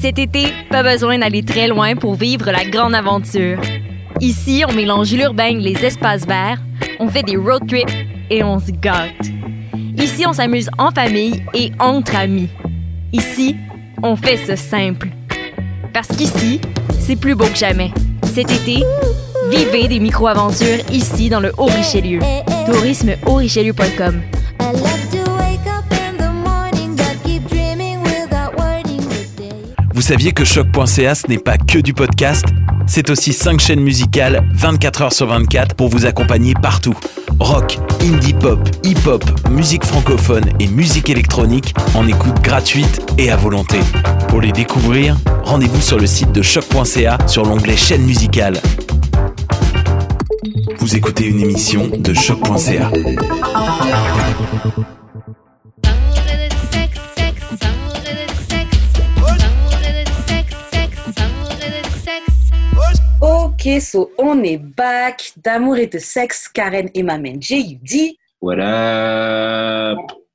Cet été, pas besoin d'aller très loin pour vivre la grande aventure. Ici, on mélange l'urbain et les espaces verts, on fait des road trips et on se gâte. Ici, on s'amuse en famille et entre amis. Ici, on fait ça simple. Parce qu'ici, c'est plus beau que jamais. Cet été, vivez des micro-aventures ici dans le Haut-Richelieu. tourisme-haut-richelieu.com. Vous saviez que Choc.ca, ce n'est pas que du podcast? C'est aussi 5 chaînes musicales, 24 heures sur 24, pour vous accompagner partout. Rock, indie pop, hip-hop, musique francophone et musique électronique en écoute gratuite et à volonté. Pour les découvrir, rendez-vous sur le site de Choc.ca sur l'onglet chaîne musicale. Vous écoutez une émission de Choc.ca. Ok, so on est back. D'amour et de sexe, Karen et ma main J.U.D. What up?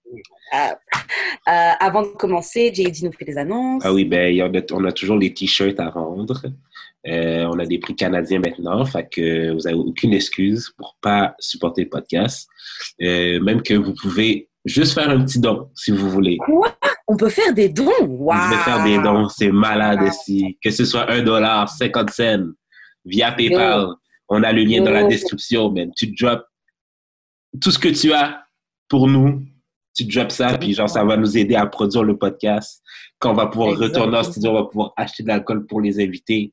Avant de commencer, J.U.D. nous fait des annonces. Ah oui, ben on a toujours les t-shirts à vendre. On a des prix canadiens maintenant, fait que vous n'avez aucune excuse pour pas supporter le podcast. Même que vous pouvez juste faire un petit don, si vous voulez. Quoi? On peut faire des dons? Wow. Vous pouvez faire des dons, c'est malade ici. Que ce soit $1, 50 cents, via PayPal. On a le lien dans la description, man. Tu drops tout ce que tu as pour nous. Tu drops ça, puis genre, ça va nous aider à produire le podcast. Quand on va pouvoir retourner en studio, on va pouvoir acheter de l'alcool pour les invités,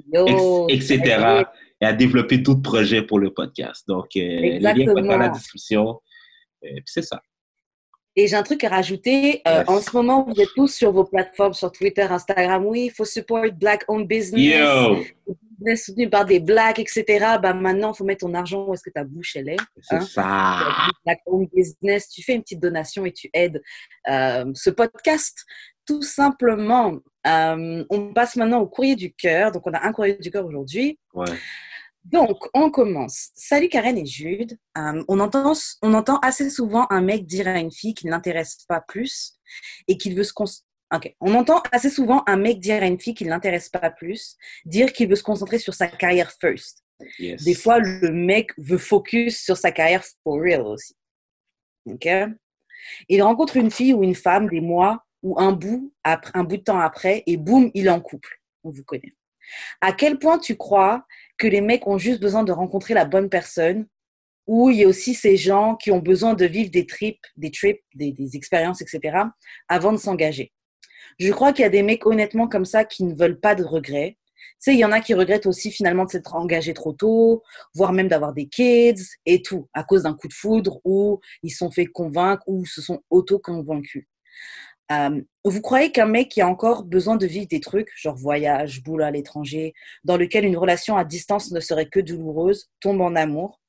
etc. Et à développer tout projet pour le podcast. Donc, le lien est dans la description. Puis c'est ça. Et j'ai un truc à rajouter. En ce moment, vous êtes tous sur vos plateformes, sur Twitter, Instagram. Oui, il faut support Black-owned business. Yo! Business soutenu par des Blacks, etc. Bah, maintenant, il faut mettre ton argent où est-ce que ta bouche, elle est. C'est ça. Black-owned business. Tu fais une petite donation et tu aides ce podcast. Tout simplement. On passe maintenant au courrier du cœur. Donc, on a un courrier du cœur aujourd'hui. Ouais. Donc, on commence. Salut Karen et Jude. On entend assez souvent un mec dire à une fille qu'il ne l'intéresse pas plus et qu'il veut se On entend assez souvent un mec dire à une fille qu'il ne l'intéresse pas plus, dire qu'il veut se concentrer sur sa carrière first. Yes. Des fois, le mec veut focus sur sa carrière for real aussi. Ok? Il rencontre une fille ou une femme des mois ou un bout de temps après et boum, il est en couple. On vous connaît. À quel point tu crois que les mecs ont juste besoin de rencontrer la bonne personne ou il y a aussi ces gens qui ont besoin de vivre des trips, des expériences, etc. avant de s'engager? Je crois qu'il y a des mecs honnêtement comme ça qui ne veulent pas de regrets. Tu sais, il y en a qui regrettent aussi finalement de s'être engagés trop tôt, voire même d'avoir des kids et tout, à cause d'un coup de foudre ou ils se sont fait convaincre ou se sont auto-convaincus. Vous croyez qu'un mec qui a encore besoin de vivre des trucs, genre voyage, boulot à l'étranger, dans lequel une relation à distance ne serait que douloureuse, tombe en amour?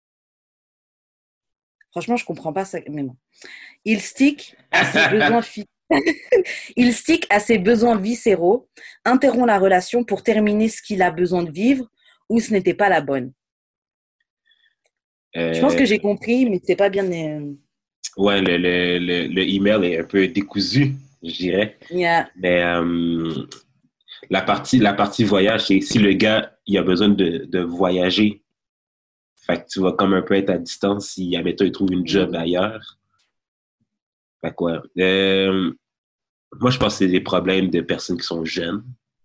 Franchement, je comprends pas ça, mais bon. Il stick à ses besoins Il stick à ses besoins viscéraux, interrompt la relation pour terminer ce qu'il a besoin de vivre ou ce n'était pas la bonne. Je pense que j'ai compris, mais c'est pas bien. Ouais, le email est un peu décousu, je dirais. Yeah. Mais la partie voyage, c'est si le gars il a besoin de voyager, fait que tu vas comme un peu être à distance si, admettons, il trouve une job ailleurs. Fait que ouais. Moi, je pense que c'est des problèmes de personnes qui sont jeunes.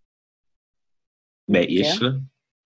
Mais ish, là.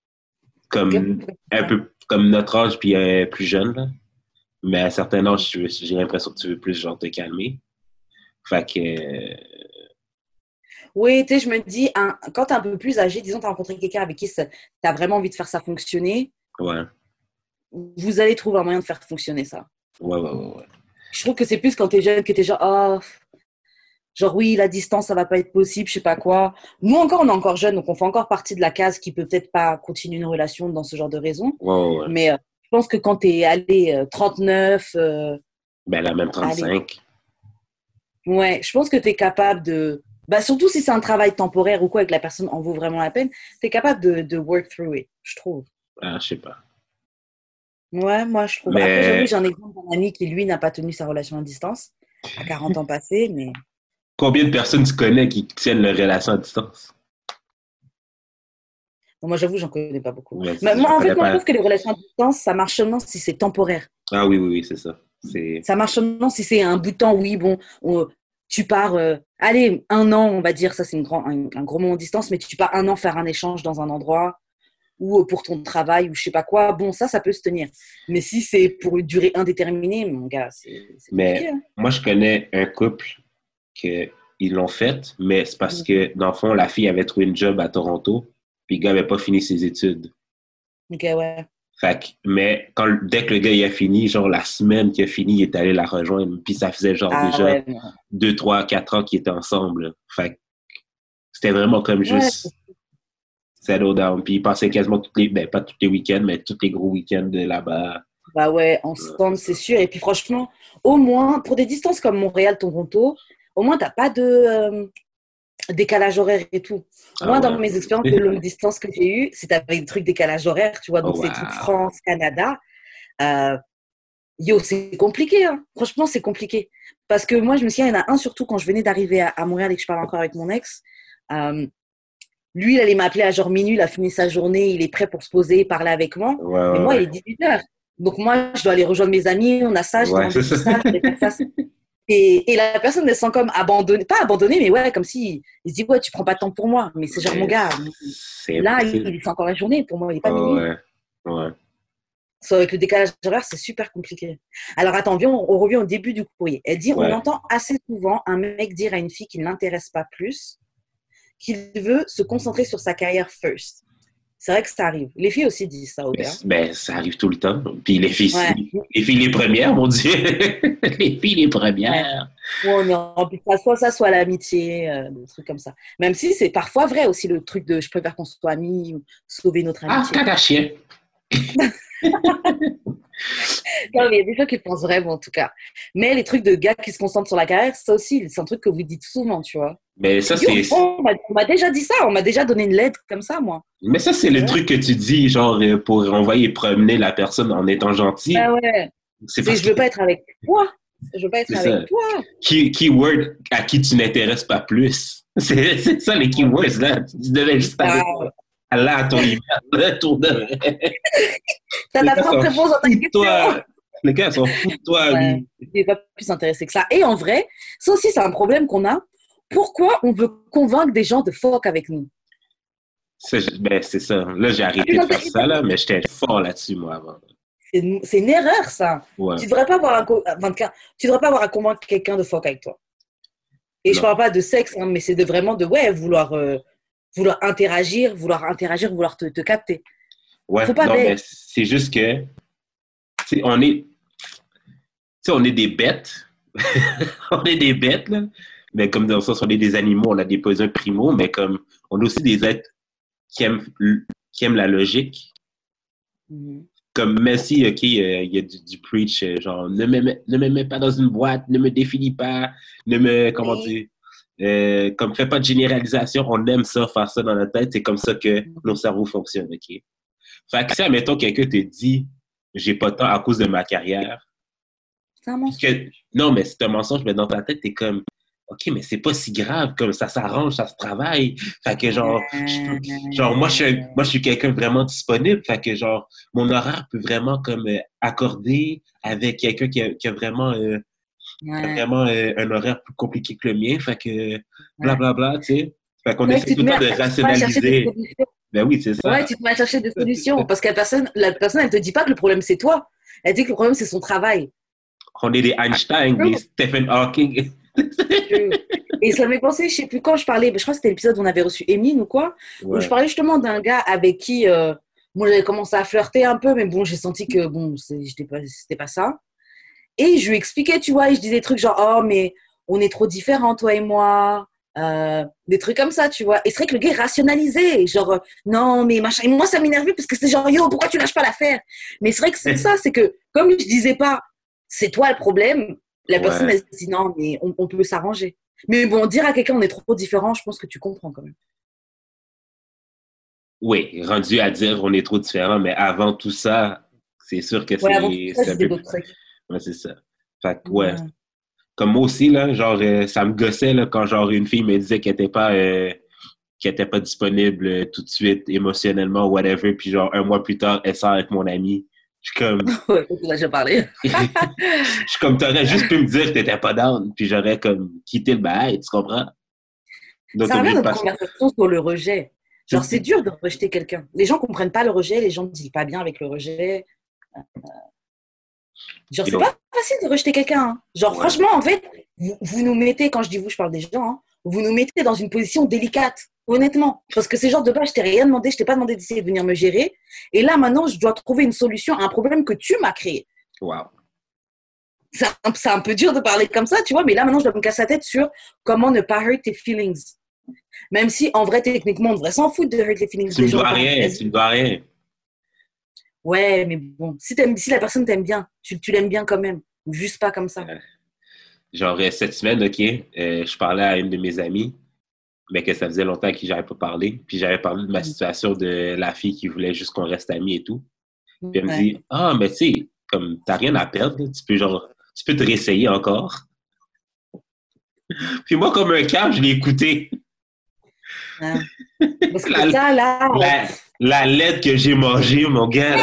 Un peu comme notre âge, puis plus jeune, là. Mais à un certain âge, j'ai l'impression que tu veux plus genre te calmer. Fait que... Oui, tu sais, je me dis, quand t'es un peu plus âgé, disons, t'as rencontré quelqu'un avec qui t'as vraiment envie de faire ça fonctionner. Ouais. Vous allez trouver un moyen de faire fonctionner ça. Ouais. Je trouve que c'est plus quand t'es jeune que t'es genre, genre oui, la distance, ça va pas être possible, je sais pas quoi. Nous encore, on est encore jeunes, donc on fait encore partie de la case qui peut peut-être pas continuer une relation dans ce genre de raison. Ouais. Mais je pense que quand t'es allé 39... là, même 35. Ouais, je pense que t'es capable de... surtout si c'est un travail temporaire ou quoi, et que la personne en vaut vraiment la peine, t'es capable de work through it, je trouve. Ah, je sais pas. Ouais, moi, je trouve. Mais... Après, j'avoue, j'ai un exemple d'un ami qui, lui, n'a pas tenu sa relation à distance à 40 ans passés, mais... Combien de personnes tu connais qui tiennent leur relation à distance? Non, moi, j'avoue, j'en connais pas beaucoup. Ouais, Mais moi, j'en en fait, connais moi, je pas. trouve que les relations à distance, ça marche seulement si c'est temporaire. Ah oui, oui, oui, c'est ça. C'est... Ça marche seulement si c'est un bout de temps. Oui, bon, tu pars, allez, 1 an, on va dire, ça c'est un gros moment de distance, mais tu pars 1 an faire un échange dans un endroit ou pour ton travail ou je sais pas quoi. Bon, ça peut se tenir. Mais si c'est pour une durée indéterminée, mon gars, c'est compliqué. Mais Hein. moi, je connais un couple que ils l'ont fait, mais c'est parce que, dans le fond, la fille avait trouvé une job à Toronto, puis le gars n'avait pas fini ses études. Ok, ouais. Fait que, mais dès que le gars il a fini, genre la semaine qu'il a fini, il est allé la rejoindre, puis ça faisait genre Ah déjà ouais, non. 2, 3, 4 ans qu'ils étaient ensemble. Là. Fait que c'était vraiment comme Ouais, juste settle down. Puis ils passaient quasiment pas tous les week-ends, mais tous les gros week-ends de là-bas. bah ouais, ensemble, c'est sûr. Et puis franchement, au moins, pour des distances comme Montréal-Toronto, au moins, t'as pas de décalage horaire et tout. Ah Moi, dans ouais. mes expériences de longue distance que j'ai eues, c'est avec des trucs décalage horaire, tu vois, Oh donc c'est des trucs wow. France, Canada. Euh, Yo, c'est compliqué, hein. Franchement, c'est compliqué. Parce que moi, je me souviens, il y en a un surtout quand je venais d'arriver à Montréal et que je parle encore avec mon ex. Euh, Lui, il allait m'appeler à genre minuit, il a fini sa journée, il est prêt pour se poser, parler avec moi. Ouais, Mais ouais, moi, il ouais. est 18h. Donc moi, je dois aller rejoindre mes amis, on a ça, j'ai Ouais, c'est rendez-vous ça. ça, je vais faire ça. Et la personne, elle se sent comme abandonnée, pas abandonnée, mais ouais, comme si il se dit, ouais, tu prends pas de temps pour moi. Mais c'est genre, mon Mais gars, c'est là, impossible. il est encore la journée, pour moi, il n'est pas Oh, minuit. ouais. Ouais. So, avec le décalage horaire, c'est super compliqué. Alors, attends, on revient au début du courrier. Elle dit, on Ouais. entend assez souvent un mec dire à une fille qui ne l'intéresse pas plus, qu'il veut se concentrer sur sa carrière first. C'est vrai que ça arrive. Les filles aussi disent ça, Mais, Aubert. ça arrive tout le temps. Puis Ouais. les filles les premières, mon Dieu. Les filles les Ouais. premières. Ou on est en plus, soit ça, soit l'amitié, des trucs comme ça. Même si c'est parfois vrai aussi le truc de je préfère qu'on soit amis ou sauver notre Ah, amitié. Kardashian. Non, mais il y a des gens qui le pensent vraiment, en tout cas. Mais les trucs de gars qui se concentrent sur la carrière, ça aussi, c'est un truc que vous dites souvent, tu vois. Mais ça, Yo, c'est. on m'a déjà dit ça, on m'a déjà donné une lettre comme ça, moi. Mais ça, c'est C'est le vrai. truc que tu dis, genre, pour envoyer promener la personne en étant gentil. Ah ouais. C'est C'est parce je que veux pas être avec toi. Je veux pas être c'est ça. avec toi. Keyword à qui tu n'intéresses pas plus. C'est ça les keywords, là. Tu devais juste Ah, aller à ton email, là, tour de. t'as Les ta gars propre s'en réponse dans ta foutent de question. toi. Les gars s'en foutent de toi, Ouais. lui. Il n'est pas plus intéressé que ça. Et en vrai, ça aussi, c'est un problème qu'on a. Pourquoi on veut convaincre des gens de fuck avec nous? Ben, c'est ça. Là, j'ai arrêté de faire ça, là, mais j'étais fort là-dessus, moi, avant. C'est une erreur, ça. Ouais. Tu devrais pas avoir tu devrais pas avoir à convaincre quelqu'un de fuck avec toi. Et je Non. parle pas de sexe, hein, mais c'est de vraiment de ouais, vouloir interagir, vouloir te capter. Ouais, Faut pas non, mais bête. c'est juste que, tu sais, on est des bêtes. On est des bêtes, là. Mais comme dans le sens, on est des animaux, on a des besoins primaux, mais comme, on est aussi des êtres qui aiment la logique. Mhm. Comme Messi, OK, il y a du preach, genre, ne me mets pas dans une boîte, ne me définis pas, comment Oui. dire, comme, fais pas de généralisation, on aime ça, faire ça dans notre tête, c'est comme ça que nos cerveaux fonctionnent, OK? Fait que si, admettons, quelqu'un te dit, j'ai pas de temps à cause de ma carrière, C'est un mensonge. non, mais c'est un mensonge, mais dans ta tête, t'es comme, OK, mais c'est pas si grave, comme ça s'arrange, ça se travaille. Fait que genre moi je suis quelqu'un vraiment disponible, fait que genre mon horaire peut vraiment comme accorder avec quelqu'un qui a vraiment Ouais. un horaire plus compliqué que le mien, fait que Ouais. blablabla, tu sais. Fait qu'on Ouais, essaie tout le temps de tu te mets à chercher des rationaliser. solutions. Ben oui, c'est Ouais, ça. tu te mets à chercher des solutions. Parce que la personne, elle te dit pas que le problème, c'est toi. Elle dit que le problème, c'est son travail. On est des Einstein, des Stephen Hawking. Et ça m'est pensé, je sais plus quand je parlais, je crois que c'était l'épisode où on avait reçu Emeline ou quoi, où je Ouais. parlais justement d'un gars avec qui, moi j'avais commencé à flirter un peu, mais bon, j'ai senti que bon, c'était pas ça. Et je lui expliquais, tu vois, et je disais des trucs genre, oh, mais on est trop différents, toi et moi. Des trucs comme ça, tu vois. Et c'est vrai que le gars est rationalisé, genre, non, mais machin. Et moi, ça m'énervait parce que c'était genre, yo, pourquoi tu lâches pas l'affaire? Mais c'est vrai que c'est ça, c'est que comme je disais pas, c'est toi le problème, la personne, Ouais. elle se dit, non, mais on peut s'arranger. Mais bon, dire à quelqu'un on est trop différent, je pense que tu comprends quand même. Oui, rendu à dire on est trop différents, mais avant tout ça, c'est sûr que Ouais, avant tout ça, c'est je un disais peu d'autres plus. trucs. Ouais, c'est ça. Fait que, ouais. Ouais. comme moi aussi, là, genre, ça me gossait là, quand genre une fille me disait qu'elle était pas disponible tout de suite, émotionnellement, whatever, puis genre, un mois plus tard, elle sort avec mon ami. Je suis comme... Ouais, on a déjà parlé. Je suis comme, t'aurais juste pu me dire que t'étais pas down, puis j'aurais comme quitté le bail, tu comprends? Donc, Ça on revient est à pas... notre conversation sur le rejet. Genre, c'est dur de rejeter quelqu'un. Les gens comprennent pas le rejet, les gens ne disent pas bien avec le rejet. Genre, c'est pas facile de rejeter quelqu'un. Hein. Genre, Ouais. franchement, en fait, vous nous mettez, quand je dis vous, je parle des gens, hein, vous nous mettez dans une position délicate, honnêtement. Parce que c'est genre de base, je t'ai rien demandé, je t'ai pas demandé d'essayer de venir me gérer. Et là, maintenant, je dois trouver une solution à un problème que tu m'as créé. Wow. C'est un peu dur de parler comme ça, tu vois, mais là, maintenant, je dois me casser la tête sur comment ne pas hurt tes feelings. Même si, en vrai, techniquement, on devrait s'en foutre de hurt les feelings Tu des me gens. dois rien, tu me dois rien. Ouais, mais bon, si la personne t'aime bien, tu l'aimes bien quand même. Ou juste pas comme ça. Genre, cette semaine, OK, je parlais à une de mes amies, mais que ça faisait longtemps que j'avais pas parlé. Puis j'avais parlé de ma situation de la fille qui voulait juste qu'on reste amis et tout. Puis elle me dit, ah, mais tu sais, comme t'as rien à perdre, là, tu peux te réessayer encore. Puis moi, comme un câble, je l'ai écouté. Ouais. Parce que là, La lettre que j'ai mangée, mon gars.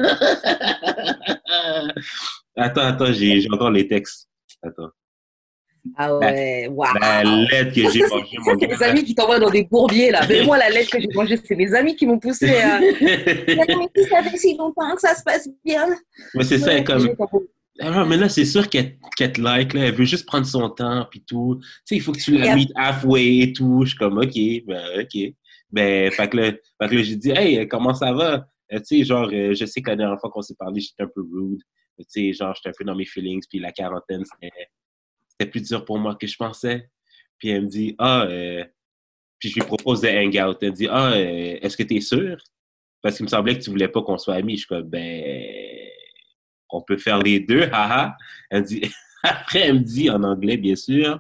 Attends, j'ai encore les textes. Attends. ah ouais, waouh. La lettre que j'ai mangée, mon C'est gars. mes amis qui t'envoient dans des bourbiers, là. Mais moi, la lettre que j'ai mangée, c'est mes amis qui m'ont poussé à... Mais ça fait si longtemps que ça se passe bien. Mais c'est ça, comme... Ah, mais là, c'est sûr qu'elle te like, là. Elle veut juste prendre son temps, puis tout. Tu sais, il faut que tu la meet halfway et tout. Je suis comme, OK. Ben, fait que là, j'ai dit, hey, comment ça va? Tu sais, genre, je sais que la dernière fois qu'on s'est parlé, j'étais un peu rude. Tu sais, genre, j'étais un peu dans mes feelings, puis la quarantaine, c'était plus dur pour moi que je pensais. Puis elle me dit, puis je lui propose de hang out. Elle me dit, est-ce que t'es sûr? Parce qu'il me semblait que tu voulais pas qu'on soit amis. Je suis comme, ben... On peut faire les deux, haha. Elle dit, après, elle me dit en anglais, bien sûr,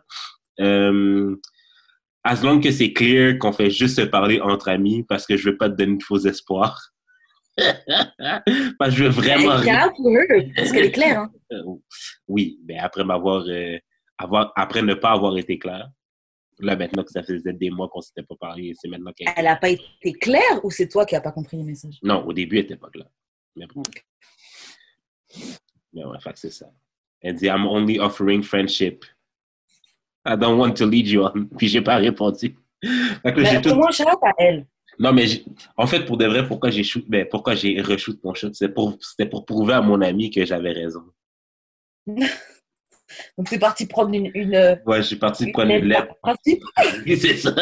as long que c'est clair qu'on fait juste se parler entre amis parce que je veux pas te donner de faux espoirs. Parce que je veux vraiment... Parce qu'elle est claire, hein. Oui, mais après après ne pas avoir été clair, là, maintenant que ça faisait des mois qu'on s'était pas parlé, c'est maintenant qu'elle... Elle a pas été claire ou c'est toi qui n'as pas compris le message? Non, au début, elle était pas claire. Mais bon. Mais ouais, fait que c'est ça. Elle dit, I'm only offering friendship. I don't want to lead you on. Puis j'ai pas répondu. Fait que mais comment shout à elle? Non, mais en fait, pour de vrai, pourquoi j'ai reshoot mon shot, c'était pour prouver à mon ami que j'avais raison. Donc t'es parti prendre une ouais, je suis parti prendre une lettre. Principe. Oui, c'est ça.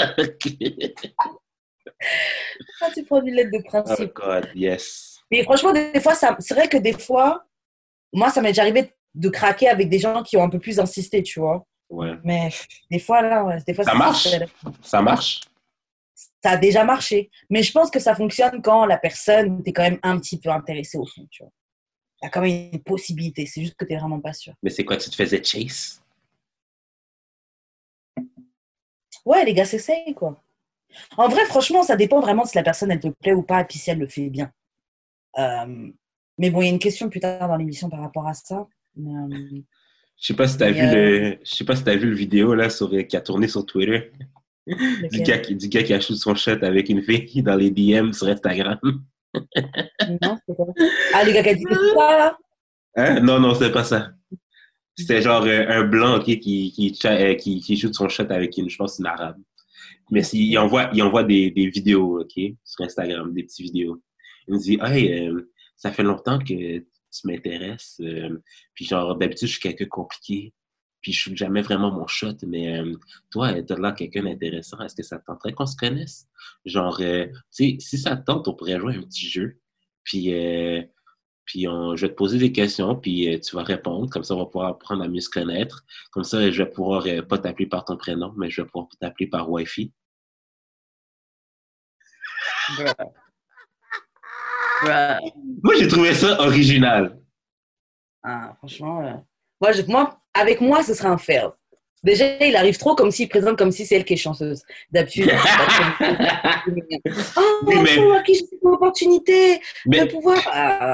Tu prends une lettre de principe. Oh God, yes. Mais franchement, des fois, c'est vrai que des fois, moi, ça m'est déjà arrivé de craquer avec des gens qui ont un peu plus insisté, tu vois. Ouais. Mais des fois, là, ça marche. Ça marche. Ça a déjà marché. Mais je pense que ça fonctionne quand la personne, t'es quand même un petit peu intéressé au fond, tu vois. Il y a quand même une possibilité. C'est juste que t'es vraiment pas sûr. Mais c'est quoi, tu te faisais chase? Ouais, les gars, s'essayent, quoi. En vrai, franchement, ça dépend vraiment si la personne, elle te plaît ou pas, et puis si elle le fait bien. Mais bon, il y a une question plus tard dans l'émission par rapport à ça. Je sais pas si t'as vu le vidéo là qui a tourné sur Twitter du gars qui a shoot son shot avec une fille dans les DM sur Instagram. Non, c'est quoi? Ah, le gars qui a dit que c'est ça là? Hein? Non, c'est pas ça. C'était genre un blanc qui shoot son shot avec je pense une arabe. Mais il envoie des vidéos, OK, sur Instagram, des petites vidéos. Il me dit, hey, ça fait longtemps que tu m'intéresses. Puis genre, d'habitude, je suis quelqu'un compliqué. Puis je shoot jamais vraiment mon shot. Mais toi, t'as l'air quelqu'un d'intéressant. Est-ce que ça te tenterait qu'on se connaisse? Genre, tu sais, si ça te tente, on pourrait jouer un petit jeu. Puis je vais te poser des questions, puis tu vas répondre. Comme ça, on va pouvoir apprendre à mieux se connaître. Comme ça, je vais pouvoir pas t'appeler par ton prénom, mais je vais pouvoir t'appeler par Wi-Fi. Moi, j'ai trouvé ça original. Ah, franchement, avec moi, ce serait un fail. Déjà, il arrive trop comme s'il présente comme si c'est elle qui est chanceuse. D'habitude. Oui, mais... qui j'ai cette opportunité de pouvoir...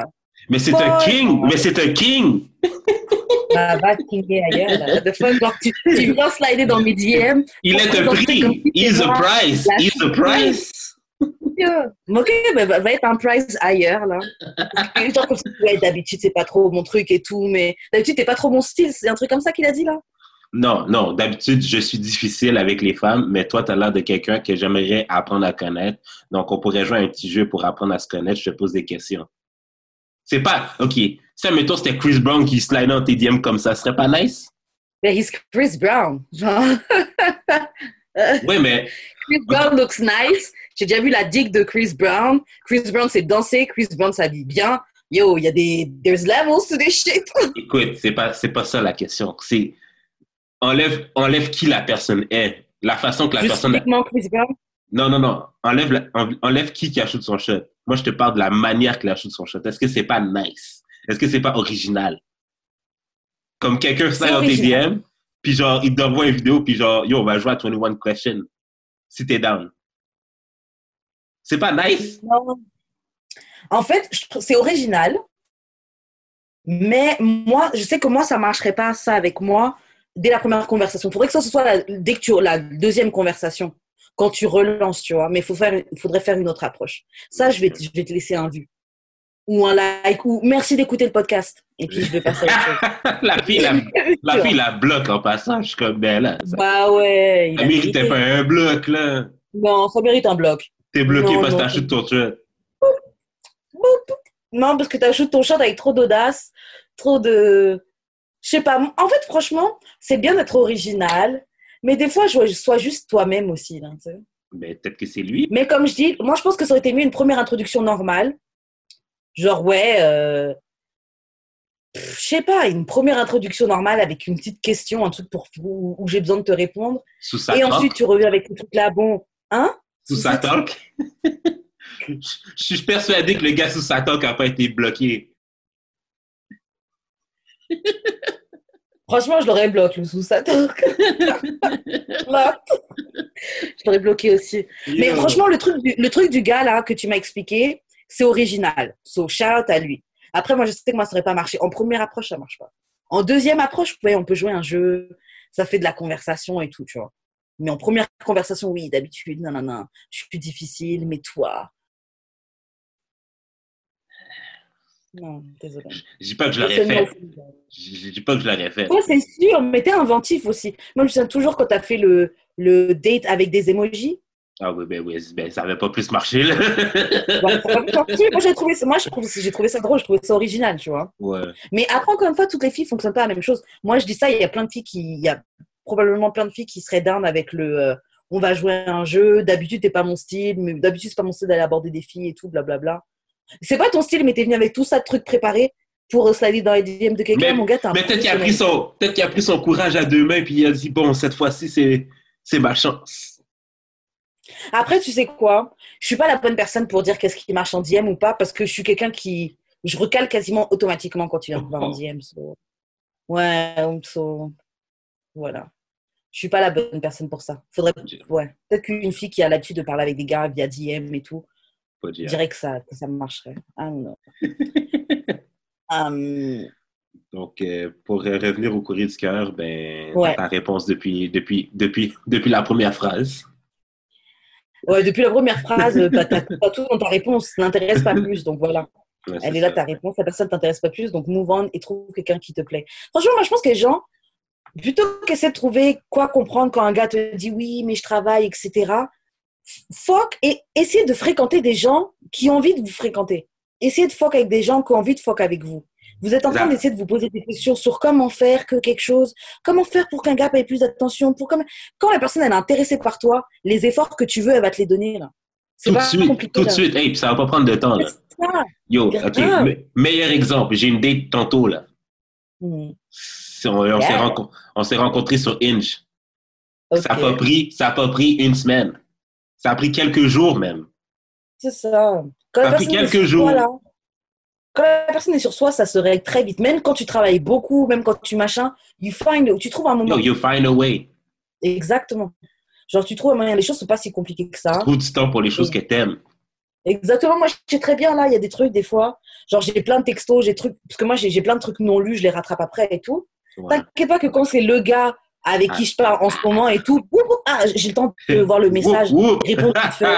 Mais c'est un king! Mais c'est un king! Bah, va kinguer ailleurs. Là. The fuck, genre, tu viens slider dans mes DM. Il est un prix! He's a price! He's a price! Ok, bah, va être un prize ailleurs, là. Genre comme ça, ouais, d'habitude, c'est pas trop mon truc et tout, mais d'habitude, t'es pas trop mon style. C'est un truc comme ça qu'il a dit, là? Non. D'habitude, je suis difficile avec les femmes, mais toi, t'as l'air de quelqu'un que j'aimerais apprendre à connaître. Donc, on pourrait jouer à un petit jeu pour apprendre à se connaître. Je te pose des questions. C'est pas... OK. Si, admettons, c'était Chris Brown qui slide dans tes DM comme ça, ce serait pas nice? Mais he's Chris Brown. Genre... Oui, mais... Chris Brown looks nice. J'ai déjà vu la dick de Chris Brown. Chris Brown sait danser. Chris Brown s'habille bien. Yo, il y a des... There's levels to this shit. Écoute, c'est pas ça la question. C'est... Enlève qui la personne est. La façon que la Juste personne... uniquement Chris Brown? Non. Enlève qui achète son shot. Moi, je te parle de la manière qu'il achète son shot. Est-ce que c'est pas nice? Est-ce que c'est pas original? Comme quelqu'un slide dans tes DM, puis genre, il t'envoie une vidéo, puis genre, yo, on va jouer à 21 Questions. Si t'es down. C'est pas nice? Non. En fait, c'est original. Mais moi, je sais que moi, ça marcherait pas ça avec moi dès la première conversation. Il faudrait que ça ce soit dès que la deuxième conversation, quand tu relances, tu vois. Mais il faudrait faire une autre approche. Ça, je vais te laisser un vu. Ou un like, ou merci d'écouter le podcast. Et puis, je vais passer à autre chose. la fille la bloque en passant. Je suis comme, ben là. Bah ouais. Ça méritait pas un bloc, là. Non, ça mérite un bloc. T'es bloqué parce que t'achètes ton shot. Non, parce que t'achètes ton shot avec trop d'audace, trop de... Je sais pas. En fait, franchement, c'est bien d'être original, mais des fois, sois juste toi-même aussi. Là, tu sais. Ben, peut-être que c'est lui. Mais comme je dis, moi, je pense que ça aurait été mieux une première introduction normale. Genre, ouais, je sais pas, une première introduction normale avec une petite question, un truc où j'ai besoin de te répondre. Sous sa Et talk. ensuite, tu reviens avec le truc là, bon, hein? Sous sa talk. Je suis persuadé que le gars sous sa talk n'a pas été bloqué. Franchement, je l'aurais bloqué, le sous sa talk. Je l'aurais bloqué aussi. Yo. Mais franchement, le truc du gars là que tu m'as expliqué, c'est original. So, shout à lui. Après, moi, je sais que moi, ça n'aurait pas marché. En première approche, ça ne marche pas. En deuxième approche, ouais, on peut jouer un jeu. Ça fait de la conversation et tout, tu vois. Mais en première conversation, oui, d'habitude, non. Je suis difficile, mais toi. Non, désolé. Je dis pas que je l'aurais fait. Je dis pas que je l'aurais fait. Ouais, c'est sûr, mais t'es inventif aussi. Moi, je me souviens toujours quand t'as fait le date avec des emojis. Ah oui, ben, ça n'avait pas plus marché, là. Ouais, ça va plus marcher. Moi, j'ai trouvé ça drôle, je trouvais ça original, tu vois. Ouais. Mais après, encore une fois, toutes les filles ne fonctionnent pas la même chose. Moi, je dis ça, il y a probablement plein de filles qui seraient down avec on va jouer à un jeu, d'habitude, t'es pas mon style, mais d'habitude, c'est pas mon style d'aller aborder des filles et tout, blablabla. C'est pas ton style, mais t'es venu avec tout ça de trucs préparés pour slider dans les DM de quelqu'un, mon gars, t'es un mais peut-être qu'il a pris son courage à deux mains puis il a dit, bon, cette fois-ci, c'est ma chance. Après, tu sais quoi? Je suis pas la bonne personne pour dire qu'est-ce qui marche en DM ou pas, parce que je suis quelqu'un je recale quasiment automatiquement quand tu viens me voir en DM. Ouais, voilà. Je suis pas la bonne personne pour ça. Ouais. Peut-être qu'une fille qui a l'habitude de parler avec des gars via DM et tout, je dirais que ça marcherait. Ah non. Donc, pour revenir au courrier du cœur, ben, ouais. Ta réponse depuis la première phrase. Ouais, depuis la première phrase, t'as tout dans ta réponse, ça n'intéresse pas plus, donc voilà. Ouais, elle est là, ta réponse, la personne ne t'intéresse pas plus, donc move on et trouve quelqu'un qui te plaît. Franchement, moi, je pense que les gens, plutôt qu'essayer de trouver quoi comprendre quand un gars te dit oui, mais je travaille, etc., fuck et essayez de fréquenter des gens qui ont envie de vous fréquenter. Essayez de fuck avec des gens qui ont envie de fuck avec vous. Vous êtes en train d'essayer de vous poser des questions sur comment faire que quelque chose, comment faire pour qu'un gars paye plus d'attention, quand la personne elle est intéressée par toi, les efforts que tu veux, elle va te les donner là. Tout de suite, hey, ça va pas prendre de temps là. Yo, ok, meilleur exemple, j'ai une date tantôt là. On s'est rencontrés sur Hinge. Okay. Ça a pas pris une semaine. Ça a pris quelques jours même. C'est ça. Ça a pris quelques jours. Quand la personne est sur soi, ça se règle très vite. Même quand tu travailles beaucoup, même quand tu tu trouves un moment. You find a way. Exactement. Genre, tu trouves un moyen. Les choses ne sont pas si compliquées que ça. Tu trouves du temps pour les choses que t'aimes. Exactement, moi je sais très bien là, il y a des trucs des fois, genre j'ai plein de textos, j'ai trucs, parce que moi j'ai plein de trucs non lus, je les rattrape après et tout. Ouais. T'inquiète pas que quand c'est le gars avec qui je parle en ce moment et tout, j'ai le temps de voir le Whoop, message, whoop. répondre vite fait,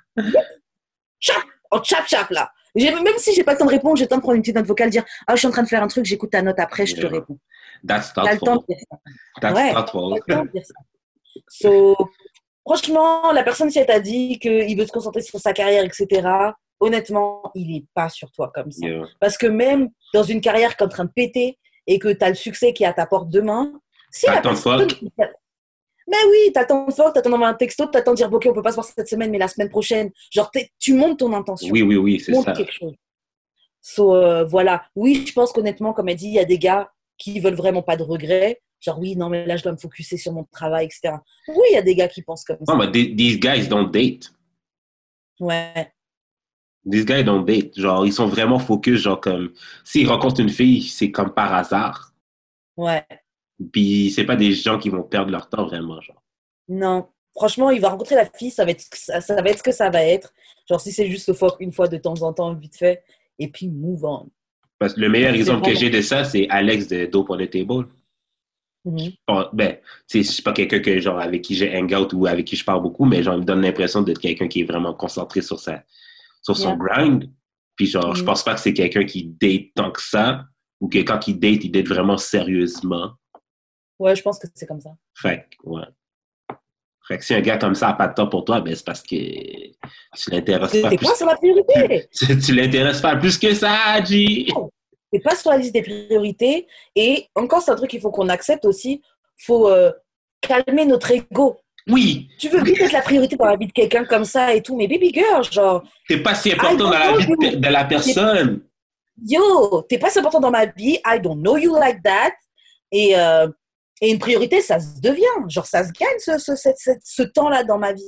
chap, en chap là. Même si j'ai pas le temps de répondre, j'ai le temps de prendre une petite note vocale, dire je suis en train de faire un truc, j'écoute ta note après, je te Yeah. réponds. That's T'as le temps de thoughtful. dire ça. That's Ouais, thoughtful. t'as le temps de dire ça. So, franchement, la personne, si elle t'a dit qu'il veut se concentrer sur sa carrière, etc., honnêtement, il n'est pas sur toi comme ça. Yeah. Parce que même dans une carrière qui est en train de péter et que tu as le succès qui est à ta porte demain, si T'as la le temps de personne. fuck. Mais oui, t'attends de fuck, t'attends d'envoyer un texto, t'attends de dire ok, on peut pas se voir cette semaine, mais la semaine prochaine. Genre, tu montes ton intention. Oui, c'est Tu montes ça. quelque chose. So, voilà. Oui, je pense qu'honnêtement, comme elle dit, il y a des gars qui veulent vraiment pas de regrets. Genre, oui, non, mais là, je dois me focuser sur mon travail, etc. Oui, il y a des gars qui pensent comme ça. Non, mais these guys don't date. Ouais. These guys don't date. Genre, ils sont vraiment focus, genre comme, s'ils rencontrent une fille, c'est comme par hasard. Ouais. Puis, c'est pas des gens qui vont perdre leur temps, vraiment, genre. Non. Franchement, il va rencontrer la fille, ça va être ce que ça va être. Genre, si c'est juste le fuck une fois de temps en temps, vite fait, et puis move on. Parce que le meilleur exemple que vraiment- j'ai de ça, c'est Alex de Dope on the Table. Mhm. Bon, ben, tu sais, je suis pas quelqu'un que, genre, avec qui j'ai hang out ou avec qui je parle beaucoup, mais genre, il me donne l'impression d'être quelqu'un qui est vraiment concentré sur son Yeah. grind. Puis genre, je Mhm. pense pas que c'est quelqu'un qui date tant que ça, ou que quand il date vraiment sérieusement. Ouais, je pense que c'est comme ça. Fait que, ouais. Fait que si un gars comme ça a pas de temps pour toi, ben c'est parce que tu l'intéresses pas T'es plus. pas sur la priorité. Tu l'intéresses pas plus que ça, G. T'es pas sur la liste des priorités. Et encore, c'est un truc qu'il faut qu'on accepte aussi. Faut calmer notre ego. Oui, Tu veux vite être la priorité dans la vie de quelqu'un comme ça et tout, mais baby girl, genre, c'est pas si important dans la vie de la personne. yo, t'es pas si important dans ma vie, I don't know you like that. Et une priorité, ça se devient. Genre, ça se gagne, ce temps-là dans ma vie.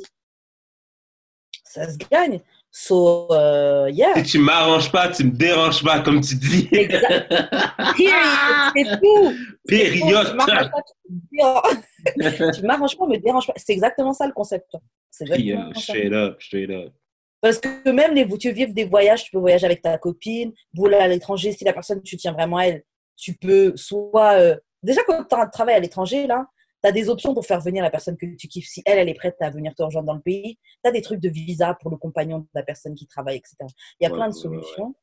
Ça se gagne. So, yeah. Si tu m'arranges pas, tu me déranges pas, comme tu dis. Exact. Period. C'est tout. Période. Tu m'arranges pas, tu m'arranges pas, me dérange pas. C'est exactement ça le concept. C'est exactement ça. Straight up. Parce que même tu veux vivre des voyages, tu peux voyager avec ta copine, voler à l'étranger. Si la personne, tu tiens vraiment à elle, tu peux soit. Déjà, quand tu as un travail à l'étranger, là, tu as des options pour faire venir la personne que tu kiffes. Si elle est prête à venir te rejoindre dans le pays, tu as des trucs de visa pour le compagnon de la personne qui travaille, etc. Il y a plein de solutions.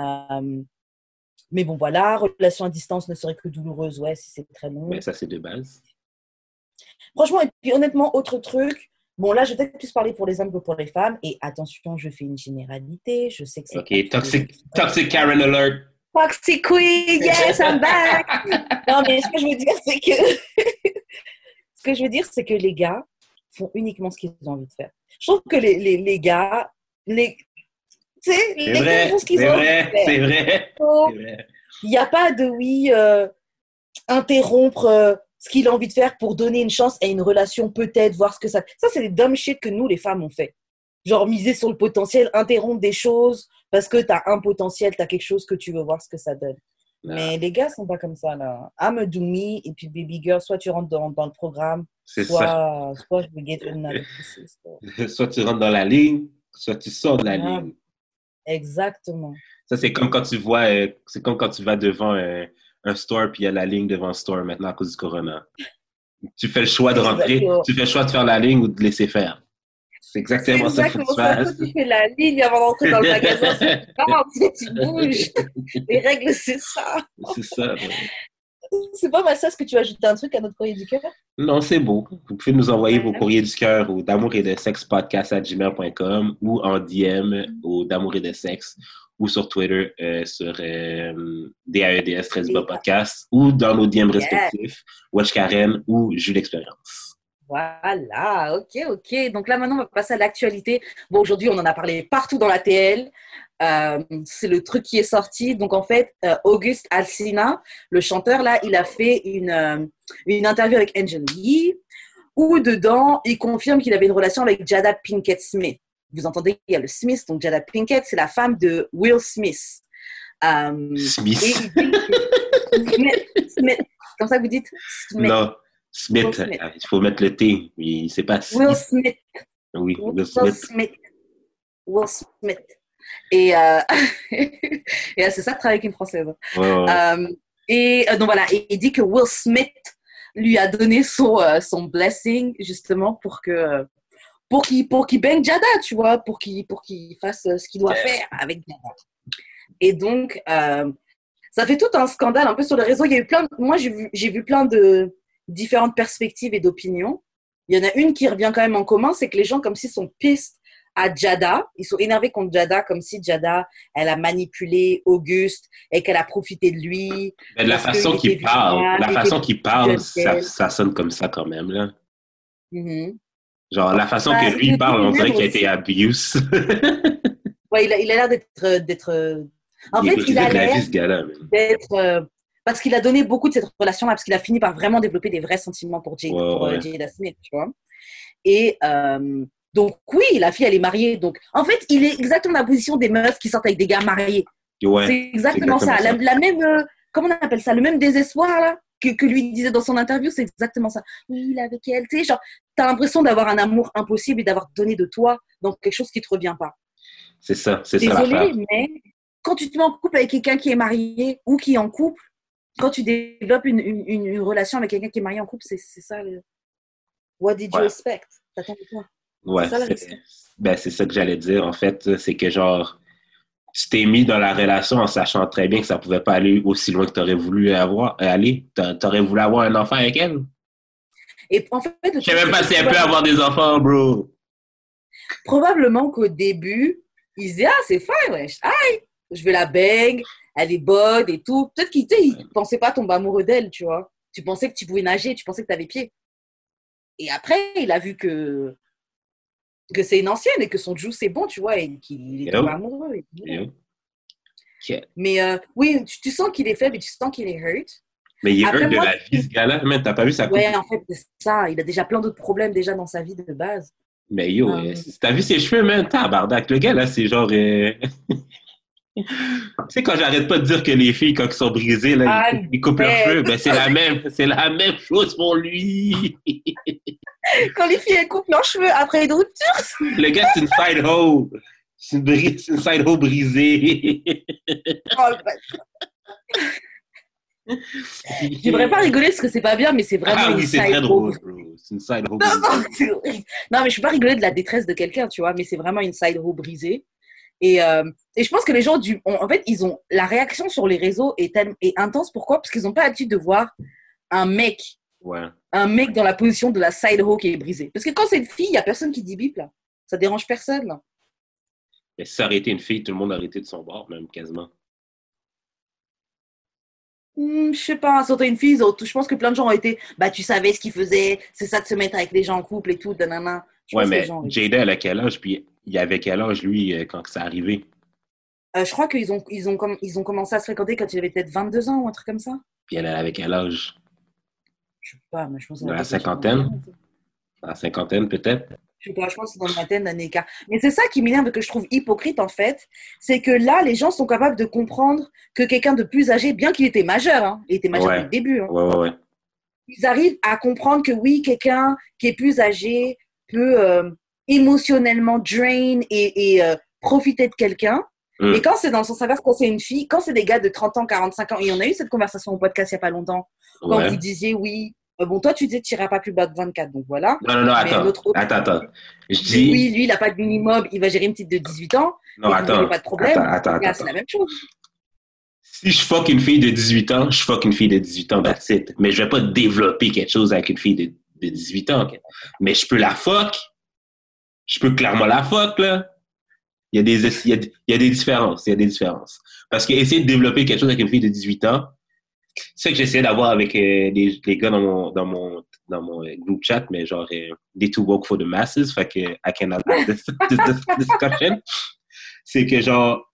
Mais bon, voilà, relation à distance ne serait que douloureuse, ouais, si c'est très long. Mais ça, c'est de base. Franchement, et puis honnêtement, autre truc. Bon, là, je vais peut-être plus parler pour les hommes que pour les femmes. Et attention, je fais une généralité. Je sais que c'est. OK, toxic Karen alert. Toxic queen, yes, I'm back. Non, mais ce que je veux dire, c'est que les gars font uniquement ce qu'ils ont envie de faire. Je trouve que les gars, tu sais, les gars font ce qu'ils ont envie de faire. C'est vrai. Il n'y a pas de interrompre ce qu'il a envie de faire pour donner une chance à une relation, peut-être, voir ce que ça. Ça, c'est des dumb shit que nous, les femmes, on fait. Genre, miser sur le potentiel, interrompre des choses parce que tu as un potentiel, tu as quelque chose que tu veux voir ce que ça donne. Mais les gars sont pas comme ça, là. I'm a do me, et puis baby girl, soit tu rentres dans le programme, soit je vais get another piece. Soit tu rentres dans la ligne, soit tu sors de la ligne. Exactement. Ça, c'est comme quand tu vois, c'est comme quand tu vas devant un store, puis il y a la ligne devant le store maintenant à cause du corona. Tu fais le choix de rentrer, tu fais le choix de faire la ligne ou de laisser faire. C'est exactement ça que tu fais. Tu fais la ligne avant d'entrer dans le magasin. Tu bouges. Les règles, c'est ça. C'est ça. Ouais. C'est pas mal ça. Est-ce que tu as ajouté un truc à notre courrier du cœur? Non, c'est beau. Vous pouvez nous envoyer vos courriers du cœur au d'amour-et-de-sexe-podcast@gmail.com ou en DM au d'amour et de sexe ou sur Twitter sur DAEDS Podcast ou dans nos DM respectifs, Watch Karen ou Jules Expérience. Voilà, ok. Donc là, maintenant, on va passer à l'actualité. Bon, aujourd'hui, on en a parlé partout dans la TL. C'est le truc qui est sorti. Donc, en fait, August Alsina, le chanteur, là, il a fait une interview avec Angel Yee où, dedans, il confirme qu'il avait une relation avec Jada Pinkett Smith. Vous entendez, il y a le Smith. Donc, Jada Pinkett, c'est la femme de Will Smith. Smith. Smith. Comme ça que vous dites? Smith. Non. Smith, il faut mettre le T. C'est pas Smith. Will Smith. Oui, Will Will Smith. Smith. Will Smith. Et, et c'est ça, travailler avec une Française. Donc voilà, et il dit que Will Smith lui a donné son blessing, justement, pour qu'il baigne Jada, tu vois, pour qu'il fasse ce qu'il doit faire avec Jada. Et donc, ça fait tout un scandale un peu sur les réseaux. Il y a eu moi, j'ai vu plein de différentes perspectives et d'opinions. Il y en a une qui revient quand même en commun, c'est que les gens, comme s'ils sont pistes à Jada, ils sont énervés contre Jada, comme si Jada, elle a manipulé Auguste et qu'elle a profité de lui. Mais la façon qu'il parle, ça sonne comme ça quand même, là. Mm-hmm. Genre, la façon que lui parle, on dirait qu'il a été abuse. Ouais, il a l'air d'être... En fait, il a l'air d'être... parce qu'il a donné beaucoup de cette relation-là, parce qu'il a fini par vraiment développer des vrais sentiments pour Jada Smith, tu vois. Et donc, oui, la fille, elle est mariée. Donc, en fait, il est exactement dans la position des meufs qui sortent avec des gars mariés. Ouais, c'est exactement ça. La même... comment on appelle ça? Le même désespoir, là, que lui disait dans son interview, c'est exactement ça. Oui, il est avec elle. Tu sais, genre, t'as l'impression d'avoir un amour impossible et d'avoir donné de toi dans quelque chose qui te revient pas. C'est ça l'affaire. Désolée, mais quand tu te mets en couple avec quelqu'un qui est marié ou qui est en couple, quand tu développes une relation avec quelqu'un qui est marié en couple, c'est ça le... What did you expect? T'attends de toi. Ouais, c'est ça que j'allais dire. En fait, c'est que genre, tu t'es mis dans la relation en sachant très bien que ça pouvait pas aller aussi loin que tu aurais voulu aller. Tu aurais voulu avoir un enfant avec elle. Et en fait, je sais même pas si elle peut avoir des enfants, bro. Probablement qu'au début, il se dit, ah, c'est fine, wesh. Aïe, je vais la bang, elle est bonne et tout. Peut-être qu'il pensait pas tomber amoureux d'elle, tu vois. Tu pensais que tu pouvais nager, tu pensais que tu avais pied. Et après, il a vu que c'est une ancienne et que son juice c'est bon, tu vois, et qu'il est tombé amoureux. Mais oui, tu sens qu'il est faible et tu sens qu'il est hurt. Mais il est hurt de la vie, ce gars-là. Mais t'as pas vu sa coupe? Ouais, en fait, c'est ça. Il a déjà plein d'autres problèmes déjà dans sa vie de base. Mais yo, t'as vu ses cheveux, man? Tabarnak. Le gars, là, c'est genre... Tu sais, quand j'arrête pas de dire que les filles, quand elles sont brisées, là, ils coupent leurs cheveux, ben c'est la même chose pour lui. Quand les filles, elles coupent leurs cheveux après une rupture. Le gars, c'est une side hoe. C'est une side hoe brisée. Je devrais pas rigoler parce que c'est pas bien, mais c'est vraiment une side hoe. c'est très drôle, bro. C'est une side hoe brisée. Non, mais je peux pas rigoler de la détresse de quelqu'un, tu vois, mais c'est vraiment une side hoe brisée. Et je pense que les gens, en fait, la réaction sur les réseaux est intense. Pourquoi? Parce qu'ils n'ont pas l'habitude de voir un mec dans la position de la side hoe qui est brisée. Parce que quand c'est une fille, il n'y a personne qui dit bip, là. Ça dérange personne, là. Mais si ça aurait été une fille, tout le monde aurait été de son bord, même, quasiment. Je sais pas, surtout une fille, je pense que plein de gens ont été, bah, tu savais ce qu'ils faisaient, c'est ça de se mettre avec les gens en couple et tout, nanana. Ouais, mais Jada, elle a quel âge? Puis il avait quel âge, lui, quand ça arrivé? Je crois qu'ils ont commencé à se fréquenter quand il avait peut-être 22 ans ou un truc comme ça. Puis elle avait quel âge? Je sais pas, mais je pense... Dans la cinquantaine? Dans la cinquantaine, peut-être? Je sais pas, je pense que c'est dans une vingtaine d'années d'écart. Mais c'est ça qui m'énerve, que je trouve hypocrite, en fait. C'est que là, les gens sont capables de comprendre que quelqu'un de plus âgé, bien qu'il était majeur, hein, il était majeur dès le début. Hein, ouais. Ils arrivent à comprendre que oui, quelqu'un qui est plus âgé peut émotionnellement drain et profiter de quelqu'un. Et quand c'est dans le sens inverse, quand c'est une fille, quand c'est des gars de 30 ans, 45 ans, et on a eu cette conversation au podcast il n'y a pas longtemps, quand vous disiez oui, bon, toi tu disais que tu n'irais pas plus bas de 24, donc voilà. Non, attends. Je dis... Oui, lui, il n'a pas de minimum, il va gérer une petite de 18 ans, non, et vous n'avez pas de problème. Attends. C'est la même chose. Si je fuck une fille de 18 ans, je fuck une fille de 18 ans, that's it. Mais je vais pas développer quelque chose avec une fille de 18 ans. Mais je peux la fuck. Je peux clairement la fuck, là. Il y a des différences. Parce que essayer de développer quelque chose avec une fille de 18 ans, c'est ça que j'essayais d'avoir avec les gars dans mon group chat, mais genre, they too woke for the masses, fait que I cannot have this discussion. C'est que genre,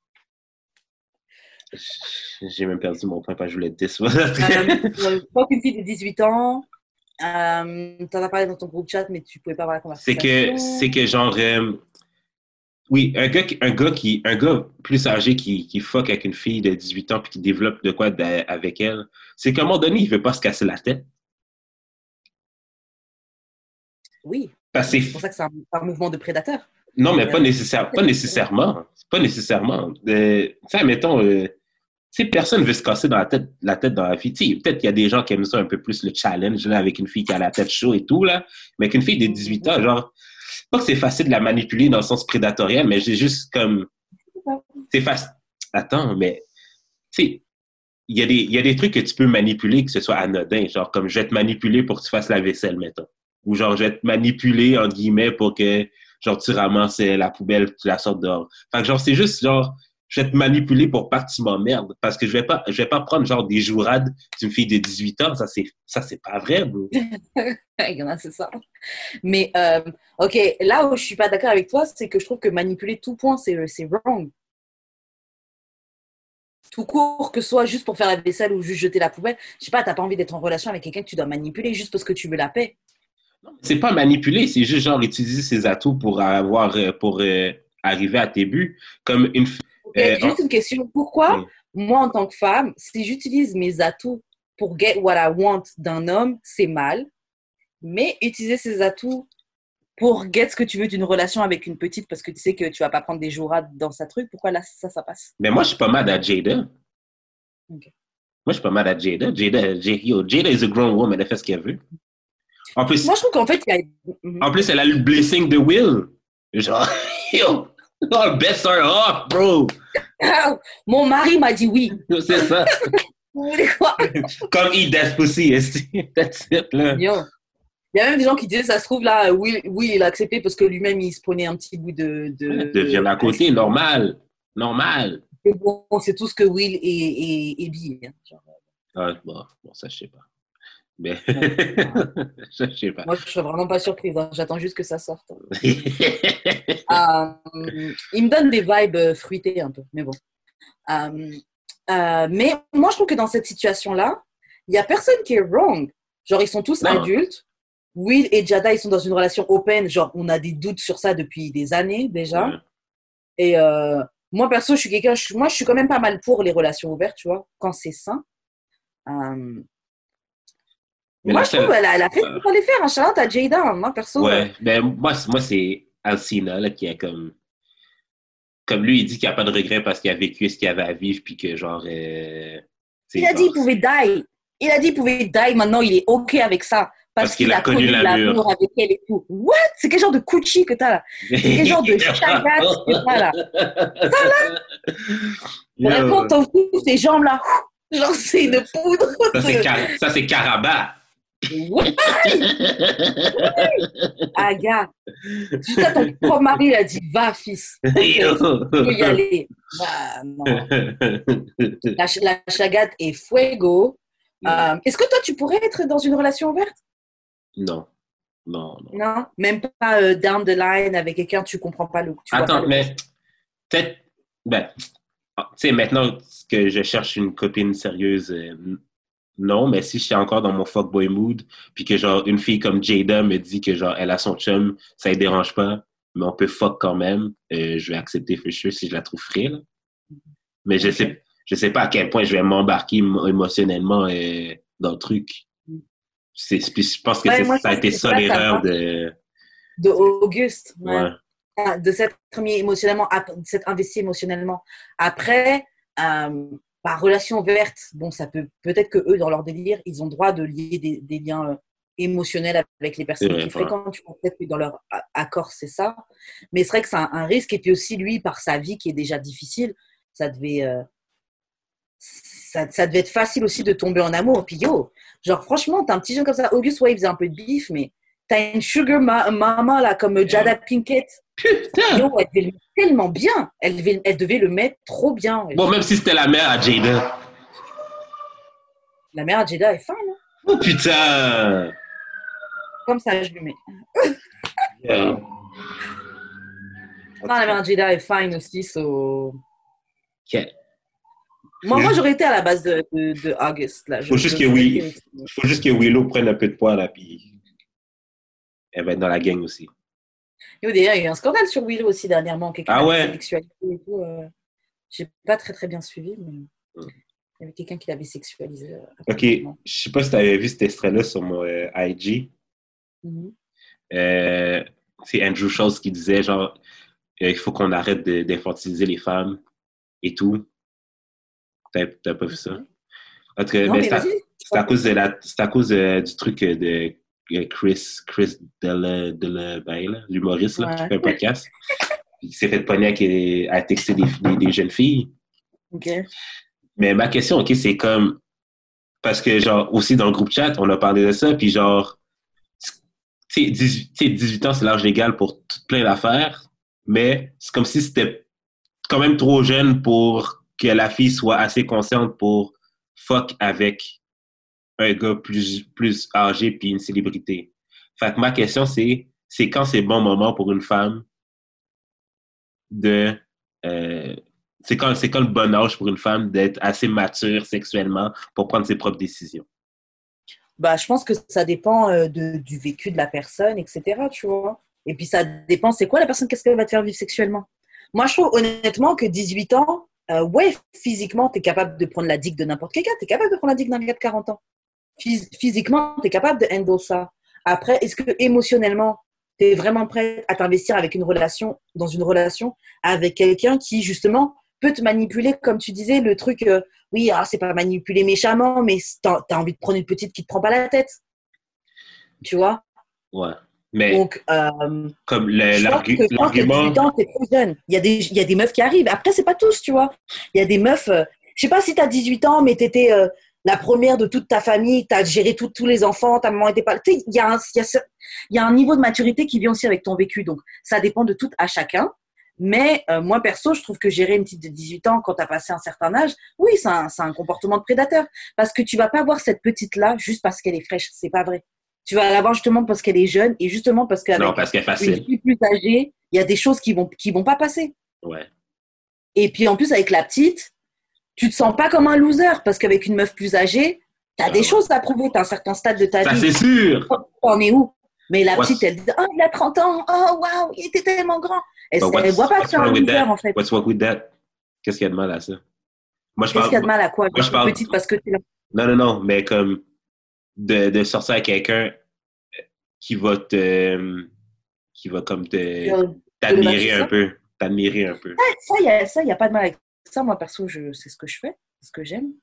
j'ai même perdu mon point, parce que je voulais te dire. Pas qu'une fille de 18 ans, t'en as parlé dans ton group chat, mais tu pouvais pas avoir la conversation. C'est que genre, oui, un gars plus âgé qui fuck avec une fille de 18 ans puis qui développe de quoi avec elle, c'est qu'à un moment donné, il veut pas se casser la tête. Oui. C'est pour ça que c'est un mouvement de prédateur. Non, mais pas nécessairement. Pas nécessairement. Ça, mettons, personne veut se casser dans la tête dans la vie. Tu sais, peut-être qu'il y a des gens qui aiment ça un peu plus le challenge, là, avec une fille qui a la tête chaude et tout, là. Mais avec une fille de 18 ans, genre, pas que c'est facile de la manipuler dans le sens prédatorial, mais j'ai juste comme, c'est facile. Attends, mais, tu sais, il y a des trucs que tu peux manipuler que ce soit anodin, genre comme je vais te manipuler pour que tu fasses la vaisselle, mettons. Ou genre je vais te manipuler, en guillemets, pour que genre tu ramasses la poubelle, tu la sortes dehors. Fait que genre c'est juste genre je vais te manipuler pour pas que tu m'emmerdes parce que je vais pas prendre genre des jourades d'une fille de 18 ans, ça c'est pas vrai, bro. Il y en a, c'est ça. Mais, ok, là où je suis pas d'accord avec toi, c'est que je trouve que manipuler tout point, c'est wrong. Tout court, que ce soit juste pour faire la vaisselle ou juste jeter la poubelle. Je sais pas, t'as pas envie d'être en relation avec quelqu'un que tu dois manipuler juste parce que tu veux la paix. C'est pas manipuler, c'est juste genre utiliser ses atouts pour arriver à tes buts. Comme une Okay, juste une question. Pourquoi, oui. moi, en tant que femme, si j'utilise mes atouts pour get what I want d'un homme, c'est mal. Mais utiliser ses atouts pour get ce que tu veux d'une relation avec une petite parce que tu sais que tu vas pas prendre des jourades dans sa truc, pourquoi là, ça passe? Mais moi, je suis pas mad à Jada. Okay. Moi, je suis pas mad à Jada. Jada is a grown woman, elle fait ce qu'elle veut. En plus, moi, je trouve qu'en fait, en plus, elle a eu le blessing de Will. Genre, yo, oh, best her off, bro. Mon mari m'a dit oui. C'est ça. Vous voulez quoi? Comme eat that pussy, that's it, là. Yo. Il y a même des gens qui disaient, ça se trouve là, oui, il a accepté parce que lui-même, il se prenait un petit bout de viande à côté, normal. Et bon, c'est tout ce que Will et Bee. Genre. Ah, bon, ça, je sais pas. Mais, je sais pas. Moi, je serais vraiment pas surprise. Hein. J'attends juste que ça sorte. Il me donne des vibes fruitées un peu, mais bon. Mais moi, je trouve que dans cette situation-là, il y a personne qui est wrong. Genre, ils sont tous adultes. Will et Jada, ils sont dans une relation open. Genre, on a des doutes sur ça depuis des années déjà. Ouais. Et moi, perso, je suis quand même pas mal pour les relations ouvertes, tu vois, quand c'est sain. Moi, je trouve qu'elle a fait ce qu'il fallait faire. Charlotte à Jada, moi, perso. Ouais, ben, moi c'est Alcina, là, qui est comme lui, il dit qu'il n'y a pas de regret parce qu'il a vécu ce qu'il avait à vivre, puis que genre... il a dit qu'il pouvait die. Il a dit qu'il pouvait die, maintenant, il est OK avec ça. Parce qu'il a connu l'amour avec elle et tout. What? C'est quel genre de coochie que t'as là? C'est quel genre de chagat que t'as là? Ça là? Vraiment, t'en fous, ces jambes là. Genre, c'est une poudre. Ça, c'est Caraba. Ouais. Ah, gars. Jusqu'à ton propre mari, il a dit, va, fils. Tu peux y aller. Bah, non. La chagate est fuego. Est-ce que toi, tu pourrais être dans une relation ouverte? Non. Non, même pas down the line avec quelqu'un, tu comprends pas le... Attends, mais peut-être... Ben, tu sais, maintenant que je cherche une copine sérieuse, non, mais si j'étais encore dans mon fuckboy mood, puis que genre une fille comme Jada me dit que genre elle a son chum, ça ne dérange pas, mais on peut fuck quand même, je vais accepter for sure si je la trouve frêle. Mais je sais pas à quel point je vais m'embarquer émotionnellement dans le truc. Je pense que ça a été ça l'erreur de Auguste. Ouais. De s'être investi émotionnellement. Après, par relation verte, bon, ça peut-être que eux, dans leur délire, ils ont le droit de lier des liens émotionnels avec les personnes qui fréquentent. Je pense peut-être que dans leur accord, c'est ça. Mais c'est vrai que c'est un risque. Et puis aussi, lui, par sa vie qui est déjà difficile, ça devait être facile aussi de tomber en amour. Puis genre franchement, t'as un petit jeune comme ça. Auguste, ouais, il faisait un peu de bif, mais t'as une sugar mama là, comme Jada Pinkett. Putain! Elle devait le mettre tellement bien. Elle devait le mettre trop bien. Bon, même si c'était la mère à Jada. La mère à Jada est fine. Hein? Oh putain! Comme ça, je lui mets. Non, la mère à Jada est fine aussi, so... Okay. Moi, j'aurais été à la base de August. Là. Faut juste que Willow prenne un peu de poids, là, puis elle va être dans la gang aussi. D'ailleurs, il y a eu un scandale sur Willow aussi dernièrement. Ah ouais? Sexualité et tout. J'ai pas très très bien suivi, mais il y avait quelqu'un qui l'avait sexualisé. Ok, je sais pas si tu avais vu cet extrait-là sur mon IG. C'est Andrew Schultz qui disait genre il faut qu'on arrête d'infantiliser les femmes et tout. T'as pas vu ça? En tout cas, Non, ben, mais vas-y. c'est à cause du truc de Chris Delabaye, l'humoriste là, qui Ouais. fait un podcast. Il s'est fait pogner à texter des jeunes filles. OK. Mais ma question, OK, c'est comme... Parce que, genre, aussi dans le groupe chat, on a parlé de ça, puis genre... Tu sais, 18 ans, c'est l'âge légal pour tout plein d'affaires, mais c'est comme si c'était quand même trop jeune pour que la fille soit assez consciente pour fuck avec un gars plus âgé puis une célébrité. Fait que ma question, c'est quand c'est bon moment pour une femme de... c'est quand le bon âge pour une femme d'être assez mature sexuellement pour prendre ses propres décisions? Bah, je pense que ça dépend du vécu de la personne, etc., tu vois. Et puis, ça dépend, c'est quoi la personne, qu'est-ce qu'elle va te faire vivre sexuellement. Moi, je trouve honnêtement que 18 ans, ouais, physiquement, tu es capable de prendre la digue de n'importe quel gars. Tu es capable de prendre la digue d'un gars de 40 ans. Physiquement, tu es capable de handle ça. Après, est-ce que émotionnellement, tu es vraiment prêt à t'investir dans une relation avec quelqu'un qui, justement, peut te manipuler, comme tu disais, le truc, oui, c'est pas manipuler méchamment, mais t'as envie de prendre une petite qui te prend pas la tête. Tu vois? Ouais. Mais Donc, comme je pense que quand t'as l'argument... 18 ans, t'es trop jeune. Il y a des meufs qui arrivent. Après, c'est pas tous, tu vois. Il y a des meufs, je sais pas si t'as 18 ans, mais t'étais la première de toute ta famille, t'as géré tous les enfants, ta maman était pas... Tu sais, il y a un niveau de maturité qui vient aussi avec ton vécu. Donc, ça dépend de tout à chacun. Mais moi, perso, je trouve que gérer une petite de 18 ans quand tu as passé un certain âge, oui, c'est un comportement de prédateur. Parce que tu vas pas voir cette petite-là juste parce qu'elle est fraîche. C'est pas vrai. Tu vas la voir justement parce qu'elle est jeune et justement parce Non, parce qu'elle est facile. une fille plus âgée, il y a des choses qui vont pas passer. Ouais. Et puis en plus, avec la petite, tu te sens pas comme un loser parce qu'avec une meuf plus âgée, tu as des choses à prouver. Tu as un certain stade de ta Ça, vie. c'est sûr! T'en es où? Mais la petite, elle dit, oh, il a 30 ans, oh, waouh, il était tellement grand. Elle voit pas que c'est un loser, en fait. What's wrong with that? Qu'est-ce qu'il y a de mal à ça? Moi, je Qu'est-ce qu'il y a de mal à quoi? Moi, je parle... Petite parce que tu Non, mais comme de sortir avec quelqu'un qui va comme t'admirer un peu. T'admirer un peu. Ça, il n'y a pas de mal avec ça. Moi, perso, c'est ce que je fais, c'est ce que j'aime.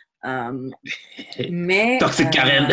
Mais... Toxic Karen!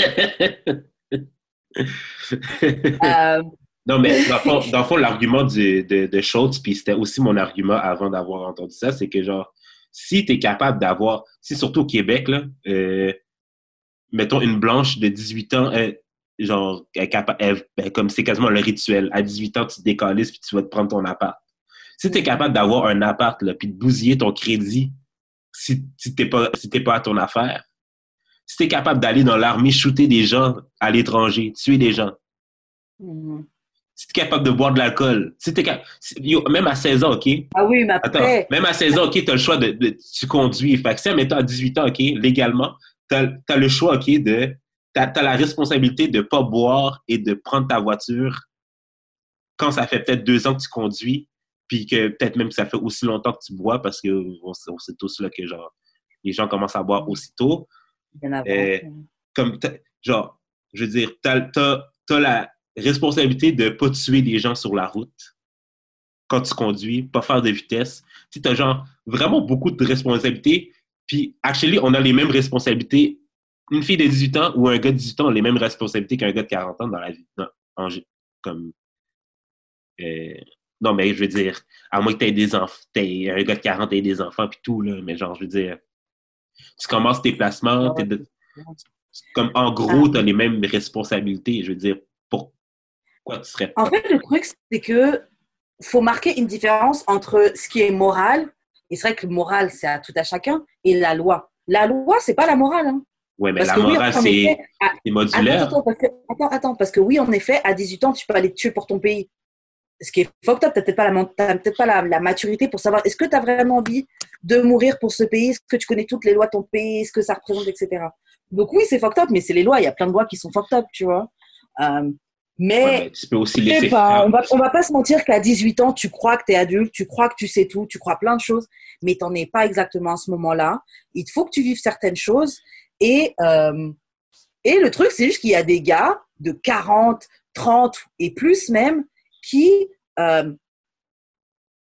Non, mais dans le fond, l'argument de Schultz, puis c'était aussi mon argument avant d'avoir entendu ça, c'est que genre, si tu es capable d'avoir, si surtout au Québec, là, mettons une blanche de 18 ans, genre, comme c'est quasiment le rituel, à 18 ans, tu te décalisses puis tu vas te prendre ton appart. Si tu es capable d'avoir un appart, là, puis de bousiller ton crédit si t'es pas à ton affaire, si tu es capable d'aller dans l'armée shooter des gens à l'étranger, tuer des gens, si tu es capable de boire de l'alcool, même à 16 ans, OK? Ah oui, mais après... Attends, même à 16 ans, OK, tu as le choix tu conduis. Fait que si, mettons, à 18 ans, OK, légalement, tu as le choix, OK, t'as la responsabilité de ne pas boire et de prendre ta voiture quand ça fait peut-être 2 ans que tu conduis, puis que peut-être même que ça fait aussi longtemps que tu bois, parce qu'on sait tous là que, genre, les gens commencent à boire aussitôt. Comme, genre, je veux dire, t'as la responsabilité de ne pas tuer des gens sur la route quand tu conduis, pas faire de vitesse. Tu as genre vraiment beaucoup de responsabilités. Puis, actually, on a les mêmes responsabilités. Une fille de 18 ans ou un gars de 18 ans a les mêmes responsabilités qu'un gars de 40 ans dans la vie. Non, mais je veux dire, à moins que tu aies des enfants, un gars de 40 ait des enfants puis tout, là, mais genre, je veux dire, tu commences tes placements, comme en gros, tu as les mêmes responsabilités. Je veux dire, pourquoi tu serais... En fait, le truc, c'est que faut marquer une différence entre ce qui est moral, et c'est vrai que le moral, c'est à tout à chacun, et la loi. La loi, c'est pas la morale. Hein. Ouais, mais la morale, c'est modulaire. Attends, parce que oui, en effet, à 18 ans, tu peux aller te tuer pour ton pays. Ce qui est fucked up, t'as peut-être pas la maturité pour savoir est-ce que tu as vraiment envie de mourir pour ce pays, est-ce que tu connais toutes les lois de ton pays, ce que ça représente, etc. Donc oui, c'est fucked up, mais c'est les lois. Il y a plein de lois qui sont fucked up, tu vois. Mais tu peux aussi laisser faire. On va pas se mentir qu'à 18 ans, tu crois que tu es adulte, tu crois que tu sais tout, tu crois plein de choses, mais t'en es pas exactement à ce moment-là. Il faut que tu vives certaines choses. Et le truc, c'est juste qu'il y a des gars de 40, 30 et plus même qui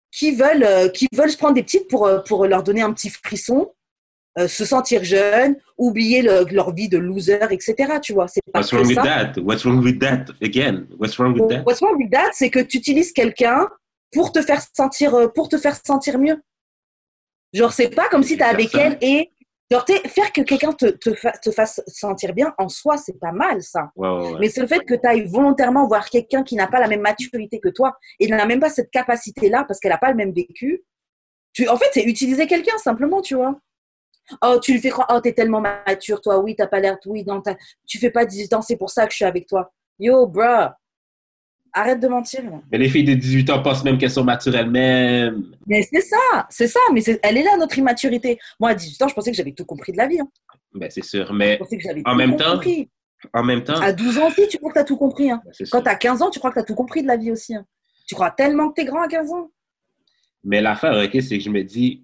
qui veulent se prendre des petites pour leur donner un petit frisson, se sentir jeune, oublier leur vie de loser, etc. Tu vois, c'est pas What's que wrong with ça. that? What's wrong with that? Again, what's wrong with that? What's wrong with that, c'est que tu utilises quelqu'un pour te faire sentir mieux. Genre, c'est pas comme si tu es avec elle et genre, faire que quelqu'un te fasse sentir bien, en soi, c'est pas mal, ça. Ouais. Mais c'est le fait que tu ailles volontairement voir quelqu'un qui n'a pas la même maturité que toi et n'a même pas cette capacité-là parce qu'elle n'a pas le même vécu. En fait, c'est utiliser quelqu'un, simplement, tu vois. Oh, tu lui fais croire, oh, t'es tellement mature, toi, oui, t'as pas l'air, oui, non, tu fais pas 18 ans, c'est pour ça que je suis avec toi. Yo, bruh, arrête de mentir. Mais les filles de 18 ans pensent même qu'elles sont matures elles-mêmes. Mais c'est ça, mais elle est là, notre immaturité. Moi, à 18 ans, je pensais que j'avais tout compris de la vie. Hein. Ben, c'est sûr, Je mais pensais que j'avais en tout même compris. temps, À 12 ans aussi, tu crois que t'as tout compris. Hein. ben, Quand t'as 15 ans, tu crois que t'as tout compris de la vie aussi. Hein. Tu crois tellement que t'es grand à 15 ans. mais l'affaire, OK, c'est que je me dis,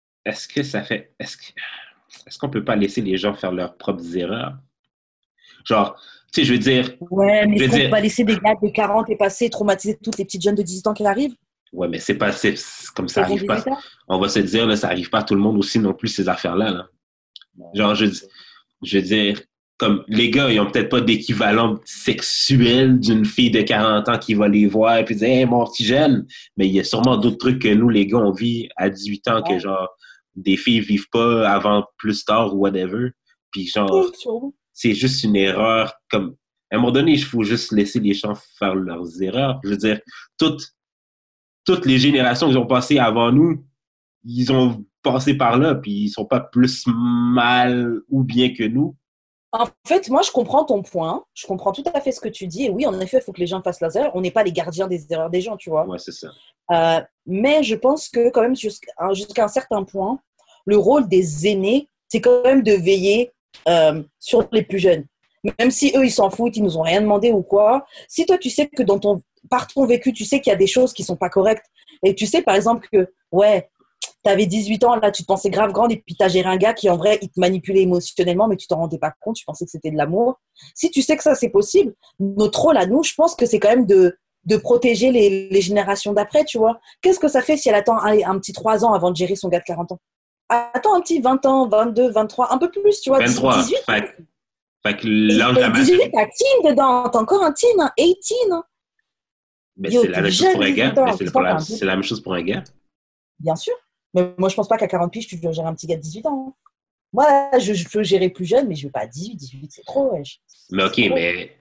est-ce qu'on peut pas laisser les gens faire leurs propres erreurs? Genre, tu sais, je veux dire... Ouais, mais je veux est-ce qu'on dire, va laisser des gars de 40 et passer, traumatiser toutes les petites jeunes de 18 ans qui arrivent? ouais, mais c'est comme ça Elles ont arrive pas. 18 ans. On va se dire, là, ça arrive pas à tout le monde aussi non plus, ces affaires-là. Là. Genre, je veux dire, comme les gars, ils ont peut-être pas d'équivalent sexuel d'une fille de 40 ans qui va les voir et puis dire, hey, mon petit jeune, mais il y a sûrement d'autres trucs que nous, les gars, on vit à 18 ans que, genre, des filles vivent pas avant plus tard ou whatever. Puis, genre, c'est juste une erreur. Comme, à un moment donné, il faut juste laisser les gens faire leurs erreurs. Je veux dire, toutes les générations qui ont passé avant nous, ils ont passé par là, puis ils sont pas plus mal ou bien que nous. En fait, moi, je comprends ton point. Je comprends tout à fait ce que tu dis. Et oui, en effet, il faut que les gens fassent leurs erreurs. On n'est pas les gardiens des erreurs des gens, tu vois. Ouais, c'est ça. Mais je pense que quand même, jusqu'à un certain point, le rôle des aînés, c'est quand même de veiller sur les plus jeunes. Même si eux, ils s'en foutent, ils nous ont rien demandé ou quoi. Si toi, tu sais que par ton vécu, tu sais qu'il y a des choses qui sont pas correctes, et tu sais, par exemple, que, ouais, tu avais 18 ans, là, tu te pensais grave grande, et puis tu as géré un gars qui, en vrai, il te manipulait émotionnellement, mais tu t'en rendais pas compte, tu pensais que c'était de l'amour. Si tu sais que ça, c'est possible, notre rôle à nous, je pense que c'est quand même de protéger les générations d'après, tu vois. Qu'est-ce que ça fait si elle attend un petit 3 ans avant de gérer son gars de 40 ans? Attends un petit 20 ans, 22, 23, un peu plus, tu vois, 23. 18. Fait que l'âge de la 18, maturité. t'as teen dedans, t'as encore un teen, hein, 18. Hein. Mais Yo, c'est la t'es même chose jeune, pour un gars. 18 ans, Mais putain, c'est la même chose pour un gars. bien sûr. Mais moi, je pense pas qu'à 40 piges, tu dois gérer un petit gars de 18 ans. Hein. Moi, là, je peux gérer plus jeune, mais je veux pas à 18, c'est trop, wesh. Mais OK, mais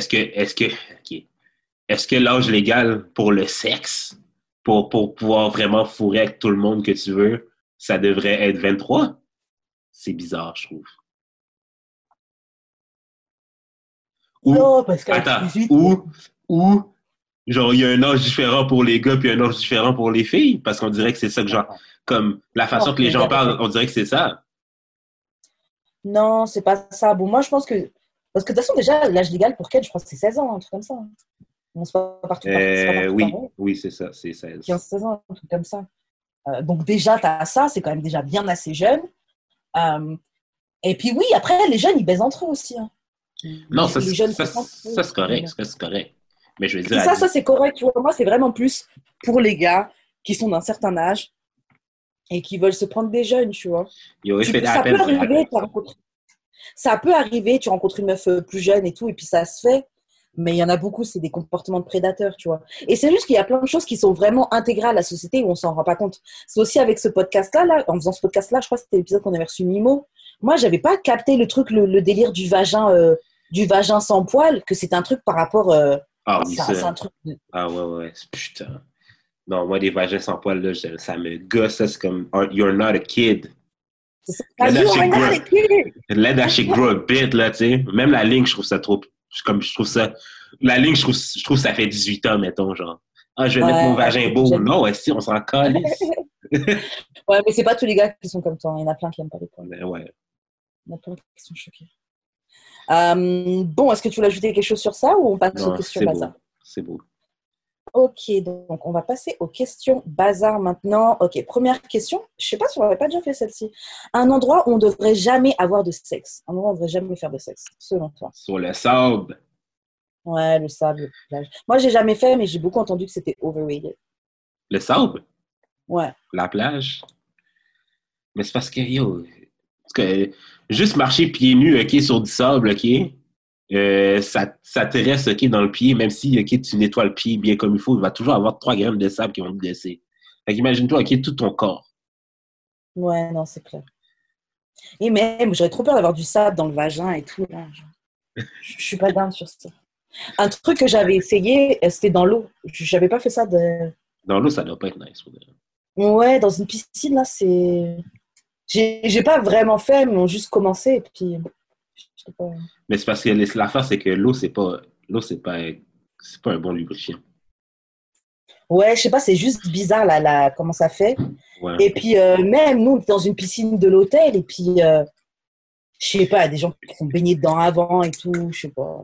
est-ce que l'âge légal pour le sexe, pour pouvoir vraiment fourrer avec tout le monde que tu veux, ça devrait être 23? C'est bizarre, je trouve. Non, parce qu'à Attends, 18... ou genre, il y a un âge différent pour les gars puis un âge différent pour les filles, parce qu'on dirait que c'est ça que genre, comme la façon que les gens parlent, on dirait que c'est ça. Non, c'est pas ça. Bon, moi, je pense que... Parce que de toute façon, déjà, l'âge légal pour Ken, je crois que c'est 16 ans, un truc comme ça. On se pas partout. Oui, c'est ça, c'est 16. 15-16 ans, un truc comme ça. Donc déjà, tu as ça, c'est quand même déjà bien assez jeune. Et puis oui, après, les jeunes, ils baisent entre eux aussi. Hein. Non, ça, les jeunes, c'est correct, c'est correct. Mais je veux dire... Et ça, c'est correct. Tu vois, moi, c'est vraiment plus pour les gars qui sont d'un certain âge et qui veulent se prendre des jeunes, tu vois. Ça peut arriver, tu rencontres une meuf plus jeune et tout, et puis ça se fait. Mais il y en a beaucoup, c'est des comportements de prédateurs, tu vois. Et c'est juste qu'il y a plein de choses qui sont vraiment intégrales à la société où on s'en rend pas compte. C'est aussi avec ce podcast-là, là, en faisant ce podcast-là, je crois que c'était l'épisode qu'on avait reçu Mimo. Moi, j'avais pas capté le truc, le délire du vagin sans poil, que c'était un truc par rapport... Ah oui, c'est un truc de... Ah ouais, putain. Non, moi, des vagins sans poil, là, ça me gosse, ça, c'est comme, you're not a kid. Let that shit grow a bit, là, tu sais. Même la ligne, je trouve ça trop... La ligne, je trouve ça fait 18 ans, mettons, genre. Ah, je vais mettre mon vagin beau. Non, ouais, si, on s'en calisse. Ouais, mais c'est pas tous les gars qui sont comme toi. Il y en a plein qui n'aiment pas les poils. Mais ouais. Il y en a plein qui sont choqués. Bon, est-ce que tu voulais ajouter quelque chose sur ça ou on passe aux questions bazar? C'est beau. Ok, donc on va passer aux questions bazar maintenant. Ok, première question. Je sais pas si on n'avait pas déjà fait celle-ci. Un endroit où on ne devrait jamais avoir de sexe. Un endroit où on ne devrait jamais faire de sexe, selon toi. Sur le sable. Ouais, le sable, la plage. Moi, j'ai jamais fait, mais j'ai beaucoup entendu que c'était overrated. Le sable? Ouais. La plage. Mais c'est parce que, yo, juste marcher pieds nus, OK, sur du sable, OK, ça te reste, OK, dans le pied, même si, OK, tu nettoies le pied bien comme il faut, il va toujours avoir 3 grammes de sable qui vont te blesser. Fait qu'imagine-toi, OK, tout ton corps. Ouais, non, c'est clair. Et même, j'aurais trop peur d'avoir du sable dans le vagin et tout. Là. Je suis pas dingue sur ça. Un truc que j'avais essayé, c'était dans l'eau. J'avais pas fait ça de... Dans l'eau, ça doit pas être nice. Ouais, dans une piscine, là, c'est... J'ai pas vraiment fait, mais on juste commencé, et puis... Je sais pas. Mais c'est parce que l'affaire, c'est que l'eau, c'est pas un bon lubrifiant. Ouais, je sais pas, c'est juste bizarre, là, comment ça fait. Ouais. Et puis, même, nous, on est dans une piscine de l'hôtel, et puis... je sais pas, il y a des gens qui sont baignés dedans avant et tout, je sais pas.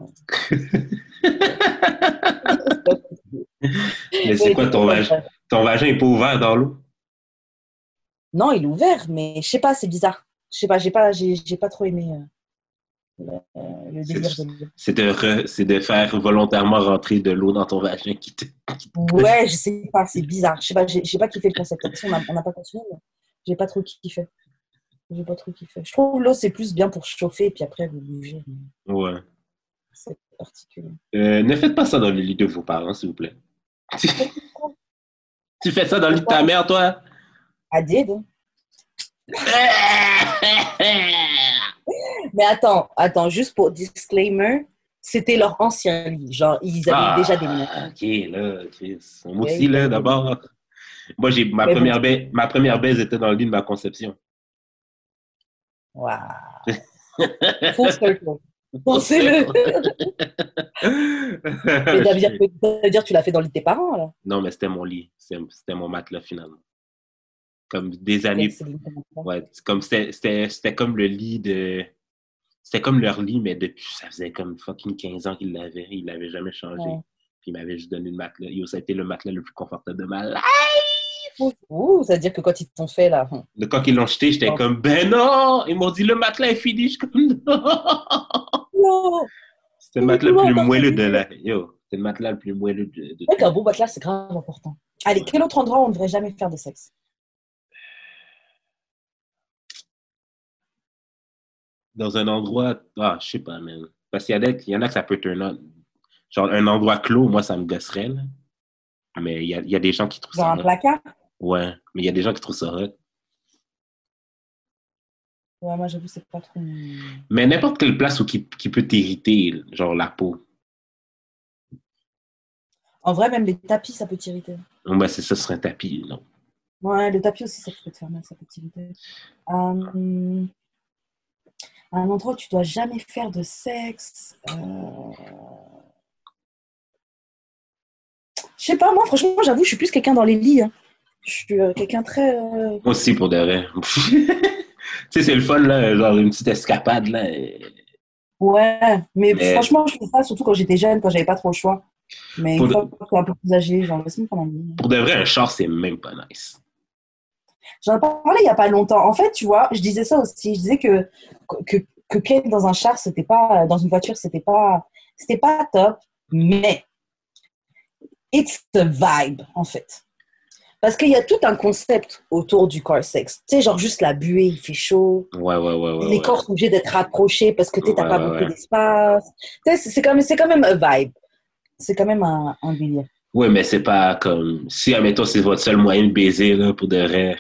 Mais c'est quoi ton vagin? Ton vagin est pas ouvert dans l'eau? Non, il est ouvert, mais je sais pas, c'est bizarre. Je sais pas, j'ai pas trop aimé le délire de l'eau. C'est de faire volontairement rentrer de l'eau dans ton vagin qui te... Ouais, je sais pas, c'est bizarre. Je sais pas, j'ai pas kiffé le concept. On n'a pas continué, mais j'ai pas trop kiffé. J'ai pas trop kiffé. Je trouve l'eau, c'est plus bien pour chauffer, et puis après, vous bougez. Ouais. C'est particulier. Ne faites pas ça dans le lit de vos parents, s'il vous plaît. Tu fais ça dans le lit de ta mère, toi? I did. Mais attends, juste pour disclaimer, c'était leur ancien lit. Genre, ils avaient déjà déménagé. OK, là, Chris. Moi aussi, là, d'abord. Moi, ma première baise était dans le lit de ma conception. Waouh. Full circle. Pensez-le. Mais ça veut dire que tu l'as fait dans le lit de tes parents, là? Non, mais c'était mon lit. C'était mon matelas, finalement. Comme des années... Ouais, comme c'était comme le lit de... C'était comme leur lit, mais depuis... Ça faisait comme fucking 15 ans qu'ils l'avaient. Ils l'avaient jamais changé. Ouais. Puis ils m'avaient juste donné le matelas. Ça a été le matelas le plus confortable de ma life! Ouh, ça veut dire que quand ils t'ont fait, là... Quand ils l'ont jeté, j'étais comme, ben non! Ils m'ont dit, le matelas est fini. Je suis comme, non! C'était le matelas le plus moelleux de la... Yo, c'était le matelas le plus moelleux de... C'est vrai qu'un beau matelas, c'est grave important. Allez, quel autre endroit on ne devrait jamais faire de sexe? Dans un endroit... Ah, je sais pas, man. Parce qu'il y en a que ça peut turn on. Genre, un endroit clos, moi, ça me gosserait, là. Mais il y a des gens qui trouvent ça... Genre un placard? Ouais, mais il y a des gens qui trouvent ça hot. Ouais, moi, j'avoue, c'est pas trop... Mais n'importe quelle place qui peut t'irriter, genre la peau. En vrai, même les tapis, ça peut t'irriter. Ben, c'est ça, sur un tapis, non. Ouais, le tapis aussi, ça peut te faire mal, ça peut t'irriter. Un endroit où tu dois jamais faire de sexe... Je sais pas, moi, franchement, j'avoue, je suis plus quelqu'un dans les lits. Hein. Je suis quelqu'un très... Moi aussi, pour de vrai. Tu sais, c'est le fun, là, genre une petite escapade, là. Ouais, mais franchement, je fais ça surtout quand j'étais jeune, quand j'avais pas trop le choix. Mais une fois que je suis un peu plus âgée, genre, laisse-moi prendre un lit. Pour de vrai, un char, c'est même pas nice. J'en ai parlé il y a pas longtemps. En fait, tu vois, je disais ça aussi. Je disais que Ken dans un char, c'était pas... Dans une voiture, c'était pas top, mais... It's the vibe, en fait. Parce qu'il y a tout un concept autour du car sex. Tu sais, genre juste la buée, il fait chaud. Ouais. Les corps sont obligés d'être rapprochés parce que tu n'as pas beaucoup d'espace. Tu sais, c'est quand même un vibe. C'est quand même un délire. Oui, mais c'est pas comme... Si, admettons, c'est votre seul moyen de baiser, là, pour de vrai,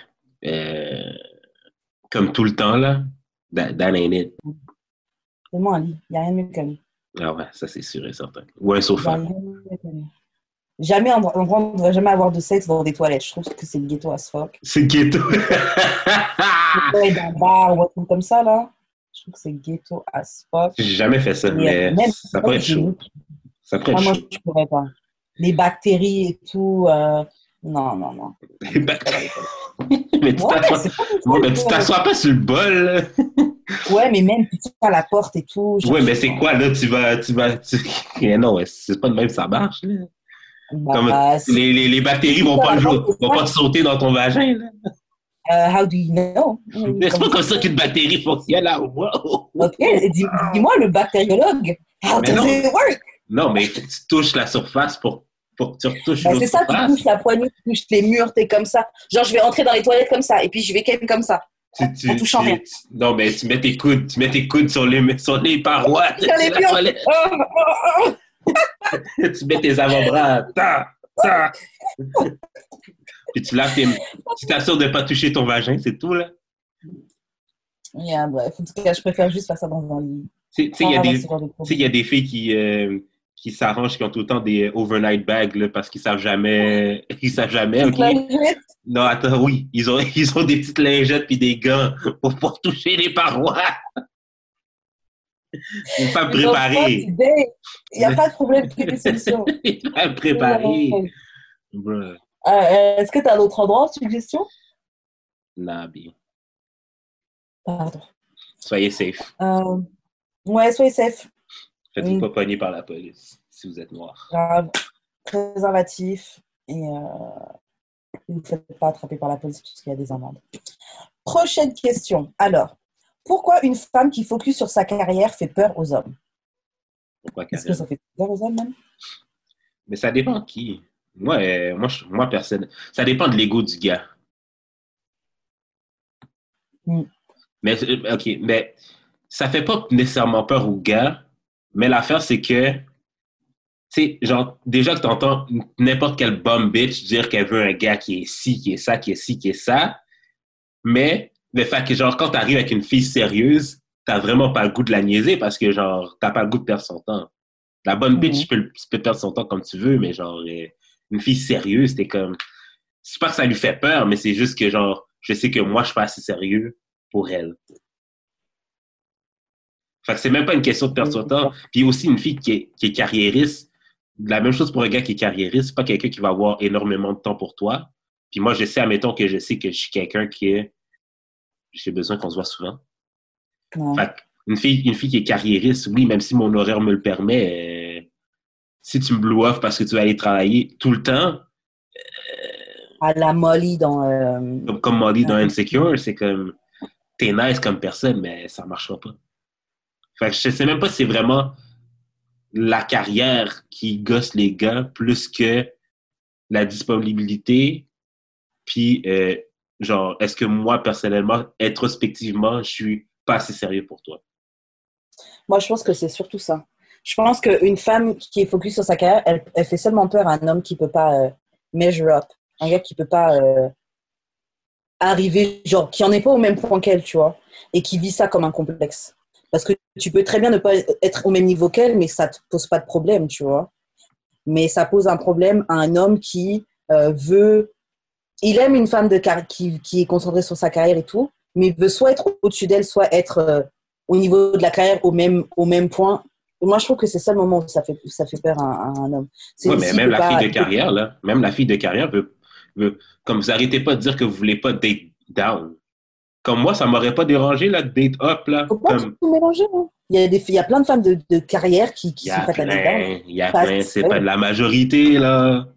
comme tout le temps, là, that ain't it. C'est moi un lit. Il n'y a rien de mieux qu'un lit. Ah ouais, ça, c'est sûr et certain. Ou un sofa. Jamais, on ne devrait jamais avoir de sexe dans des toilettes. Je trouve que c'est ghetto as fuck. C'est ghetto. Dans un bar ou un truc comme ça, là. Je trouve que c'est ghetto as fuck. J'ai jamais fait ça, mais ça pourrait être chaud. Ça pourrait être chaud. Moi, je ne pourrais pas. Les bactéries et tout, non. Les bactéries. Mais tu t'assois pas sur le bol. Ouais, mais même tu tiens à la porte et tout. Ouais, mais c'est quoi, là? Tu vas... Non, c'est pas de même, ça marche, là. Comme les bactéries vont pas te sauter dans ton vagin, là. How do you know? C'est pas comme ça qu'une bactérie fonctionne, là. Wow. Ok, dis-moi, le bactériologue. How does it work? Non, mais tu touches la surface pour pour que tu retouches Bah, c'est l'autre ça, tu face. touches la poignée, tu touches les murs, t'es comme ça. Genre, je vais entrer dans les toilettes comme ça, et puis je vais quand même comme ça, en touchant rien. Non, mais tu mets tes coudes sur les parois de Sur les la murs. toilette. Oh, oh, oh. Tu mets tes avant-bras. Ta. Puis tu t'assures de ne pas toucher ton vagin, c'est tout, là. Yeah, bref, en tout cas, je préfère juste faire ça dans un lit. Tu sais, il y a Pas des, avoir ce genre de tu sais, problème. il y a des filles qui s'arrangent, qui ont tout le temps des overnight bags, là, parce qu'ils savent jamais, Toute OK? la journée. Non, attends, oui, ils ont des petites lingettes puis des gants pour toucher les parois. Une femme Ils ont pas préparée. d'idée. Il n'y a pas de problème, il y a des solutions. Une femme préparée. Bruh. Est-ce que tu as d'autres endroits, suggestions? Nah, bien. Pardon. Soyez safe. Ouais, soyez safe. Faites-vous pas pogner par la police si vous êtes noir. Grave. Préservatif. Et ne vous faites pas attraper par la police parce qu'il y a des amendes. Prochaine question. Alors, pourquoi une femme qui focus sur sa carrière fait peur aux hommes? Pourquoi, Est-ce que Karen? ça fait peur aux hommes même? Mais ça dépend de qui. Moi, personne. Ça dépend de l'ego du gars. Mais, OK, mais ça fait pas nécessairement peur aux gars, mais l'affaire, c'est que, tu sais, genre, déjà que t'entends n'importe quelle bum bitch dire qu'elle veut un gars qui est ci, qui est ça, qui est ci, qui est ça, mais le fait que, genre, quand t'arrives avec une fille sérieuse, t'as vraiment pas le goût de la niaiser parce que, genre, t'as pas le goût de perdre son temps. La bonne bitch, tu peux perdre son temps comme tu veux, mais genre, une fille sérieuse, t'es comme... C'est pas que ça lui fait peur, mais c'est juste que, genre, je sais que moi, je suis pas assez sérieux pour elle. Fait que c'est même pas une question de perdre son temps. Puis aussi, une fille qui est carriériste, la même chose pour un gars qui est carriériste, c'est pas quelqu'un qui va avoir énormément de temps pour toi. Puis moi, je sais, admettons que je sais que je suis quelqu'un j'ai besoin qu'on se voit souvent. Ouais. Fait une fille qui est carriériste, oui, même si mon horaire me le permet, si tu me blow off parce que tu vas aller travailler tout le temps, À la Molly dans... comme Molly dans Insecure, c'est comme, t'es nice comme personne, mais ça marchera pas. Fait que je sais même pas si c'est vraiment la carrière qui gosse les gars plus que la disponibilité. Puis, genre, est-ce que moi, personnellement, introspectivement, je suis pas assez sérieux pour toi? Moi, je pense que c'est surtout ça. Je pense qu'une femme qui est focus sur sa carrière, elle fait seulement peur à un homme qui peut pas measure up. Un gars qui peut pas arriver, genre, qui en est pas au même point qu'elle, tu vois, et qui vit ça comme un complexe. Parce que tu peux très bien ne pas être au même niveau qu'elle, mais ça te pose pas de problème, tu vois. Mais ça pose un problème à un homme qui veut... Il aime une femme qui est concentrée sur sa carrière et tout, mais il veut soit être au-dessus d'elle, soit être au niveau de la carrière au même point. Et moi, je trouve que c'est ça le moment où ça fait peur à un homme. Oui, mais même la fille de carrière, là, même la fille de carrière veut comme vous arrêtez pas de dire que vous voulez pas date down. Comme moi, ça m'aurait pas dérangé, là, de date up, là. Faut pas tout mélanger, hein. Il y a plein de femmes de carrière qui sont prêtes à date down. Il y a plein, c'est pas de la majorité, là.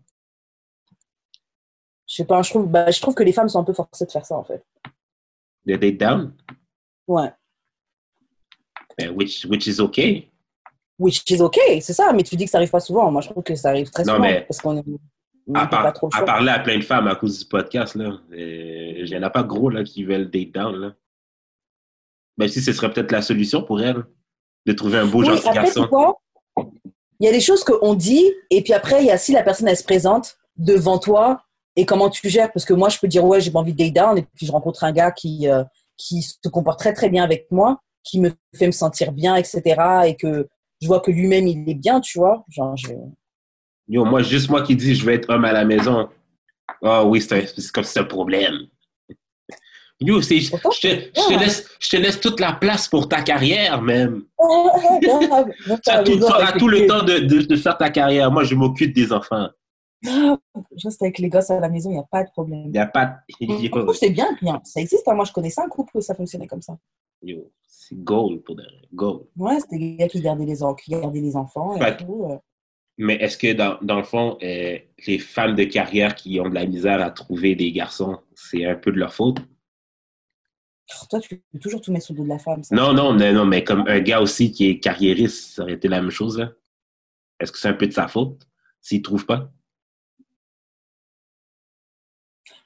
Je sais pas, je trouve que les femmes sont un peu forcées de faire ça, en fait. De date down? Ouais. Ben, which is okay. Which is okay, c'est ça, mais tu dis que ça arrive pas souvent. Moi, je trouve que ça arrive très souvent. Mais parce qu'on à parler à plein de femmes à cause du podcast, là, il n'y en a pas gros là, qui veulent date down. Là. Même si ce serait peut-être la solution pour elle, de trouver un beau gentil garçon. Il y a des choses qu'on dit, et puis après, il y a si la personne, elle se présente devant toi, et comment tu gères. Parce que moi, je peux dire, ouais, j'ai pas envie de date down, et puis je rencontre un gars qui se comporte très, très bien avec moi, qui me fait me sentir bien, etc., et que je vois que lui-même, il est bien, tu vois. Genre, Yo, juste moi qui dis je vais être homme à la maison. Ah oui, c'est comme si c'était un problème. Yo, je te laisse toute la place pour ta carrière, même. Tu auras tout le temps de faire ta carrière. Moi, je m'occupe des enfants. Juste avec les gosses à la maison, il n'y a pas de problème. Il n'y a pas Je trouve que c'est bien. Ça existe. Hein. Moi, je connaissais un couple où ça fonctionnait comme ça. Yo, c'est gold pour gold. Ouais, c'était des gars qui gardaient les enfants et tout. Mais est-ce que, dans le fond, les femmes de carrière qui ont de la misère à trouver des garçons, c'est un peu de leur faute? Toi, tu peux toujours tout mettre sur le dos de la femme. Ça. Non, mais comme un gars aussi qui est carriériste, ça aurait été la même chose, là. Est-ce que c'est un peu de sa faute s'il ne trouve pas?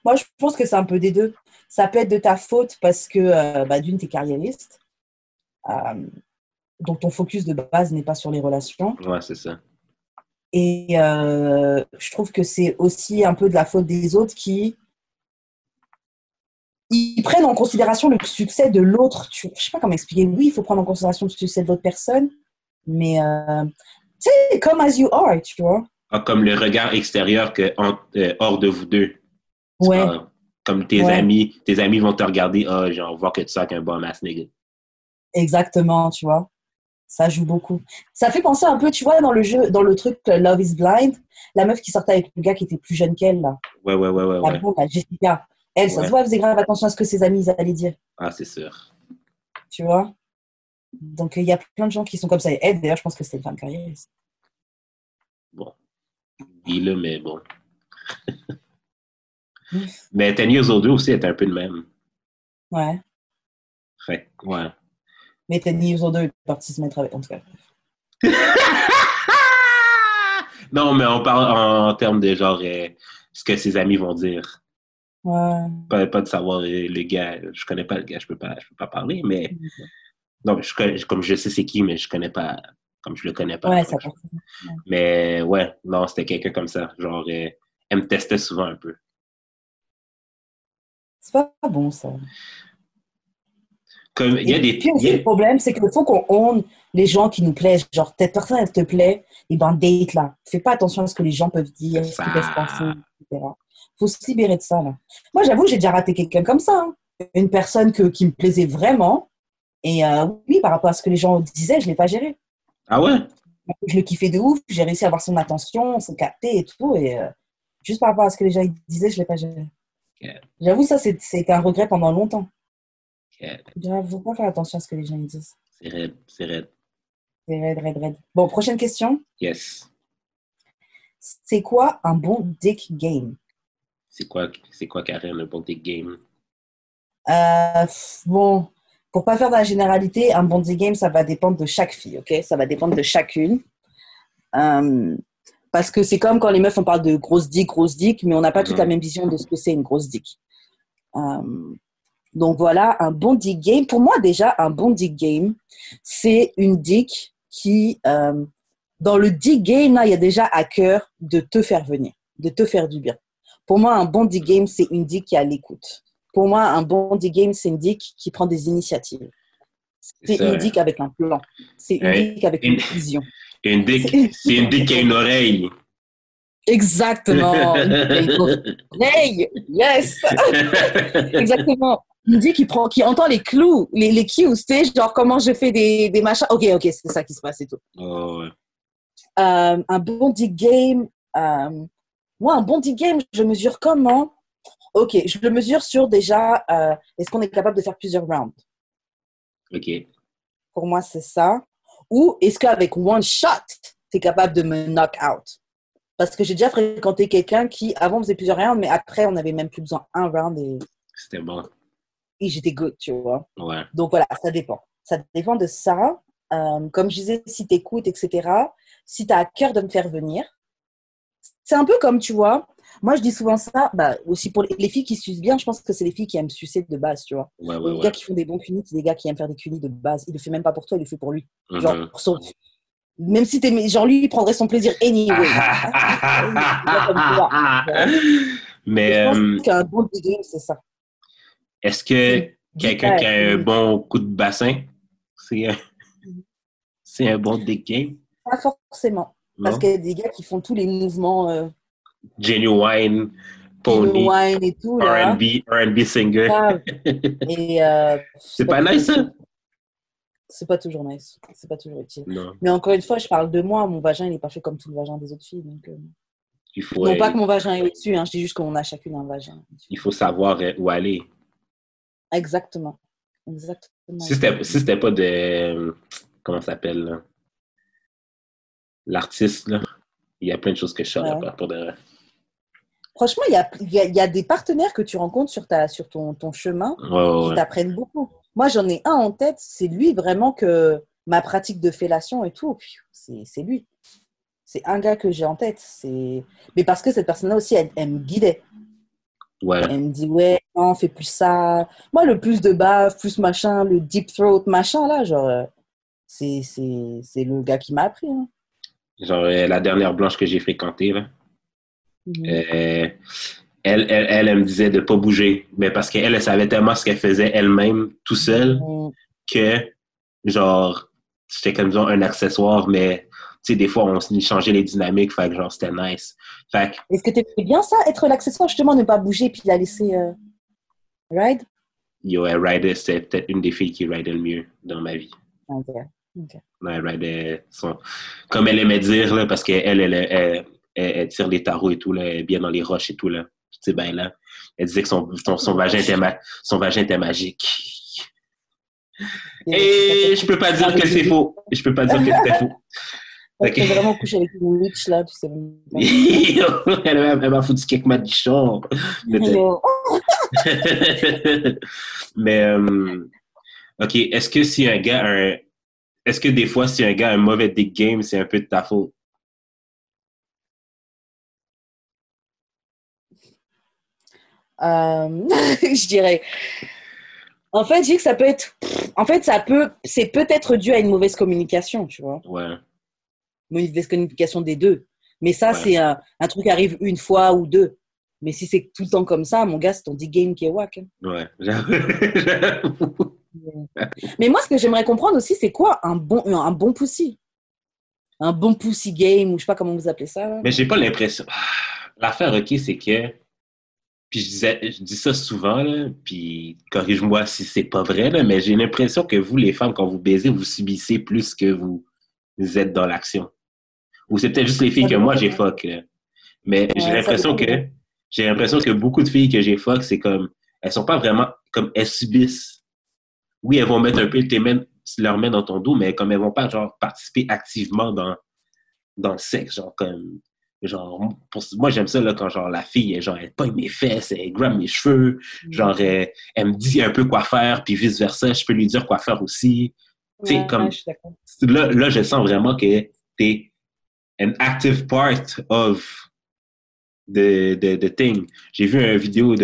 Moi, je pense que c'est un peu des deux. Ça peut être de ta faute parce que, d'une, tu es carriériste. Donc, ton focus de base n'est pas sur les relations. Ouais, c'est ça. Et je trouve que c'est aussi un peu de la faute des autres qui ils prennent en considération le succès de l'autre. Je ne sais pas comment expliquer. Oui, il faut prendre en considération le succès de l'autre personne, mais tu sais, comme as you are, tu vois. Ah, comme le regard extérieur hors de vous deux. Ouais. Comme tes amis vont te regarder, genre, voir que tu sors qu'un bon ass nigga. Exactement, tu vois. Ça joue beaucoup. Ça fait penser un peu, tu vois, dans le truc Love is Blind, la meuf qui sortait avec le gars qui était plus jeune qu'elle, là. Ouais. La blonde, la Jessica. Elle, ça se voit, elle faisait grave attention à ce que ses amis allaient dire. Ah, c'est sûr. Tu vois. Donc, il y a plein de gens qui sont comme ça. Et elle, d'ailleurs, je pense que c'est une femme carriériste. Bon. Dis-le, mais bon. Mais 10 Years Older aussi est un peu de même. Ouais. Fait, ouais. Mais 10 Years Older est parti se mettre avec, en tout cas. Non, mais on parle en termes de genre ce que ses amis vont dire. Ouais. Pas de savoir le gars. Je connais pas le gars, je peux pas parler, mais non, comme je sais c'est qui, mais je connais pas, comme je le connais pas. Ouais, ça passe. Mais ouais, non, c'était quelqu'un comme ça. Genre, elle me testait souvent un peu. C'est pas bon, ça. Comme, il y a des... Puis aussi, le problème, c'est qu'il faut qu'on honte les gens qui nous plaisent. Genre, cette personne, elle te plaît, et ben, date là. Fais pas attention à ce que les gens peuvent dire, ce qu'ils peuvent penser, etc. Faut se libérer de ça, là. Moi, j'avoue, j'ai déjà raté quelqu'un comme ça. Hein. Une personne qui me plaisait vraiment. Et oui, par rapport à ce que les gens disaient, je l'ai pas géré. Ah ouais? Je le kiffais de ouf. J'ai réussi à avoir son attention, son capté et tout. Et juste par rapport à ce que les gens disaient, je l'ai pas géré. Okay. J'avoue, ça, c'est un regret pendant longtemps. Il ne faut pas faire attention à ce que les gens disent. C'est raide. C'est raide. Bon, prochaine question. Yes. C'est quoi un bon dick game? C'est quoi, Karen, un bon dick game? Bon, pour pas faire de la généralité, un bon dick game, ça va dépendre de chaque fille, ok? Ça va dépendre de chacune. Parce que c'est comme quand les meufs, on parle de grosse dick, mais on n'a pas toute la même vision de ce que c'est une grosse dick. Donc voilà, un bon dick game. Pour moi, déjà, un bon dick game, c'est une dick qui, dans le dick game, là, il y a déjà à cœur de te faire venir, de te faire du bien. Pour moi, un bon dick game, c'est une dick qui est à l'écoute. Pour moi, un bon dick game, c'est une dick qui prend des initiatives. C'est une dick avec un plan. C'est une dick avec une vision. C'est une dick qui a une oreille. Exactement. Hey, yes. Exactement. Une dick qui entend les clous, les cues, tu sais, genre comment je fais des machins. Ok, c'est ça qui se passe et tout. Oh, ouais. Un bon dick game. Moi, un bon dick game, je mesure comment? Ok, je le mesure sur déjà, est-ce qu'on est capable de faire plusieurs rounds? Ok. Pour moi, c'est ça. Ou est-ce qu'avec one shot, tu es capable de me knock out? Parce que j'ai déjà fréquenté quelqu'un qui, avant, faisait plusieurs rounds, mais après, on n'avait même plus besoin d'un round. Et... C'était bon. Et j'étais good, tu vois. Ouais. Donc voilà, ça dépend. Ça dépend de ça. Comme je disais, si tu écoutes, etc. Si tu as à cœur de me faire venir. C'est un peu comme, tu vois, moi, je dis souvent ça, aussi pour les filles qui sucent bien, je pense que c'est les filles qui aiment sucer de base, tu vois. Les gars qui font des bons cunis, c'est des gars qui aiment faire des cunis de base. Il le fait même pas pour toi, il le fait pour lui. Genre, même si t'es... Genre, lui, il prendrait son plaisir anyway. Mais... Je pense qu'un bon game, c'est ça. Est-ce que quelqu'un qui a un bon coup de bassin, c'est un bon dick game? Pas forcément. Non? Parce qu'il y a des gars qui font tous les mouvements... Genuine, Pony, et tout, là. R&B singer. Et c'est pas nice, ça? C'est pas toujours nice. C'est pas toujours utile. Non. Mais encore une fois, je parle de moi. Mon vagin, il n'est pas fait comme tout le vagin des autres filles. Donc, il faut, non pas que mon vagin est au-dessus. Hein, je dis juste qu'on a chacune un vagin. Il faut savoir où aller. Exactement. Si c'était pas de... Comment ça s'appelle, là? L'artiste, là. Il y a plein de choses que je saurais pas pour de vrai. Franchement, il y a des partenaires que tu rencontres sur ton chemin qui t'apprennent beaucoup. Moi, j'en ai un en tête. C'est lui vraiment que ma pratique de fellation et tout, c'est lui. C'est un gars que j'ai en tête. Mais parce que cette personne-là aussi, elle me guidait. Ouais. Elle me dit, ouais, non, fais plus ça. Moi, le plus de bave, plus machin, le deep throat, machin, là, genre, c'est le gars qui m'a appris. Hein. Genre, la dernière blanche que j'ai fréquentée, là, Mhm. elle me disait de pas bouger. Mais parce qu'elle, elle savait tellement ce qu'elle faisait elle-même, tout seul, Mhm. que, genre, c'était comme disons, un accessoire, mais, tu sais, des fois, on changeait les dynamiques, fait que, genre, c'était nice. Fait que, Est-ce que t'aimais bien ça, être l'accessoire, justement, ne pas bouger puis la laisser ride? yo, elle ridait, c'était peut-être une des filles qui ridait le mieux dans ma vie. Ok. Ok. Ouais, elle ridait comme elle aimait dire, là, parce qu'elle tire les tarots et tout, là, elle est bien dans les roches et tout, là. Tu sais, ben là. Elle disait que son vagin était magique. Et je peux pas dire que c'est faux. Je peux pas dire que c'était faux. Elle peut vraiment coucher avec une witch, là, tu sais même pas. Elle m'a foutu quelques madichons. Yo. Mais, OK, est-ce que des fois, si un gars a un mauvais dick game, c'est un peu de ta faute? Je dirais. En fait, je dis que ça peut être. En fait, c'est peut-être dû à une mauvaise communication, tu vois. Ouais, Une mauvaise communication des deux. Mais ça, ouais. c'est un truc qui arrive une fois ou deux. Mais si c'est tout le temps comme ça, mon gars, c'est ton dick game qui est wack. Hein. Ouais, j'avoue. Mais moi, ce que j'aimerais comprendre aussi, c'est quoi un bon pussy? Un bon pussy game, ou je sais pas comment vous appelez ça. Là. Mais j'ai pas l'impression. L'affaire, OK, c'est que. Puis je dis ça souvent, là, puis corrige-moi si c'est pas vrai, là, mais j'ai l'impression que vous, les femmes, quand vous baisez, vous subissez plus que vous êtes dans l'action. Ou c'est peut-être juste les filles Ça que dépend moi, j'ai comment. fuck. Là. Mais Ouais, ça dépend comment. j'ai l'impression que beaucoup de filles que j'ai fuck, c'est comme. Elles sont pas vraiment comme elles subissent. Oui, elles vont mettre un peu leurs mains dans ton dos, mais comme elles vont pas genre participer activement dans le sexe, genre comme moi j'aime ça là quand genre la fille elle pogne mes fesses, elle gramme mes cheveux, genre elle me dit un peu quoi faire puis vice versa, je peux lui dire quoi faire aussi. Tu sais Ouais, comme je suis d'accord. là je sens vraiment que t'es an active part of the thing. J'ai vu une vidéo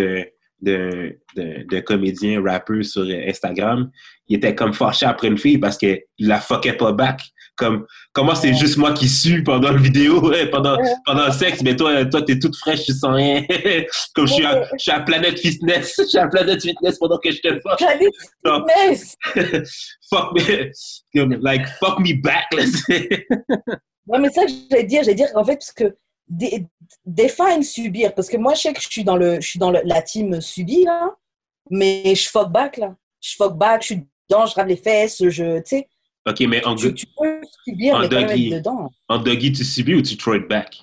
de comédien rappeur sur Instagram. Il était comme fâché après une fille parce qu'il la fuckait pas back. Comme, comment c'est juste moi qui sue pendant la vidéo, pendant le sexe, mais toi, t'es toute fraîche, tu sens rien. Comme je suis à Planète Fitness. Je suis à Planète Fitness pendant que je te fuck. Planète Fitness! Fuck me, like, fuck me back. Là. Ouais, mais ça, j'allais dire qu'en fait, parce que define subir, parce que moi, je sais que je suis dans la team subie, là, mais je fuck back, là. Je fuck back, je suis dedans, je rave les fesses, tu sais. OK, mais Tu peux subir, mais quand même être dedans. En doggy, tu subis ou tu throw it back?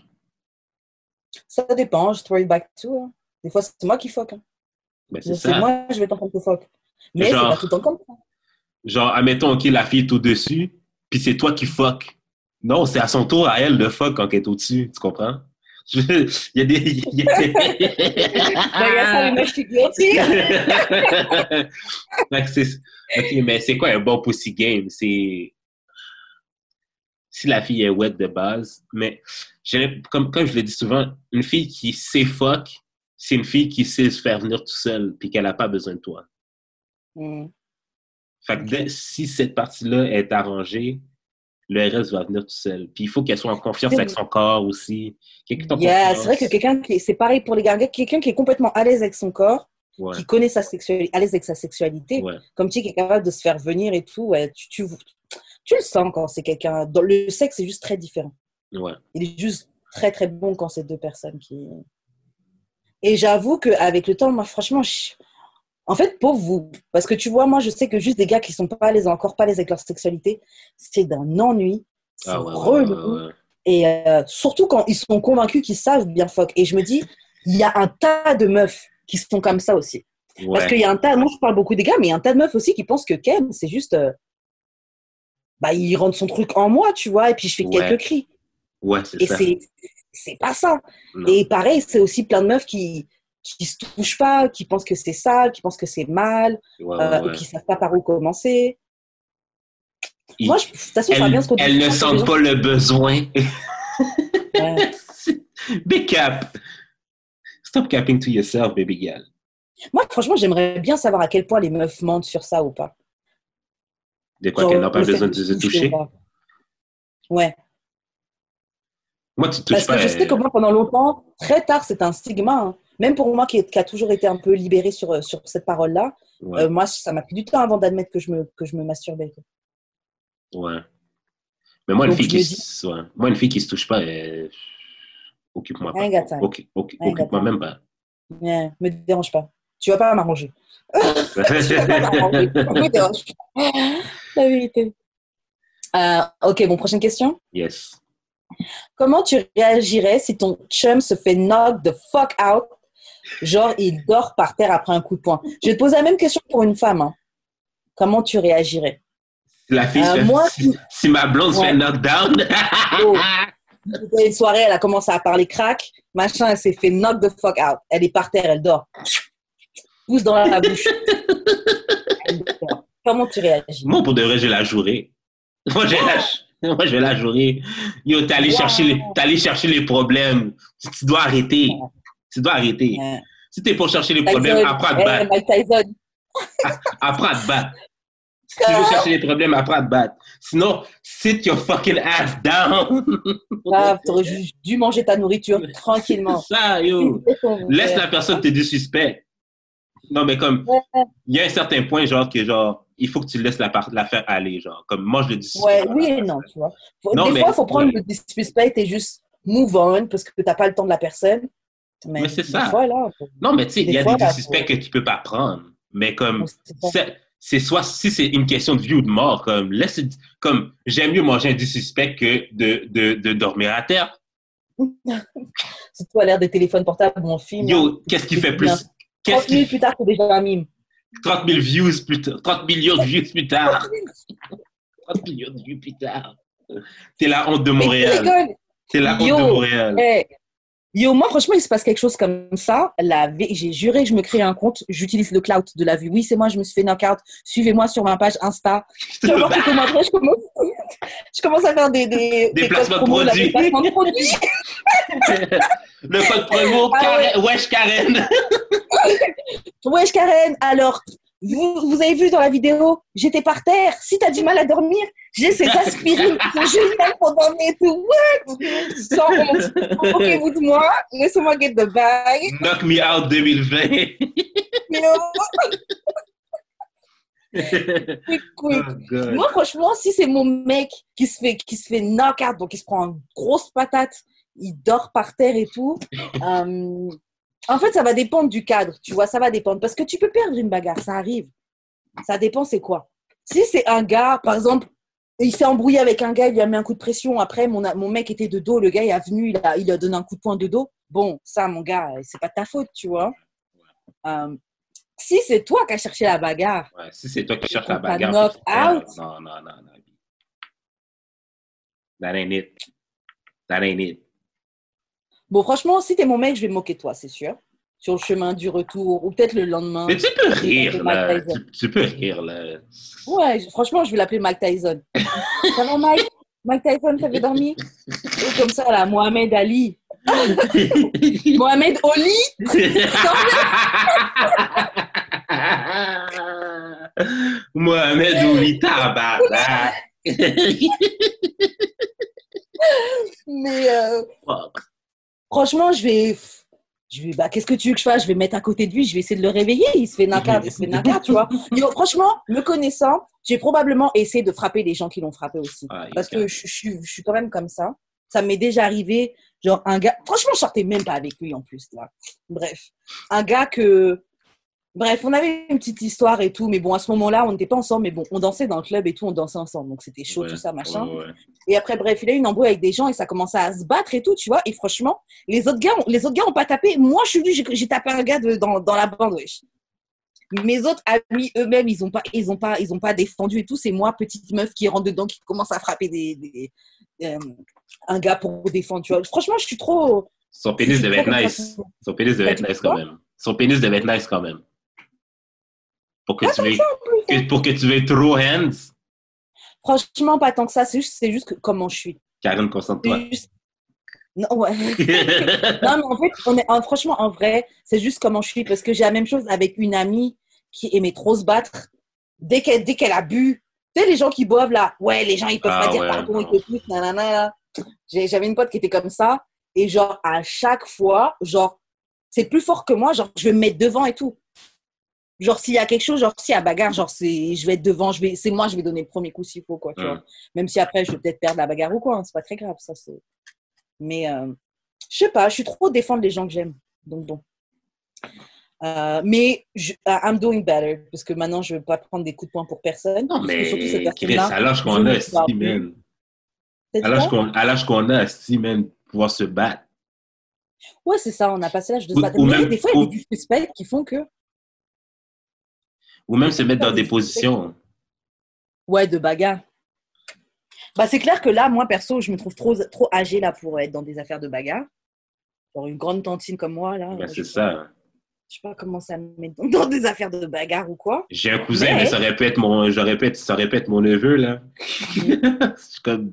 Ça dépend, je throw it back tout. Hein. Des fois, c'est moi qui fuck. Hein. Ben, c'est ça. Moi, je vais t'en prendre que fuck. Mais genre, c'est pas tout le temps comme ça. Genre, admettons, OK, la fille est au-dessus, puis c'est toi qui fuck. Non, c'est à son tour à elle de fuck quand elle est au-dessus. Tu comprends? Il y a des... Il y a ça, mais moi, je suis guilty. OK, mais c'est quoi un bon pussy game? C'est... Si la fille est wet de base, mais comme je le dis souvent, une fille qui sait fuck, c'est une fille qui sait se faire venir tout seul puis qu'elle n'a pas besoin de toi. Fait que si cette partie-là est arrangée, le reste va venir tout seul. Puis il faut qu'elle soit en confiance avec son corps aussi. C'est vrai que c'est pareil pour les gars. Quelqu'un qui est complètement à l'aise avec son corps, qui connaît sa sexualité, à l'aise avec sa sexualité, comme tu dis, qui est capable de se faire venir et tout, tu le sens quand c'est quelqu'un. Dans le sexe, c'est juste très différent. Ouais. Il est juste très, très bon quand c'est deux personnes qui... Et j'avoue qu'avec le temps, moi, franchement, en fait, pauvre vous. Parce que tu vois, moi, je sais que juste des gars qui sont pas à l'aise, encore pas à l'aise avec leur sexualité, c'est d'un ennui. C'est relou. Et surtout quand ils sont convaincus qu'ils savent bien fuck. Et je me dis, il y a un tas de meufs qui sont comme ça aussi. Ouais. Parce qu'il y a un tas... Moi, je parle beaucoup des gars, mais il y a un tas de meufs aussi qui pensent que Ken, c'est juste... il rentre son truc en moi, tu vois, et puis je fais quelques cris. Ouais, c'est ça. Et c'est pas ça. Non. Et pareil, c'est aussi plein de meufs qui se touchent pas, qui pensent que c'est sale, qui pensent que c'est mal, qui savent pas par où commencer. Moi, de toute façon, ça vient ce qu'on dit. Elles ne sentent pas le besoin. Big cap. Stop capping to yourself, baby girl. Moi, franchement, j'aimerais bien savoir à quel point les meufs mentent sur ça ou pas. De quoi Genre, qu'elle n'a pas le fait besoin de de se toucher toucher? ou pas. Ouais. Moi, tu te touches Parce pas. que je sais que moi, pendant longtemps, très tard, c'est un stigma. Hein. Même pour moi qui a toujours été un peu libérée sur cette parole-là, Ouais, moi, ça m'a pris du temps avant d'admettre que je me masturbais. Quoi. ouais. Mais moi, une Donc, fille je qui me dis, se, ouais. Moi, une fille qui se touche pas, occupe-moi I pas. ain't got time. I ain't got Occupe-moi time. même pas. Yeah, me dérange pas. Tu vas pas m'arranger. Tu vas pas m'arranger. Me dérange pas. La vérité. Ok, bon, prochaine question. Yes. Comment tu réagirais si ton chum se fait knock the fuck out, genre il dort par terre après un coup de poing? Je vais te poser la même question pour une femme. Hein. Comment tu réagirais? La fille Moi, si ma blonde se fait knockdown. Oh. Une soirée, elle a commencé à parler crack, machin, elle s'est fait knock the fuck out. Elle est par terre, elle dort. Pousse dans la bouche. Comment tu réagis? Moi, pour de vrai, je la jouerai. Moi, je vais la jouer. Yo, t'es allé chercher les problèmes. Tu dois arrêter. Tu dois arrêter. Ouais. Si t'es pour chercher les problèmes, apprends à te battre. Mike Tyson. Apprends à te battre. Si tu veux chercher les problèmes, apprends à te battre. Sinon, sit your fucking ass down. Ah, t'aurais juste dû manger ta nourriture tranquillement. C'est ça, yo. Laisse la personne te dire suspect. Non, mais comme, il y a un certain point, genre, il faut que tu laisses la faire aller, genre. Comme, moi, je le dis suspect. Ouais, oui et non, tu vois. Non, des fois, il faut prendre le disrespect et juste move on parce que tu n'as pas le temps de la personne. Mais c'est ça. Des fois, là, non, mais tu sais, il y a des disrespects que tu peux pas prendre. Mais comme, c'est soit, si c'est une question de vie ou de mort, comme, j'aime mieux manger un disrespect que de dormir à terre. Surtout à l'ère des téléphones portables ou en film. Yo, qu'est-ce qui fait plus? 30 000 plus tard, c'est déjà un mime. 30 000 views plus tard. 30 millions de views plus tard. 30 millions de vues plus tard. T'es la honte de Montréal. T'es la honte de Montréal. Yo, moi, franchement, il se passe quelque chose comme ça. J'ai juré que je me crée un compte. J'utilise le clout de la vue. Oui, c'est moi, je me suis fait knock-out. Suivez-moi sur ma page Insta. Tu vas voir quelques mois après, je commence à faire des placements de produits. Des placements de produits. Le code promo, Wesh Karen. Wesh Karen. Alors, vous avez vu dans la vidéo, j'étais par terre. Si t'as du mal à dormir, j'ai ces aspirines qui sont géniales pour dormir et tout. What? Sans honte. Moquez-vous de moi. Laissez-moi get the bag. Knock me out 2020. Quick. Oh, moi, franchement, si c'est mon mec qui se fait knock out, donc il se prend une grosse patate, il dort par terre et tout. En fait, ça va dépendre du cadre, tu vois, ça va dépendre. Parce que tu peux perdre une bagarre, ça arrive. Ça dépend, c'est quoi. Si c'est un gars, par exemple, il s'est embrouillé avec un gars, il lui a mis un coup de pression. Après, mon mec était de dos, le gars est venu, il lui a donné un coup de poing de dos. Bon, ça, mon gars, c'est pas de ta faute, tu vois. Si c'est toi qui as cherché la bagarre. Ouais, si c'est toi qui cherches la bagarre. Knock out. Non. That ain't it. Bon, franchement, si t'es mon mec, je vais me moquer de toi, c'est sûr. Sur le chemin du retour, ou peut-être le lendemain. Mais tu peux rire, là. Tu peux rire, là. Ouais, franchement, je vais l'appeler Mike Tyson. Ça va, Mike? Mike Tyson, t'avais dormi? Et comme ça, là, Mohamed Ali. Mohamed Ali? Mohamed Ali, tabarnak. Mais franchement, je vais qu'est-ce que tu veux que je fasse? Je vais mettre à côté de lui, je vais essayer de le réveiller. Il se fait knock-out, tu vois. Yo, franchement, me connaissant, j'ai probablement essayé de frapper les gens qui l'ont frappé aussi. Parce que je suis quand même comme ça. Ça m'est déjà arrivé, genre un gars... Franchement, je sortais même pas avec lui en plus. Là. Bref, un gars que... Bref, on avait une petite histoire et tout, mais bon, à ce moment-là, on n'était pas ensemble, mais bon, on dansait dans le club et tout, on dansait ensemble, donc c'était chaud, tout ça, machin. Ouais. Et après, bref, il a eu une embrouille avec des gens et ça commençait à se battre et tout, tu vois. Et franchement, les autres gars ont pas tapé. Moi, je suis venue, j'ai tapé un gars dans la bande, wesh. Mes autres amis eux-mêmes, ils ont pas défendu et tout. C'est moi, petite meuf, qui rentre dedans, qui commence à frapper un gars pour défendre, tu vois. Franchement, je suis trop. Son pénis devait être nice. Son pénis devait être nice quand même. Son pénis devait être nice quand même. Pour que tu veuilles throw hands. Franchement, pas tant que ça. C'est juste comment je suis. Karen, concentre-toi. Non, ouais. Non, mais en fait, franchement, en vrai, c'est juste comment je suis. Parce que j'ai la même chose avec une amie qui aimait trop se battre. Dès qu'elle a bu, tu sais, les gens qui boivent là, ouais, les gens, ils peuvent pas Ah dire ouais, pardon, ils non. peuvent plus, nanana. J'avais une pote qui était comme ça. Et genre, à chaque fois, genre, c'est plus fort que moi. Genre, je vais me mettre devant et tout. Genre, s'il y a quelque chose, genre, s'il y a bagarre, genre, je vais être devant, c'est moi, je vais donner le premier coup s'il faut, quoi, tu vois. Même si après, je vais peut-être perdre la bagarre ou quoi, hein, c'est pas très grave, ça, c'est. Mais, je sais pas, je suis trop défendre les gens que j'aime. Donc, bon. Mais, I'm doing better, parce que maintenant, je veux pas prendre des coups de poing pour personne, Non, puisque surtout cette mais Chris, personne-là, à l'âge je qu'on ne a, lui parle si, plus. man. T'as dit quoi? À l'âge qu'on a, si, man, pouvoir se battre. Ouais, c'est ça, on a passé l'âge de se Ou, battre. ou Mais même, des fois, il y a ou, des disrespects qui font que. ou même Des se mettre fois, dans des des disrespects. positions. Ouais, de bagarre. Bah, c'est clair que là, moi, perso, je me trouve trop âgée là pour être dans des affaires de bagarre. Genre une grande tantine comme moi, là, Ben, je c'est ne vais ça. pas commencer à me mettre dans des affaires de bagarre ou quoi. J'ai un cousin, mais Mais, ça aurait pu être mon neveu, là. mhm, C'est comme,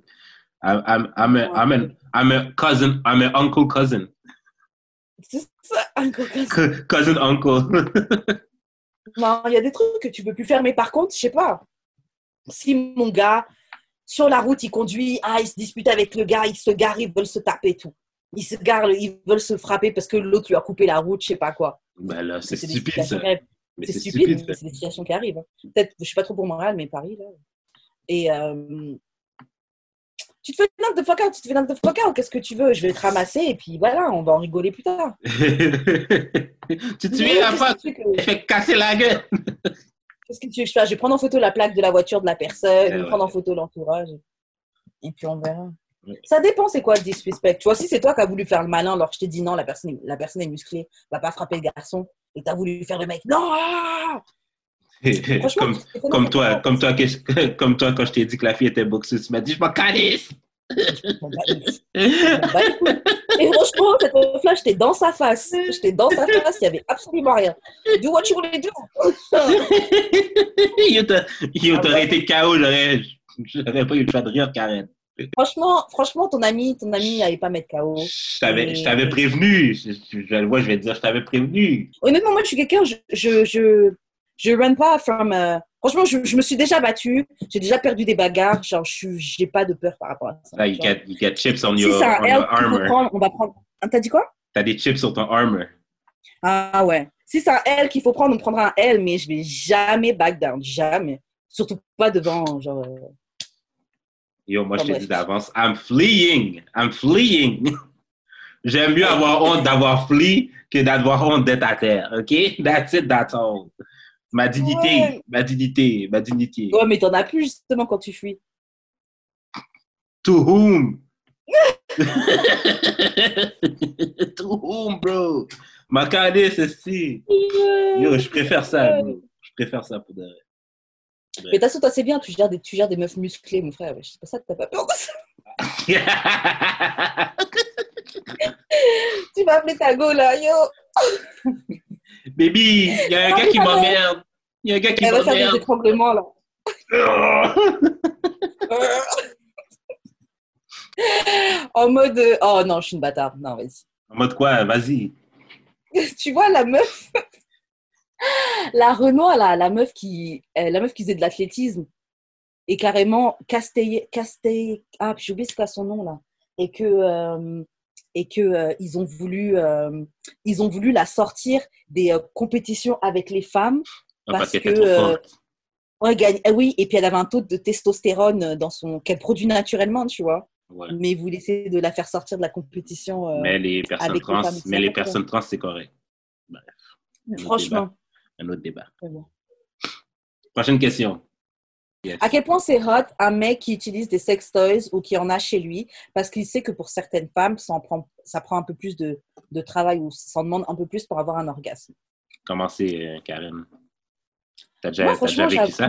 I'm a cousin, I'm an uncle cousin. c'est ça, un cocasse. Cousin uncle. Non, il y a des trucs que tu peux plus faire. Mais par contre, je sais pas, si mon gars, sur la route, il conduit, il se dispute avec le gars, il se gare, ils veulent se taper et tout. Ils se garent, ils veulent se frapper parce que l'autre lui a coupé la route, je sais pas quoi. Ben là, Parce que c'est c'est des stupide, situations ça. qui arrivent. Mais C'est c'est stupide, stupide, mais ça. c'est des situations qui arrivent, hein. Peut-être, je suis pas trop pour Montréal, mais Paris, là. Et tu te fais knock the fuck out, tu te fais knock the fuck out, qu'est-ce que tu veux? Je vais te ramasser et puis voilà, on va en rigoler plus tard. Tu tues Mais la qu'est-ce que fois, tu veux que, elle fait casser la gueule. qu'est-ce que tu veux que je fasse? Je vais prendre en photo la plaque de la voiture de la personne, Eh prendre en ouais. photo l'entourage et puis on verra. Ouais. Ça dépend, c'est quoi le disrespect. Tu vois, si c'est toi qui as voulu faire le malin alors que je t'ai dit non, la personne est musclée, va pas frapper le garçon et tu as voulu faire le mec, non! Franchement, Comme, tu te fais n'importe quoi. comme toi, quand je t'ai dit que la fille était boxeuse, tu m'as dit, je m'en calisse. Bon, bah, bon, bah, écoute. Et franchement, cette meuf-là, j'étais dans sa face. J'étais dans sa face, il n'y avait absolument rien. Do what you want to do. T'aurais été KO, j'aurais pas eu le choix de rire, Karen. Franchement, ton ami n'allait pas mettre KO. Je t'avais prévenu. Je vais te dire, je t'avais prévenu. Honnêtement, moi, je suis quelqu'un, je run pas from. Franchement, je me suis déjà battue. J'ai déjà perdu des bagarres. Genre, j'ai pas de peur par rapport à ça. Là, you Genre, get chips on si c'est un on L your qu'il faut armor. prendre, on va prendre. Hein, t'as dit quoi? T'as des chips sur ton armor. Ah ouais. Si c'est un L qu'il faut prendre, on prendra un L, mais je vais jamais back down. Jamais. Surtout pas devant, genre. Yo, moi, je Enfin, te bref. dis d'avance, I'm fleeing. I'm fleeing. J'aime mieux avoir honte d'avoir flee que d'avoir honte d'être à terre. OK? That's it, that's all. Ma dignité, Ouais. ma dignité, ma dignité. Ouais, mais t'en as plus justement quand tu fuis. To whom? To whom, bro? Ma calée, ceci. Yo, je préfère ça, bro. Je préfère ça pour de vrai. Mais de toute façon, toi, c'est bien, tu gères des meufs musclées, mon frère. C'est pas ça que t'as pas peur de ça. Tu vas appeler ta go, là, yo. Baby, il y a un gars qui m'emmerde. Il y a un gars qui Elle va faire des m'emmerde. étranglements, là. En mode, oh non, je suis une bâtarde. Non, vas-y. En mode quoi? Vas-y. Tu vois, la meuf, la Renoir, là, la meuf qui faisait de l'athlétisme et carrément ah, j'ai oublié c'est quoi son nom, là. Et que ils ont voulu la sortir des compétitions avec les femmes Parce parce qu'elle que était trop forte. oui, et puis elle avait un taux de testostérone qu'elle produit naturellement, tu vois. Ouais. Mais vous laissez de la faire sortir de la compétition Mais les personnes avec trans, les femmes. mais les personnes trans, c'est correct. Bref. Franchement. Un autre débat. C'est bon. Prochaine question. Yes. À quel point c'est hot un mec qui utilise des sex toys ou qui en a chez lui parce qu'il sait que pour certaines femmes, ça prend un peu plus de travail ou ça en demande un peu plus pour avoir un orgasme. Comment c'est, Karen? T'as Moi, déjà franchement, vécu ça?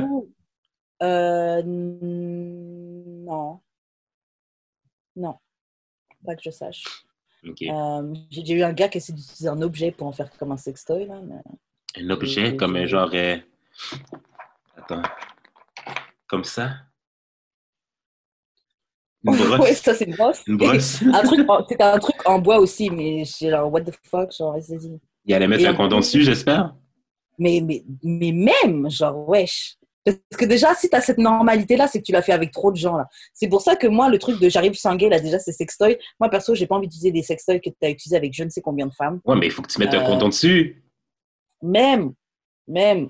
Non. Non. Pas que je sache. OK. J'ai eu un gars qui essaie d'utiliser un objet pour en faire comme un sextoy. Là, mais... Un objet comme un genre... Attends. Comme ça? Une brosse. Ouais, ça, c'est une brosse. Une brosse. C'était un truc en bois aussi, mais j'ai genre, what the fuck, genre, vas-y. Il allait mettre un condom dessus, j'espère. Mais même, genre, wesh. Parce que déjà, si tu as cette normalité-là, c'est que tu l'as fait avec trop de gens, là. C'est pour ça que moi, le truc de j'arrive sangué, là, déjà, c'est sextoy. Moi, perso, j'ai pas envie d'utiliser des sextoys que tu as utilisés avec je ne sais combien de femmes. Ouais, mais il faut que tu mettes un condom dessus. Même. Ouais.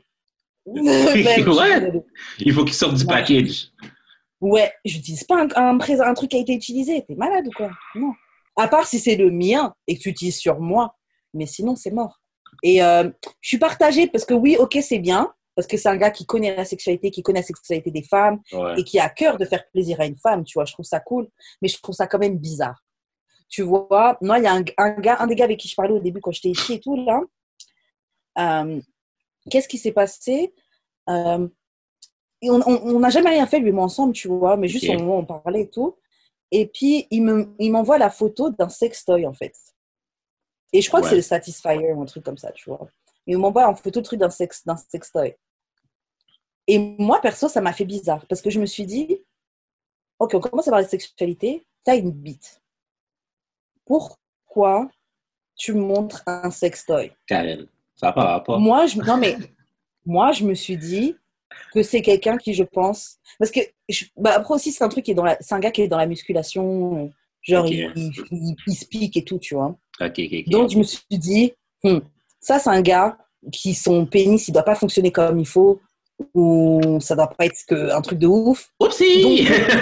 Il faut qu'il sorte du package. Ouais, je n'utilise pas un truc qui a été utilisé. T'es malade ou quoi? Non. À part si c'est le mien et que tu utilises sur moi. Mais sinon, c'est mort. Et je suis partagée parce que oui, ok, c'est bien. Parce que c'est un gars qui connaît la sexualité des femmes et qui a à cœur de faire plaisir à une femme, tu vois. Je trouve ça cool, mais je trouve ça quand même bizarre. Tu vois, moi, il y a un des gars avec qui je parlais au début quand j'étais ici et tout, là. Qu'est-ce qui s'est passé? Et on n'a jamais rien fait, lui et moi, ensemble, tu vois, mais juste au moment où on parlait et tout. Et puis, il m'envoie la photo d'un sextoy, en fait. Et je crois que c'est le Satisfyer ou un truc comme ça, tu vois. Il m'envoie en photo le truc d'un sextoy. Et moi, perso, ça m'a fait bizarre. Parce que je me suis dit, ok, on commence à parler de sexualité, t'as une bite. Pourquoi tu me montres un sextoy? Karen, ça n'a pas rapport. Moi, je me suis dit que c'est quelqu'un qui, je pense... Parce que, après aussi, c'est un truc qui est c'est un gars qui est dans la musculation, genre, il se pique et tout, tu vois. Donc, je me suis dit, ça, c'est un gars qui, son pénis, il ne doit pas fonctionner comme il faut, ou ça ne doit pas être un truc de ouf. Oupsie! Donc,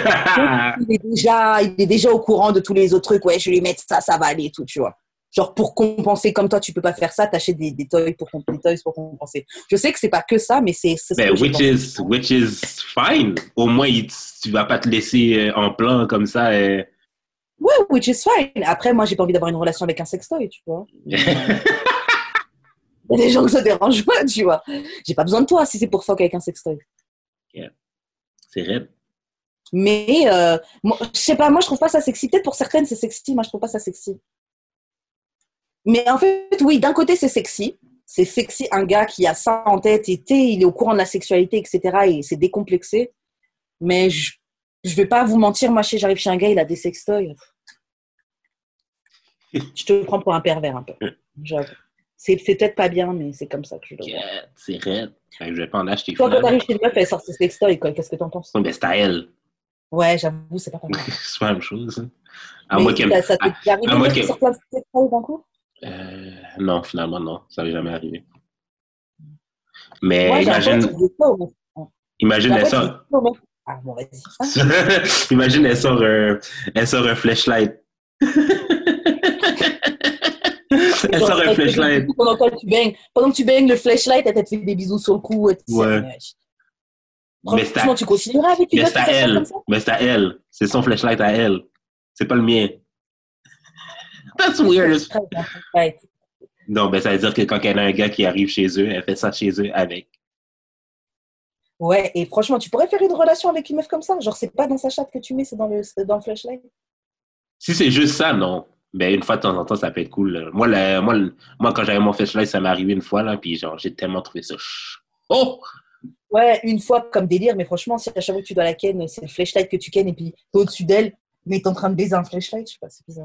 il est déjà au courant de tous les autres trucs. Ouais, je vais lui mettre ça, ça va aller et tout, tu vois. Genre, pour compenser, comme toi, tu ne peux pas faire ça, t'achètes des toys pour compenser. Je sais que ce n'est pas que ça, mais c'est ce que which is fine. Au moins, tu ne vas pas te laisser en plan comme ça. Ouais, which is fine. Après, moi, j'ai pas envie d'avoir une relation avec un sextoy, tu vois. Il y a des gens que ça dérange pas, tu vois. J'ai pas besoin de toi si c'est pour fuck avec un sextoy. Yeah. C'est raide. Mais, moi, je sais pas, moi, je trouve pas ça sexy. Peut-être pour certaines, c'est sexy. Moi, je trouve pas ça sexy. Mais en fait, oui, d'un côté, c'est sexy. C'est sexy, un gars qui a ça en tête et il est au courant de la sexualité, etc. Et c'est décomplexé. Mais je vais pas vous mentir, moi, j'arrive chez un gars, il a des sextoys. Je te prends pour un pervers un peu. J'avoue. C'est peut-être pas bien, mais c'est comme ça que je le vois. C'est raide. Je vais pas en acheter. Toi, quand t'arrives chez une meuf, elle sort ses sextoys, qu'est-ce que t'en penses? Oui, mais c'est à elle. Ouais, j'avoue, c'est pas pareil. C'est pas la même chose. Hein. À moi qui ça t'est arrivé de sortir ses sextoys d'un coup? Non, finalement, non. Ça m'est jamais arrivé. Mais moi, imagine elle sort... Ah bon, vas-y. Imagine elle sort un flashlight. Elle sort un flashlight. Pendant que tu baignes le flashlight, elle t'a fait des bisous sur le cou. Ouais. Franchement, tu continueras avec une meuf comme ça? Mais c'est à elle. C'est son flashlight à elle. C'est pas le mien. That's weird. Non, ben ça veut dire que quand elle a un gars qui arrive chez eux, elle fait ça chez eux avec. Ouais, et franchement, tu pourrais faire une relation avec une meuf comme ça? Genre, c'est pas dans sa chatte que tu mets, c'est dans le flashlight? Si c'est juste ça, non. Ben, une fois de temps en temps, ça peut être cool. Moi, quand j'avais mon flashlight, ça m'est arrivé une fois, là, puis genre, j'ai tellement trouvé ça oh! Ouais, une fois comme délire, mais franchement, si à chaque fois que tu dois la ken, c'est le flashlight que tu ken et puis t'es au-dessus d'elle, mais t'es en train de baiser un flashlight, je sais pas, c'est bizarre.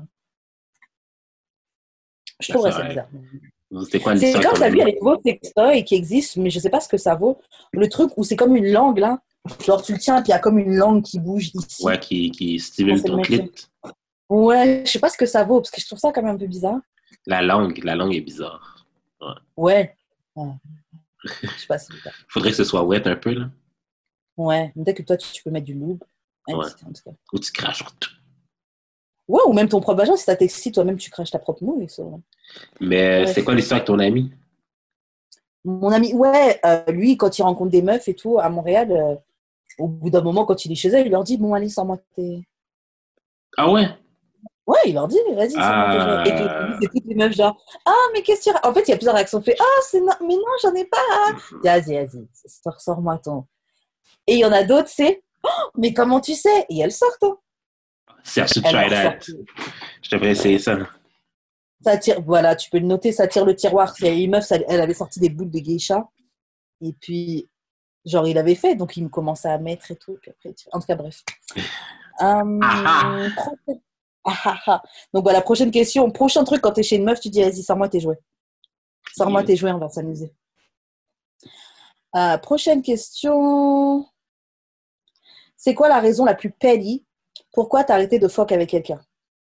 Je trouverais ça bizarre. C'est quoi c'est comme ça, vu, il y a les nouveaux sextoys qui existent, mais je sais pas ce que ça vaut. Le truc où c'est comme une langue, là, genre tu le tiens, puis il y a comme une langue qui bouge ici. Ouais, qui stimule ton clit. Ouais, je sais pas ce que ça vaut, parce que je trouve ça quand même un peu bizarre. La langue est bizarre. Ouais. Je sais pas si c'est bizarre. Faudrait que ce soit wet un peu, là. Ouais, peut-être que toi, tu peux mettre du lube. Ouais. En tout cas. Ou tu craches sur tout. Ouais, ou même ton propre vagin, si ça t'excite, toi-même, tu craches ta propre nouille. Ça. Mais ouais, c'est quoi l'histoire avec ton ami? Mon ami, ouais, lui, quand il rencontre des meufs et tout, à Montréal, au bout d'un moment, quand il est chez elle, il leur dit, bon, allez, sors-moi tes... Ah ouais? Ouais, il leur dit, vas-y, sors-moi tes... Et puis, c'est toutes les meufs, genre, ah, mais qu'est-ce que tu... En fait, il y a plusieurs réactions. Fait, ah, mais non, j'en ai pas. Vas-y, sors-moi ton... Et il y en a d'autres, c'est, oh, mais comment tu sais? Et elles sortent, hein. Serge, try that. Je devrais essayer ça. Ça tire, voilà, tu peux le noter, ça tire le tiroir. Il y a une meuf, elle avait sorti des boules de geisha. Et puis, genre, il avait fait, donc il me commençait à mettre et tout. Puis après, en tout cas, bref. Ah Prochaine- Donc, voilà, prochaine question. Prochain truc, quand t'es chez une meuf, tu dis, vas-y, sors-moi tes jouets. Sors-moi tes jouets, on va s'amuser. Prochaine question. C'est quoi la raison la plus petty? Pourquoi t'as arrêté de fuck avec quelqu'un?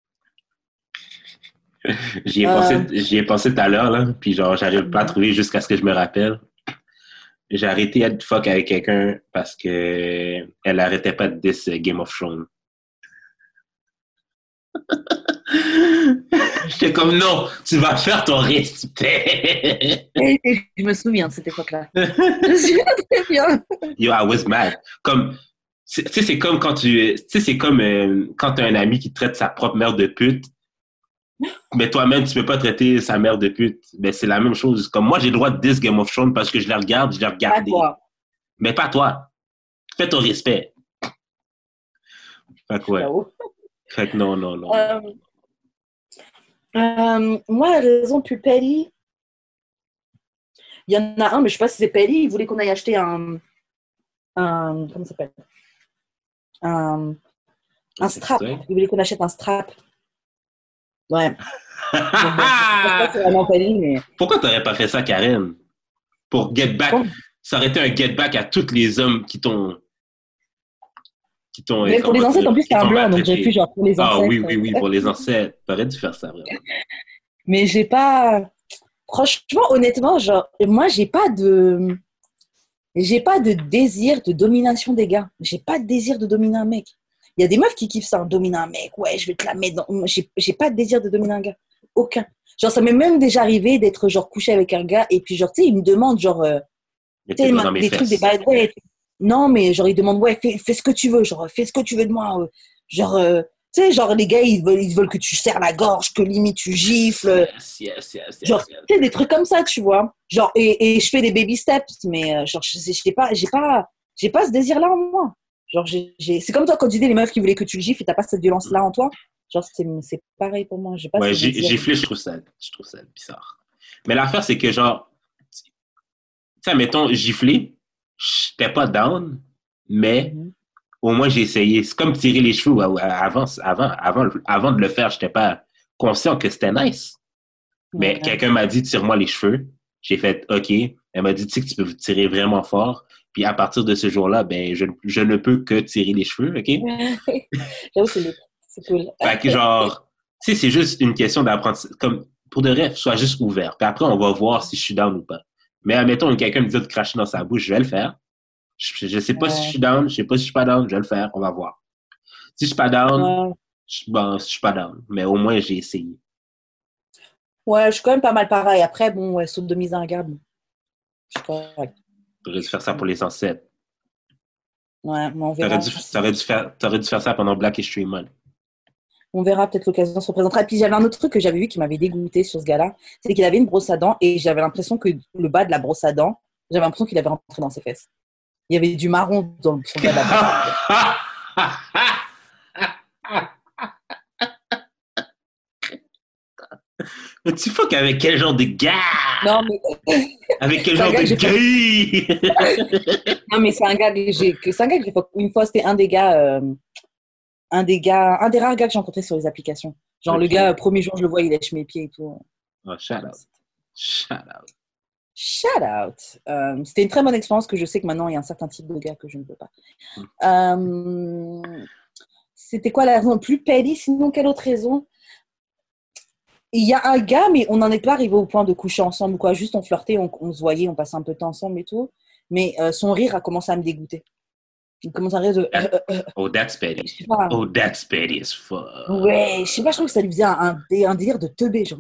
J'y ai pensé tout à l'heure, là, puis genre, j'arrive pas à trouver jusqu'à ce que je me rappelle. J'ai arrêté de fuck avec quelqu'un parce que elle arrêtait pas de diss Game of Thrones. J'étais comme, non, tu vas faire ton respect. Je me souviens de cette époque-là. Je me souviens très bien. Yo, I was mad. Comme, tu sais, c'est comme quand c'est comme quand t'as un ami qui traite sa propre mère de pute, mais toi-même, tu peux pas traiter sa mère de pute. Ben, c'est la même chose. Comme moi, j'ai le droit de diss Game of Thrones parce que je la regarde, je l'ai Pas regardé. toi. Mais pas toi. Fais ton respect. Fait que ouais. Ciao. Fait que non. Moi, la raison plus petty, il y en a un, mais je sais pas si c'est petty. Il voulait qu'on aille acheter comment ça s'appelle? Un strap. Il voulait qu'on achète un strap. Ouais. Donc, c'est vraiment petty, mais... Pourquoi t'aurais pas fait ça, Karen? Pour get back. Ça aurait été un get back à tous les hommes qui t'ont... Mais pour les ancêtres, en plus, c'est un blanc, donc j'ai pu genre pour les ancêtres. Ah oui, pour les ancêtres. T'aurais dû faire ça, vraiment. Mais j'ai pas... Franchement, honnêtement, genre, moi, j'ai pas de désir de domination des gars. J'ai pas de désir de dominer un mec. Il y a des meufs qui kiffent ça, dominer un mec. Ouais, je vais te la mettre dans... J'ai pas de désir de dominer un gars. Aucun. Genre, ça m'est même déjà arrivé d'être genre couché avec un gars et puis genre, tu sais, il me demande genre... des trucs, des bails. Ouais, non, mais genre, il demande, ouais, fais ce que tu veux. Genre, fais ce que tu veux de moi. Genre... tu sais, genre, les gars, ils veulent que tu serres la gorge, que limite tu gifles. Yes. Genre, tu sais, des trucs comme ça, tu vois. Genre, et je fais des baby steps, mais genre, j'ai pas ce désir-là en moi. Genre, c'est comme toi quand tu dis les meufs qui voulaient que tu le gifles et t'as pas cette violence-là en toi. Genre, c'est pareil pour moi. J'ai pas ouais, ce désir. gifler, je trouve ça bizarre. Mais l'affaire, c'est que genre, tu sais, mettons, gifler, j'étais pas down, mais au moins j'ai essayé. C'est comme tirer les cheveux avant de le faire, j'étais pas conscient que c'était nice. Mais quelqu'un m'a dit, tire-moi les cheveux. J'ai fait, OK. Elle m'a dit, tu sais que tu peux tirer vraiment fort. Puis à partir de ce jour-là, ben, je ne peux que tirer les cheveux, OK? J'avoue, c'est cool. Fait que genre, tu sais, c'est juste une question d'apprendre. Comme, pour de vrai, sois juste ouvert. Puis après, on va voir si je suis down ou pas. Mais admettons, quelqu'un me dit de cracher dans sa bouche, je vais le faire. Je sais pas si je suis down, je sais pas si je suis pas down, je vais le faire, on va voir. Si je suis pas down, je suis pas down. Mais au moins, j'ai essayé. Ouais, je suis quand même pas mal pareil. Après, bon, ouais, sodomiser un gars, bon. Je suis correct. T'aurais dû faire ça pour les ancêtres. Ouais, mais on verra. T'aurais dû faire ça pendant Black History Month. On verra, peut-être l'occasion se représentera. Et puis j'avais un autre truc que j'avais vu qui m'avait dégoûté sur ce gars-là, c'est qu'il avait une brosse à dents et j'avais l'impression que le bas de la brosse à dents, j'avais l'impression qu'il avait rentré dans ses fesses. Il y avait du marron dans son bas de la brosse. Mais tu fuck avec quel genre de gars? Non, mais... Avec quel genre de gars? Non, mais c'est un gars que j'ai fait une fois, c'était un des rares gars que j'ai rencontrés sur les applications. Genre, okay. Le gars, premier jour, je le vois, il lèche mes pieds et tout. Oh, shout out. C'était une très bonne expérience que je sais que maintenant, il y a un certain type de gars que je ne peux pas. C'était quoi la raison plus petty? Sinon, quelle autre raison? Il y a un gars, mais on n'en est pas arrivé au point de coucher ensemble ou quoi. Juste, on flirtait, on se voyait, on passait un peu de temps ensemble et tout. Mais son rire a commencé à me dégoûter. Il commence à rire de... Oh, that's petty. Oh, that's petty as fuck. Ouais, je sais pas, je trouve que ça lui faisait un délire de teubé, genre...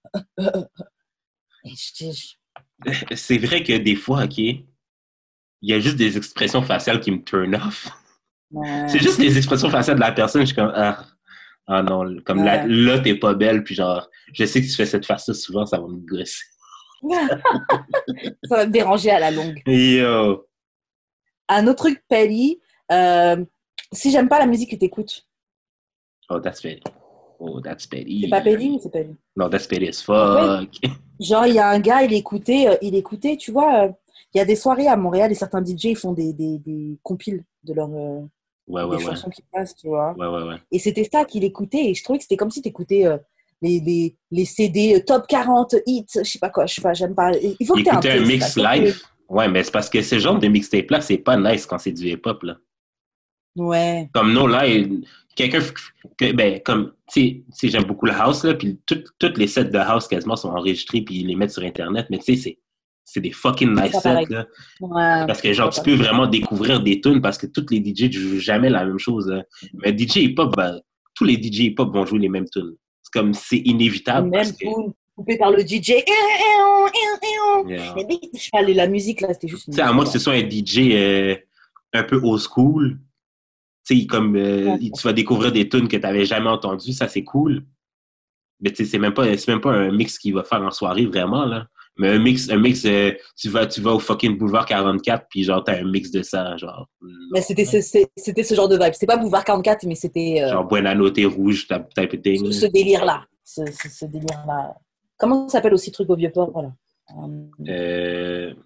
C'est vrai que des fois, OK, il y a juste des expressions faciales qui me turn off. Ouais. C'est juste les expressions faciales de la personne, je suis comme... Ah non, comme là, t'es pas belle, puis genre, je sais que tu fais cette face-là souvent, ça va me gosser. Ça va me déranger à la longue. Yo. Un autre truc petty, si j'aime pas la musique que t'écoutes. Oh, that's petty. C'est pas petty ou c'est petty? Non, that's petty as fuck. Ouais. Genre, il y a un gars, il écoutait, tu vois, il y a des soirées à Montréal et certains DJ font des compiles de leur Ouais, ouais, des ouais. chansons qui passent, tu vois. Ouais, ouais, ouais. Et c'était ça qu'il écoutait. Et je trouvais que c'était comme si tu écoutais les CD top 40 hits, je sais pas quoi, je sais pas, j'aime pas. Il faut Il que tu aies un écoutait un taste, là. mix live. Ouais, mais c'est parce que ce genre de mixtape-là, c'est pas nice quand c'est du hip-hop, là. Ouais. Comme No Lie, quelqu'un, ben, comme, j'aime beaucoup le house, là, puis toutes les sets de house quasiment sont enregistrés, puis ils les mettent sur Internet, mais tu sais, c'est des fucking C'est nice pas sets, pareil. là. Ouais, Parce que, genre, c'est tu pas peux pareil. vraiment découvrir des tunes parce que tous les DJ ne jouent jamais la même chose, hein. Mais DJ hip-hop, ben, tous les DJ hip-hop vont jouer les mêmes tunes. C'est comme, c'est inévitable parce Même que, tout coupé par le DJ. yeah. Mais je parlais la musique, là, c'était Tu juste une sais, à moins musique, que ce là. soit un DJ un peu old school, tu sais, comme, Ouais. tu vas découvrir des tunes que tu n'avais jamais entendues, ça, c'est cool. Mais tu sais, c'est même pas un mix qu'il va faire en soirée, vraiment, là. Mais tu vas au fucking Boulevard 44, puis genre, t'as un mix de ça, genre, Mais non. c'était ce genre de vibe. C'était pas Boulevard 44, mais c'était Genre, Buena Note rouge, type of thing, là. ce délire-là. Ce délire-là. Comment ça s'appelle aussi, truc au Vieux-Port, voilà. Euh,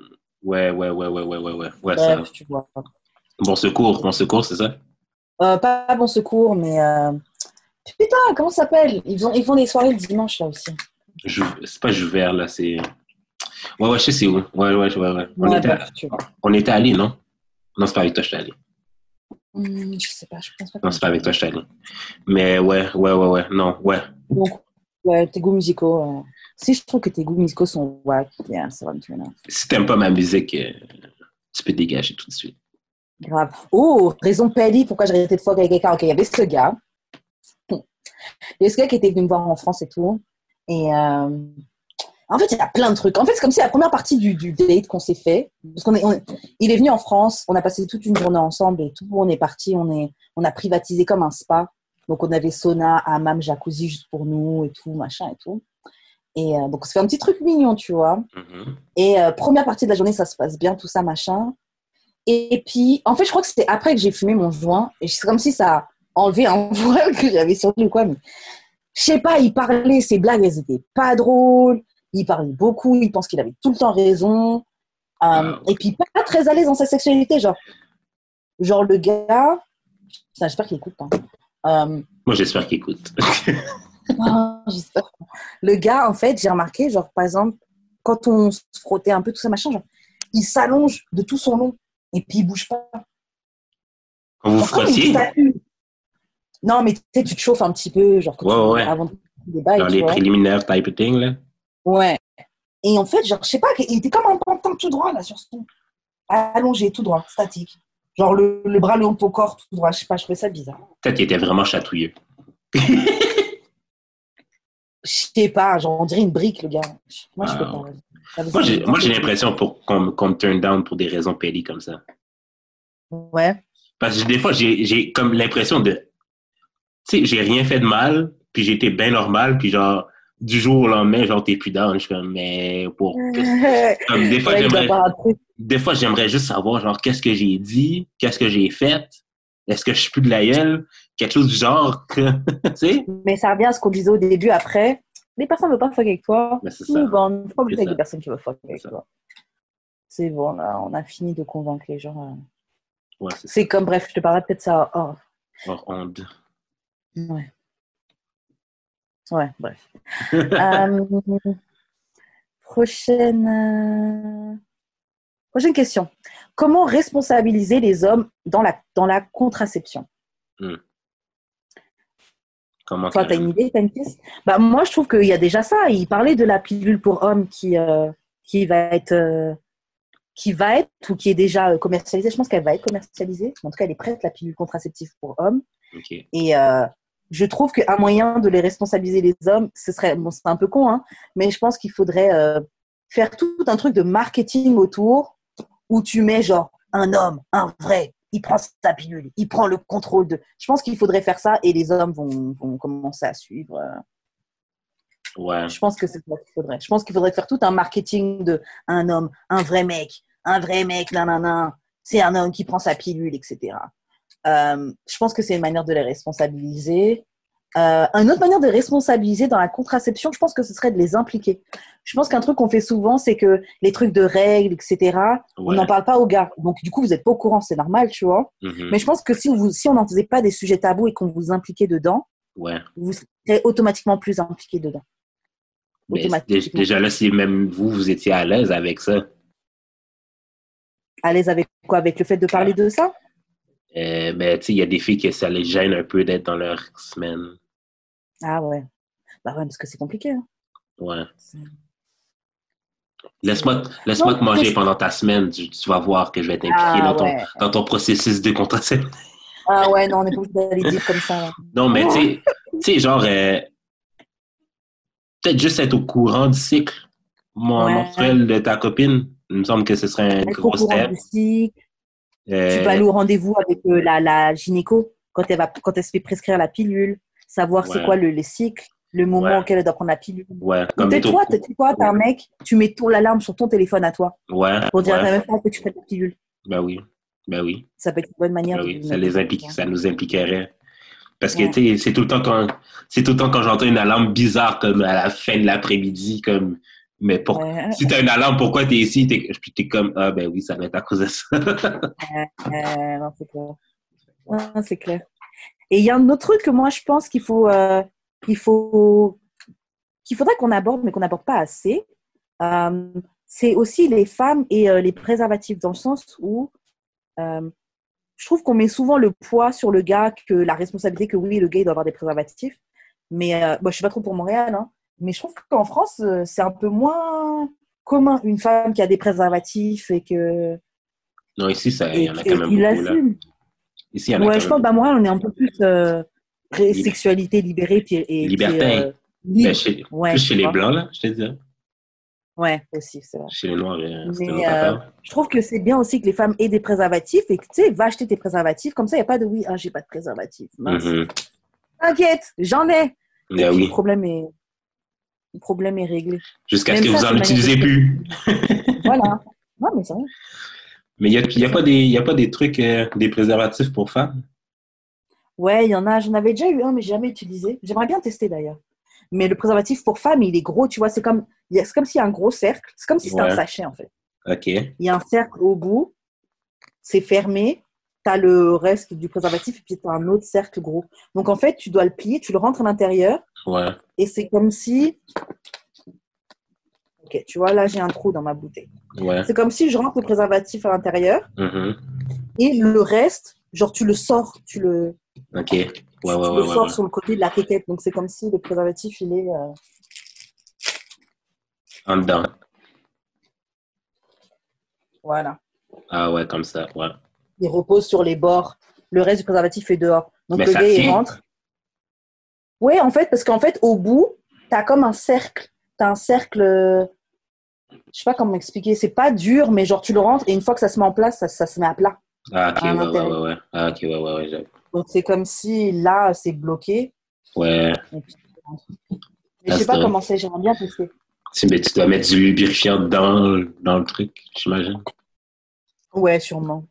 ouais, ça. Bref, tu vois. Bon secours, c'est ça? Pas Bon Secours, mais putain, comment ça s'appelle? Ils font des soirées le dimanche, là aussi. C'est pas Jouvert, là, c'est... Ouais, je sais c'est où. Ouais. Ouais, bref, tu vois. On était allés, non? Non, c'est pas avec toi, je suis allé. Je sais pas, je pense pas Non, qu'on c'est pas était avec toi, allés. je suis allé. Mais non, ouais. Donc, ouais, tes goûts musicaux. Si je trouve que tes goûts musicaux sont wack, yeah, ça va me tuer là. Si t'aimes pas ma musique, tu peux dégager tout de suite. Grave. Oh, raison Pelly, pourquoi j'ai arrêté de fuck avec quelqu'un. Ok, il y avait ce gars. Il y avait ce gars qui était venu me voir en France et tout. Et en fait, il y a plein de trucs. En fait, c'est comme si la première partie du date qu'on s'est fait, parce il est venu en France, on a passé toute une journée ensemble et tout. On est parti, on a privatisé comme un spa. Donc, on avait sauna, hammam, jacuzzi juste pour nous et tout, machin et tout. Et donc, on se fait un petit truc mignon, tu vois. Mm-hmm. Et première partie de la journée, ça se passe bien, tout ça, machin. Et puis, en fait, je crois que c'était après que j'ai fumé mon joint. Et c'est comme si ça a enlevé un voile que j'avais sur lui ou quoi. Mais je sais pas, il parlait, ses blagues, elles étaient pas drôles. Il parlait beaucoup, il pense qu'il avait tout le temps raison. Wow. Et puis, pas très à l'aise dans sa sexualité. Genre le gars, putain, j'espère qu'il écoute. Moi, j'espère qu'il écoute. J'espère. Le gars, en fait, j'ai remarqué, genre, par exemple, quand on se frottait un peu, tout ça, machin, genre, il s'allonge de tout son long et puis il bouge pas. Quand vous Genre, comme une frottiez? statue. Non, mais tu sais, tu te chauffes un petit peu, genre, Ouais. avant de des bails, Genre tu les vois. préliminaires type of thing, là. Ouais. Et en fait, genre, je sais pas, il était comme un pantin tout droit, là, sur son. Allongé, tout droit, statique. Genre, le bras le haut au corps, tout droit. Je sais pas, je trouvais ça bizarre. Peut-être qu'il était vraiment chatouilleux. Je sais pas, genre, on dirait une brique, le gars. Moi, je peux Wow. pas. Moi, j'ai l'impression qu'on me turn down pour des raisons pédées comme ça. Ouais. Parce que des fois, j'ai comme l'impression de... Tu sais, j'ai rien fait de mal, puis j'ai été bien normal, puis genre, du jour au lendemain, genre, t'es plus down. Je suis comme, mais pour... Comme des fois, j'aimerais juste savoir, genre, qu'est-ce que j'ai dit, qu'est-ce que j'ai fait, est-ce que je suis plus de la gueule, quelque chose du genre, tu sais? Mais ça revient à ce qu'on disait au début. Après, les personnes ne veulent pas fuck avec toi. Mais c'est ça. Move on. Faut pas C'est avec ça. des personnes qui veulent fuck avec toi. C'est bon, là, on a fini de convaincre les gens. Ouais, C'est comme, bref, je te parlerai peut-être ça. Oh. Hors onde. Ouais. Ouais, bref. Prochaine question. Comment responsabiliser les hommes dans la contraception? Comment Toi, t'as une idée, t'as une piste? Bah, moi, je trouve qu'il y a déjà ça. Il parlait de la pilule pour hommes qui va être ou qui est déjà commercialisée. Je pense qu'elle va être commercialisée. En tout cas, elle est prête, la pilule contraceptive pour hommes. Okay. Et je trouve qu'un moyen de les responsabiliser les hommes, ce serait, bon, c'est un peu con, hein, mais je pense qu'il faudrait faire tout un truc de marketing autour où tu mets genre un homme, un vrai, il prend sa pilule, il prend le contrôle de... Je pense qu'il faudrait faire ça et les hommes vont commencer à suivre. Ouais. Je pense que c'est ça qu'il faudrait. Je pense qu'il faudrait faire tout un marketing de un homme, un vrai mec, nanana, c'est un homme qui prend sa pilule, etc. Je pense que c'est une manière de les responsabiliser. Une autre manière de responsabiliser dans la contraception, je pense que ce serait de les impliquer. Je pense qu'un truc qu'on fait souvent, c'est que les trucs de règles, etc., on n'en parle pas aux gars. Donc, du coup, vous n'êtes pas au courant, c'est normal, tu vois. Mais je pense que si on n'en faisait pas des sujets tabous et qu'on vous impliquait dedans, vous serez automatiquement plus impliqué dedans. Mais déjà là, si même vous étiez à l'aise avec ça. À l'aise avec quoi? Avec le fait de parler de ça? Ben, tu sais, il y a des filles que ça les gêne un peu d'être dans leur semaine. Ah ouais. Bah ouais, parce que c'est compliqué. Hein. Ouais. Laisse-moi te manger pendant ta semaine. Tu vas voir que je vais t'impliquer dans ton processus de contraception. Ah ouais, non, on n'est pas obligé d'aller dire comme ça. Là. Non, mais tu sais, genre, peut-être juste être au courant du cycle menstruel de ta copine. Il me semble que ce serait un gros step. Tu peux aller au rendez-vous avec la gynéco quand elle se fait prescrire la pilule, savoir c'est quoi les cycles, le moment auquel elle doit prendre la pilule. Ouais. Toi, t'as un mec, tu mets l'alarme sur ton téléphone à toi pour dire à ta meuf que tu fais la pilule. Ben oui. Ça peut être une bonne manière ça nous impliquerait. Parce que tu sais, c'est tout le temps quand j'entends une alarme bizarre comme à la fin de l'après-midi, comme mais si t'as une alarme, pourquoi t'es ici? T'es comme ah ben oui, ça va être à cause de ça. Non, c'est clair. Non, c'est clair. Et il y a un autre truc que moi je pense qu'il faudrait qu'on aborde, mais qu'on n'aborde pas assez. C'est aussi les femmes et les préservatifs, dans le sens où je trouve qu'on met souvent le poids sur le gars, que la responsabilité que oui, le gars il doit avoir des préservatifs. Mais je ne suis pas trop pour Montréal, hein, mais je trouve qu'en France, c'est un peu moins commun une femme qui a des préservatifs et que. Non, ici, il y en a quand même beaucoup. Là. Ici, il y en a quand même. Je pense qu'à Montréal, on est un peu plus sexualité libérée. Libertin. Plus chez les Blancs, là, je te dis. Ouais, aussi, c'est vrai. Chez les Noirs, c'est une autre affaire. Je trouve que c'est bien aussi que les femmes aient des préservatifs et que, tu sais, va acheter tes préservatifs. Comme ça, il n'y a pas de oui, j'ai pas de préservatif. T'inquiète, j'en ai. Et puis, le problème est réglé. Jusqu'à ce que vous n'en utilisez plus. Voilà. Non, mais c'est vrai. Mais il n'y a pas des trucs, des préservatifs pour femmes? Ouais, il y en a. J'en avais déjà eu un, mais j'ai jamais utilisé. J'aimerais bien tester d'ailleurs. Mais le préservatif pour femmes, il est gros, tu vois. C'est comme s'il y a un gros cercle. C'est comme si c'était un sachet, en fait. OK. Il y a un cercle au bout. C'est fermé. Tu as le reste du préservatif et puis tu as un autre cercle gros. Donc, en fait, tu dois le plier, tu le rentres à l'intérieur. Ouais. Et c'est comme si... Ok, tu vois, là, j'ai un trou dans ma bouteille. Ouais. C'est comme si je rentre le préservatif à l'intérieur. Et le reste, genre, tu le sors. OK. Tu le sors sur le côté de la quéquette. Donc, c'est comme si le préservatif, il est... en dedans. Voilà. Ah ouais, comme ça, ouais. Il repose sur les bords. Le reste du préservatif est dehors. Donc, le gars, il rentre. Oui, en fait, parce qu'en fait, au bout, tu as comme un cercle. Tu as un cercle... Je sais pas comment expliquer. C'est pas dur, mais genre, tu le rentres et une fois que ça se met en place, ça se met à plat. Ah, ok, ouais. Ah, ok, ouais, j'avoue. Donc, c'est comme si là, c'est bloqué. Ouais. Mais je sais pas comment c'est. J'aimerais bien tester. Mais tu dois mettre du lubrifiant dans le truc, j'imagine. Ouais, sûrement.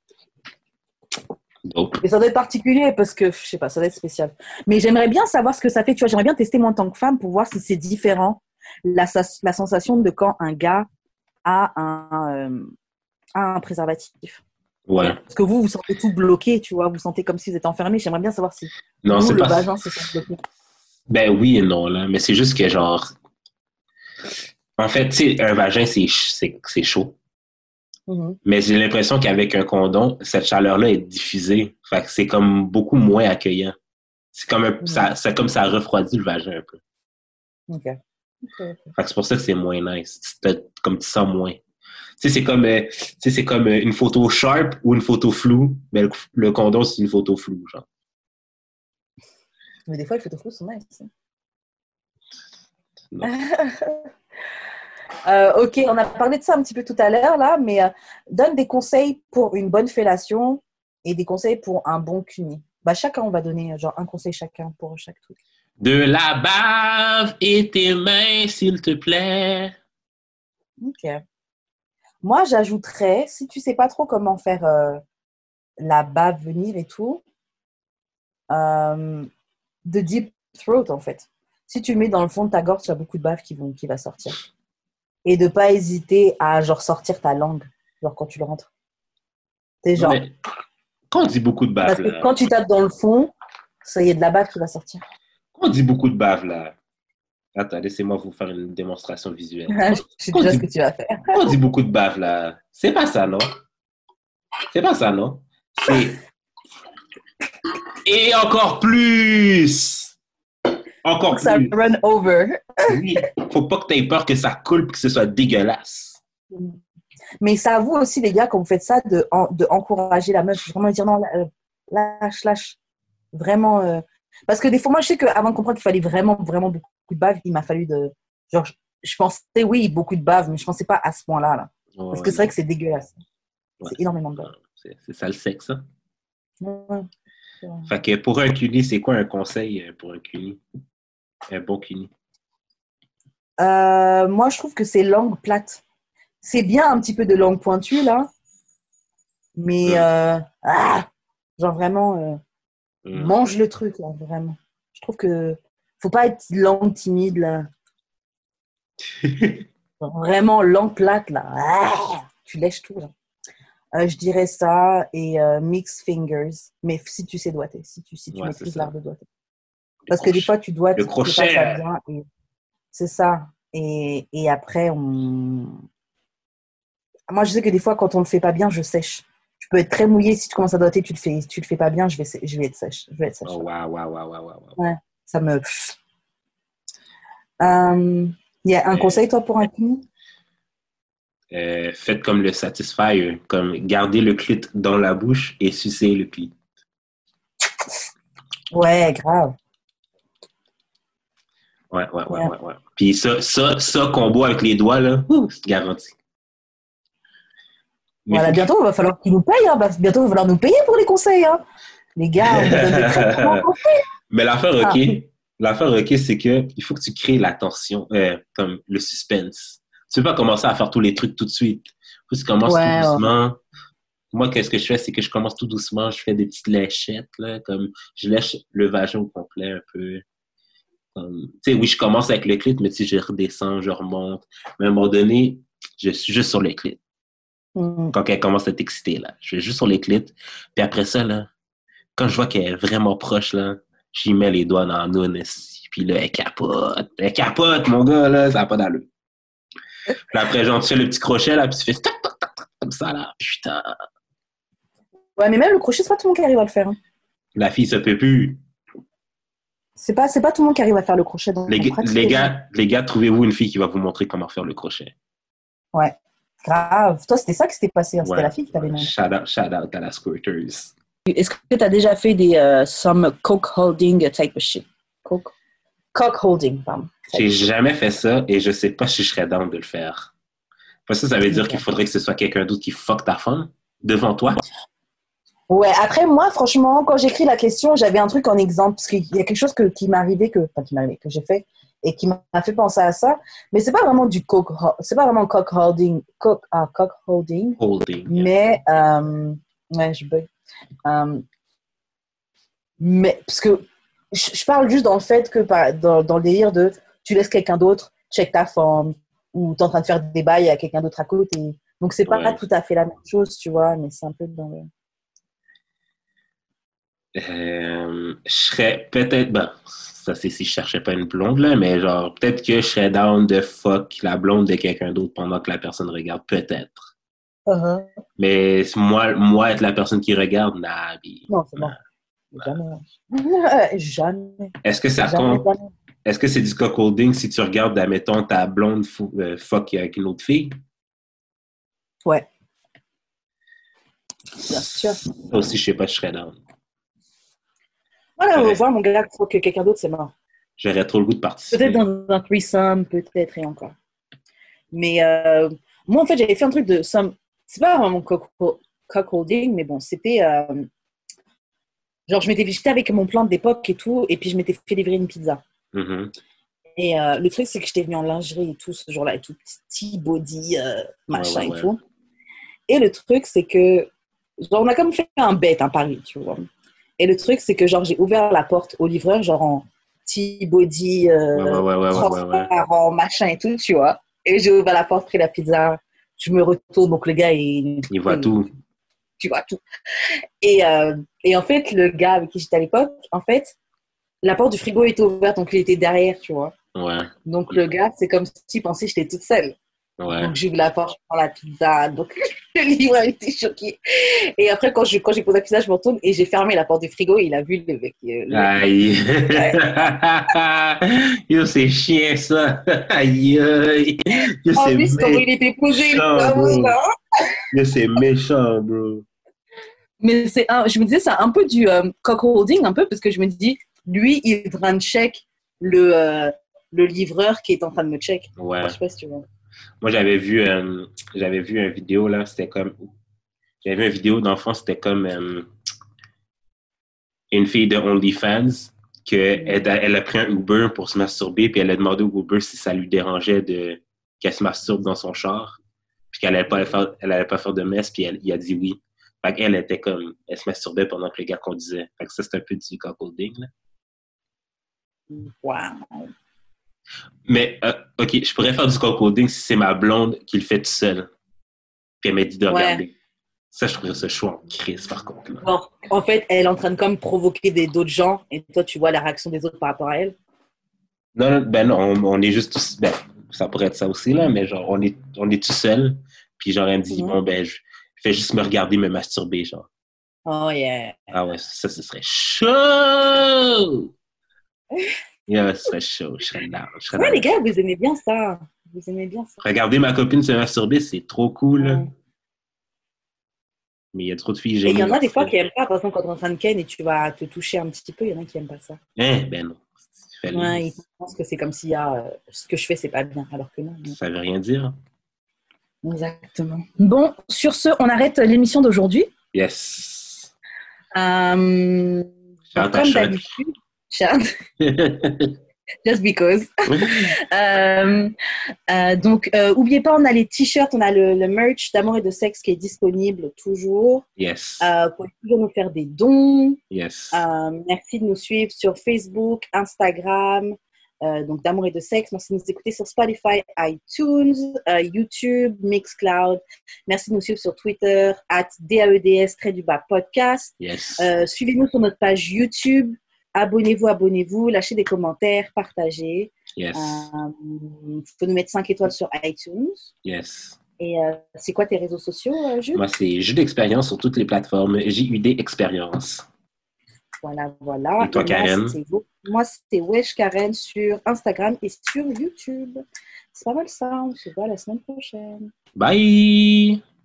Dope. Et ça doit être particulier parce que, je sais pas, ça doit être spécial. Mais j'aimerais bien savoir ce que ça fait. Tu vois, j'aimerais bien tester moi en tant que femme pour voir si c'est différent. La sensation de quand un gars a un préservatif. Ouais. Parce que vous sentez tout bloqué, tu vois. Vous sentez comme si vous êtes enfermé. J'aimerais bien savoir si non, c'est le pas... vagin se sent bloqué. Ben oui et non, là. Mais c'est juste que, genre... En fait, tu sais, un vagin, c'est chaud. Mais j'ai l'impression qu'avec un condom, cette chaleur-là est diffusée. Fait que c'est comme beaucoup moins accueillant. C'est comme comme ça refroidit le vagin un peu. OK. Fait que c'est pour ça que c'est moins nice. Comme tu sens moins. Tu sais, c'est comme une photo sharp ou une photo floue. Mais le condom, c'est une photo floue, genre. Mais des fois, les photos floues sont nice. Ok, on a parlé de ça un petit peu tout à l'heure, là, mais donne des conseils pour une bonne fellation et des conseils pour un bon cuni. Chacun, on va donner genre un conseil chacun pour chaque truc. De la bave et tes mains, s'il te plaît. Ok. Moi, j'ajouterais, si tu sais pas trop comment faire la bave venir et tout, de deep throat, en fait. Si tu le mets dans le fond de ta gorge, tu as beaucoup de bave qui va sortir. Et de pas hésiter à genre sortir ta langue, genre quand tu le rentres. C'est genre. Ouais. Quand on dit beaucoup de bave, Parce que là. quand tu tapes dans le fond, ça y est de la bave qui va sortir. Quand on dit beaucoup de bave, là. Attends, laissez-moi vous faire une démonstration visuelle. Je sais déjà ce que tu vas faire. Quand on dit beaucoup de bave, là, c'est pas ça, non? C'est pas ça, non? C'est... Et encore plus! Encore Ça plus! run over. Oui, faut pas que tu aies peur que ça coule et que ce soit dégueulasse. Mais ça avoue aussi, les gars, quand vous faites ça, de encourager la meuf. Vraiment dire non, lâche. Vraiment. Parce que des fois, moi, je sais qu'avant de comprendre qu'il fallait vraiment, vraiment beaucoup de bave, il m'a fallu de. Genre, je pensais, oui, beaucoup de bave, mais je pensais pas à ce point-là. Là. Parce que c'est vrai que c'est dégueulasse. Ouais, c'est énormément de bave. C'est ça le sexe, hein? Ouais. Fait que pour un cuni, c'est quoi un conseil pour un cuni? Un bon cuni? Moi, je trouve que c'est langue plate. C'est bien un petit peu de langue pointue, là. Mais, genre vraiment, mange le truc, là, vraiment. Je trouve que faut pas être langue timide, là. Vraiment, langue plate, là. Tu lèches tout, là. Je dirais ça et mix fingers. Mais si tu sais doigter, si tu maîtrises l'art de doigter. Parce que des fois, tu dois... Le crochet. Ça bien, et c'est ça. Et après, Moi, je sais que des fois, quand on ne le fait pas bien, je sèche. Tu peux être très mouillé. Si tu commences à doigter, tu le fais pas bien, je vais être sèche. Oh, wow. Ouais, ça me... Il y a un conseil, toi, pour un cuni? Faites comme le Satisfyer, comme garder le clit dans la bouche et sucer le clit. Ouais, grave. Ouais. Puis ça combo avec les doigts, là, c'est garanti. Mais voilà, bientôt, il va falloir qu'ils nous payent. Hein. Bientôt, il va falloir nous payer pour les conseils. Hein. Les gars, on nous donne des très bons conseils. Mais l'affaire, OK, c'est qu'il faut que tu crées la tension, comme le suspense. Tu ne peux pas commencer à faire tous les trucs tout de suite. Il faut que tu commences tout doucement. Ouais. Moi, qu'est-ce que je fais? C'est que je commence tout doucement. Je fais des petites léchettes, là, comme je lèche le vagin au complet un peu. Tu sais, oui, je commence avec le clit, mais tu sais, je redescends, je remonte. Mais à un moment donné, je suis juste sur le clit. Quand elle commence à t'exciter, là. Je vais juste sur les clits. Puis après ça, là, quand je vois qu'elle est vraiment proche, là, j'y mets les doigts dans la noune. Puis là, elle capote. Elle capote, mon gars, là, ça n'a pas d'allure. Puis après, genre, tu fais le petit crochet, là, puis tu fais tac, tac, tac, tac, comme ça, là. Putain. Ouais, mais même le crochet, c'est pas tout le monde qui arrive à le faire. Hein. La fille, ça peut plus. C'est pas tout le monde qui arrive à faire le crochet. Les gars, trouvez-vous une fille qui va vous montrer comment faire le crochet. Ouais. Grave. Toi, c'était ça qui s'était passé. Hein. C'était la fille qui t'avait demandé. Shout out à la Squirters. Est-ce que tu as déjà fait des some cock holding type of shit? Cock holding, pardon. J'ai jamais fait ça et je sais pas si je serais down de le faire. Parce que ça veut dire qu'il faudrait que ce soit quelqu'un d'autre qui fuck ta femme devant toi. Ouais, après, moi, franchement, quand j'écris la question, j'avais un truc en exemple. Parce qu'il y a quelque chose qui m'est arrivé, que j'ai fait et qui m'a fait penser à ça. Mais c'est pas vraiment c'est pas vraiment cock holding. Cock holding. Mais, ouais, je bug. Mais, parce que je parle juste dans le fait que, dans le délire de tu laisses quelqu'un d'autre check ta forme ou t'es en train de faire des bails à quelqu'un d'autre à côté. Donc, c'est pas tout à fait la même chose, tu vois, mais c'est un peu dans le... Je serais peut-être... Ben, ça, c'est si je cherchais pas une blonde, là, mais genre, peut-être que je serais down de fuck la blonde de quelqu'un d'autre pendant que la personne regarde, peut-être. Uh-huh. Mais moi, être la personne qui regarde, non, c'est bon. Jamais. Est-ce que ça compte? Est-ce que c'est du cuckolding si tu regardes, admettons, ta blonde fuck avec une autre fille? Ouais. Bien sûr. Ça aussi, je sais pas, je serais down. Voilà, on va voir, mon gars, il faut que quelqu'un d'autre, c'est mort. J'aurais trop le goût de participer. Peut-être dans un threesome, peut-être, et encore. Mais moi, en fait, j'avais fait un truc de... C'est pas vraiment cuckolding, mais bon, c'était... genre, j'étais avec mon plan d'époque et tout, et puis je m'étais fait livrer une pizza. Mm-hmm. Et le truc, c'est que j'étais venue en lingerie et tout, ce jour-là, et tout petit body, machin et tout. Et le truc, c'est que... Genre, on a comme fait un bet, un pari, tu vois. Et le truc, c'est que genre, j'ai ouvert la porte au livreur, genre en T-body, transparent, machin et tout, tu vois. Et j'ai ouvert la porte, pris la pizza. Je me retourne, donc le gars, Il voit tout. Tu vois tout. Et en fait, le gars avec qui j'étais à l'époque, en fait, la porte du frigo était ouverte, donc il était derrière, tu vois. Ouais. Donc le gars, c'est comme s'il pensait que j'étais toute seule. Ouais. Donc j'ouvre la porte, je prends la pizza. Donc le livreur était choqué. Et après, quand j'ai posé la pizza, je me retourne et j'ai fermé la porte du frigo et il a vu le mec. Aïe. Yo, c'est chiant ça. Aïe. Yo, En c'est plus, comment il était posé, Yo, c'est méchant, bro. Mais je me disais, c'est un peu du cock-holding, un peu, parce que je me dis, lui, il est en train de check le livreur qui est en train de me check. Ouais. Enfin, je sais pas si tu vois. Moi, j'avais vu une vidéo, là, c'était comme... J'avais vu une vidéo d'enfant, c'était comme une fille de OnlyFans, elle a pris un Uber pour se masturber, puis elle a demandé au Uber si ça lui dérangeait qu'elle se masturbe dans son char, puis qu'elle allait pas faire de messe, puis il a dit oui. Fait qu'elle était comme... Elle se masturbait pendant que le gars conduisait. Fait que ça, c'est un peu du cuckolding, là. Wow. Mais, OK, je pourrais faire du cuckolding si c'est ma blonde qui le fait tout seul. Puis elle m'a dit de regarder. Ça, je trouverais ce choix en crise, par contre. Là. Bon, en fait, elle est en train de comme provoquer d'autres gens, et toi, tu vois la réaction des autres par rapport à elle. Non, on est juste tous... Ben, ça pourrait être ça aussi, là, mais genre, on est tout seul. Puis genre, elle me dit, bon, ben, je fais juste me regarder, me masturber, genre. Oh, yeah. Ah ouais, ça, ce serait chaud! Yeah, ce serait chaud. Je serais down. Ouais, les gars, vous aimez bien ça. Vous aimez bien ça. Regarder ma copine se masturber, c'est trop cool. Mais il y a trop de filles gênées. Et il y en a des fois qui n'aiment pas. Par exemple, quand tu es en train de ken et tu vas te toucher un petit peu, il y en a qui n'aiment pas ça. Ben non. Ouais, ils pensent que c'est comme s'il y a ce que je fais, c'est pas bien, alors que non. Ça veut rien dire. Exactement. Bon, sur ce, on arrête l'émission d'aujourd'hui. Yes. Comme d'habitude, just because. Donc, n'oubliez pas, on a les t-shirts, on a le merch d'Amour et de Sexe qui est disponible toujours. Yes. Vous pouvez toujours nous faire des dons. Yes. Merci de nous suivre sur Facebook, Instagram, donc d'Amour et de Sexe. Merci de nous écouter sur Spotify, iTunes, YouTube, Mixcloud. Merci de nous suivre sur Twitter, @DAEDS_podcast. Yes. Suivez-nous sur notre page YouTube. Abonnez-vous, lâchez des commentaires, partagez. Yes. Faut nous mettre 5 étoiles sur iTunes. Yes. Et c'est quoi tes réseaux sociaux, Jules? Moi, c'est Jus d'expérience sur toutes les plateformes. JUD Expérience. Voilà. Et toi, Karen? Moi, c'est Wesh Karen sur Instagram et sur YouTube. C'est pas mal ça. On se voit la semaine prochaine. Bye!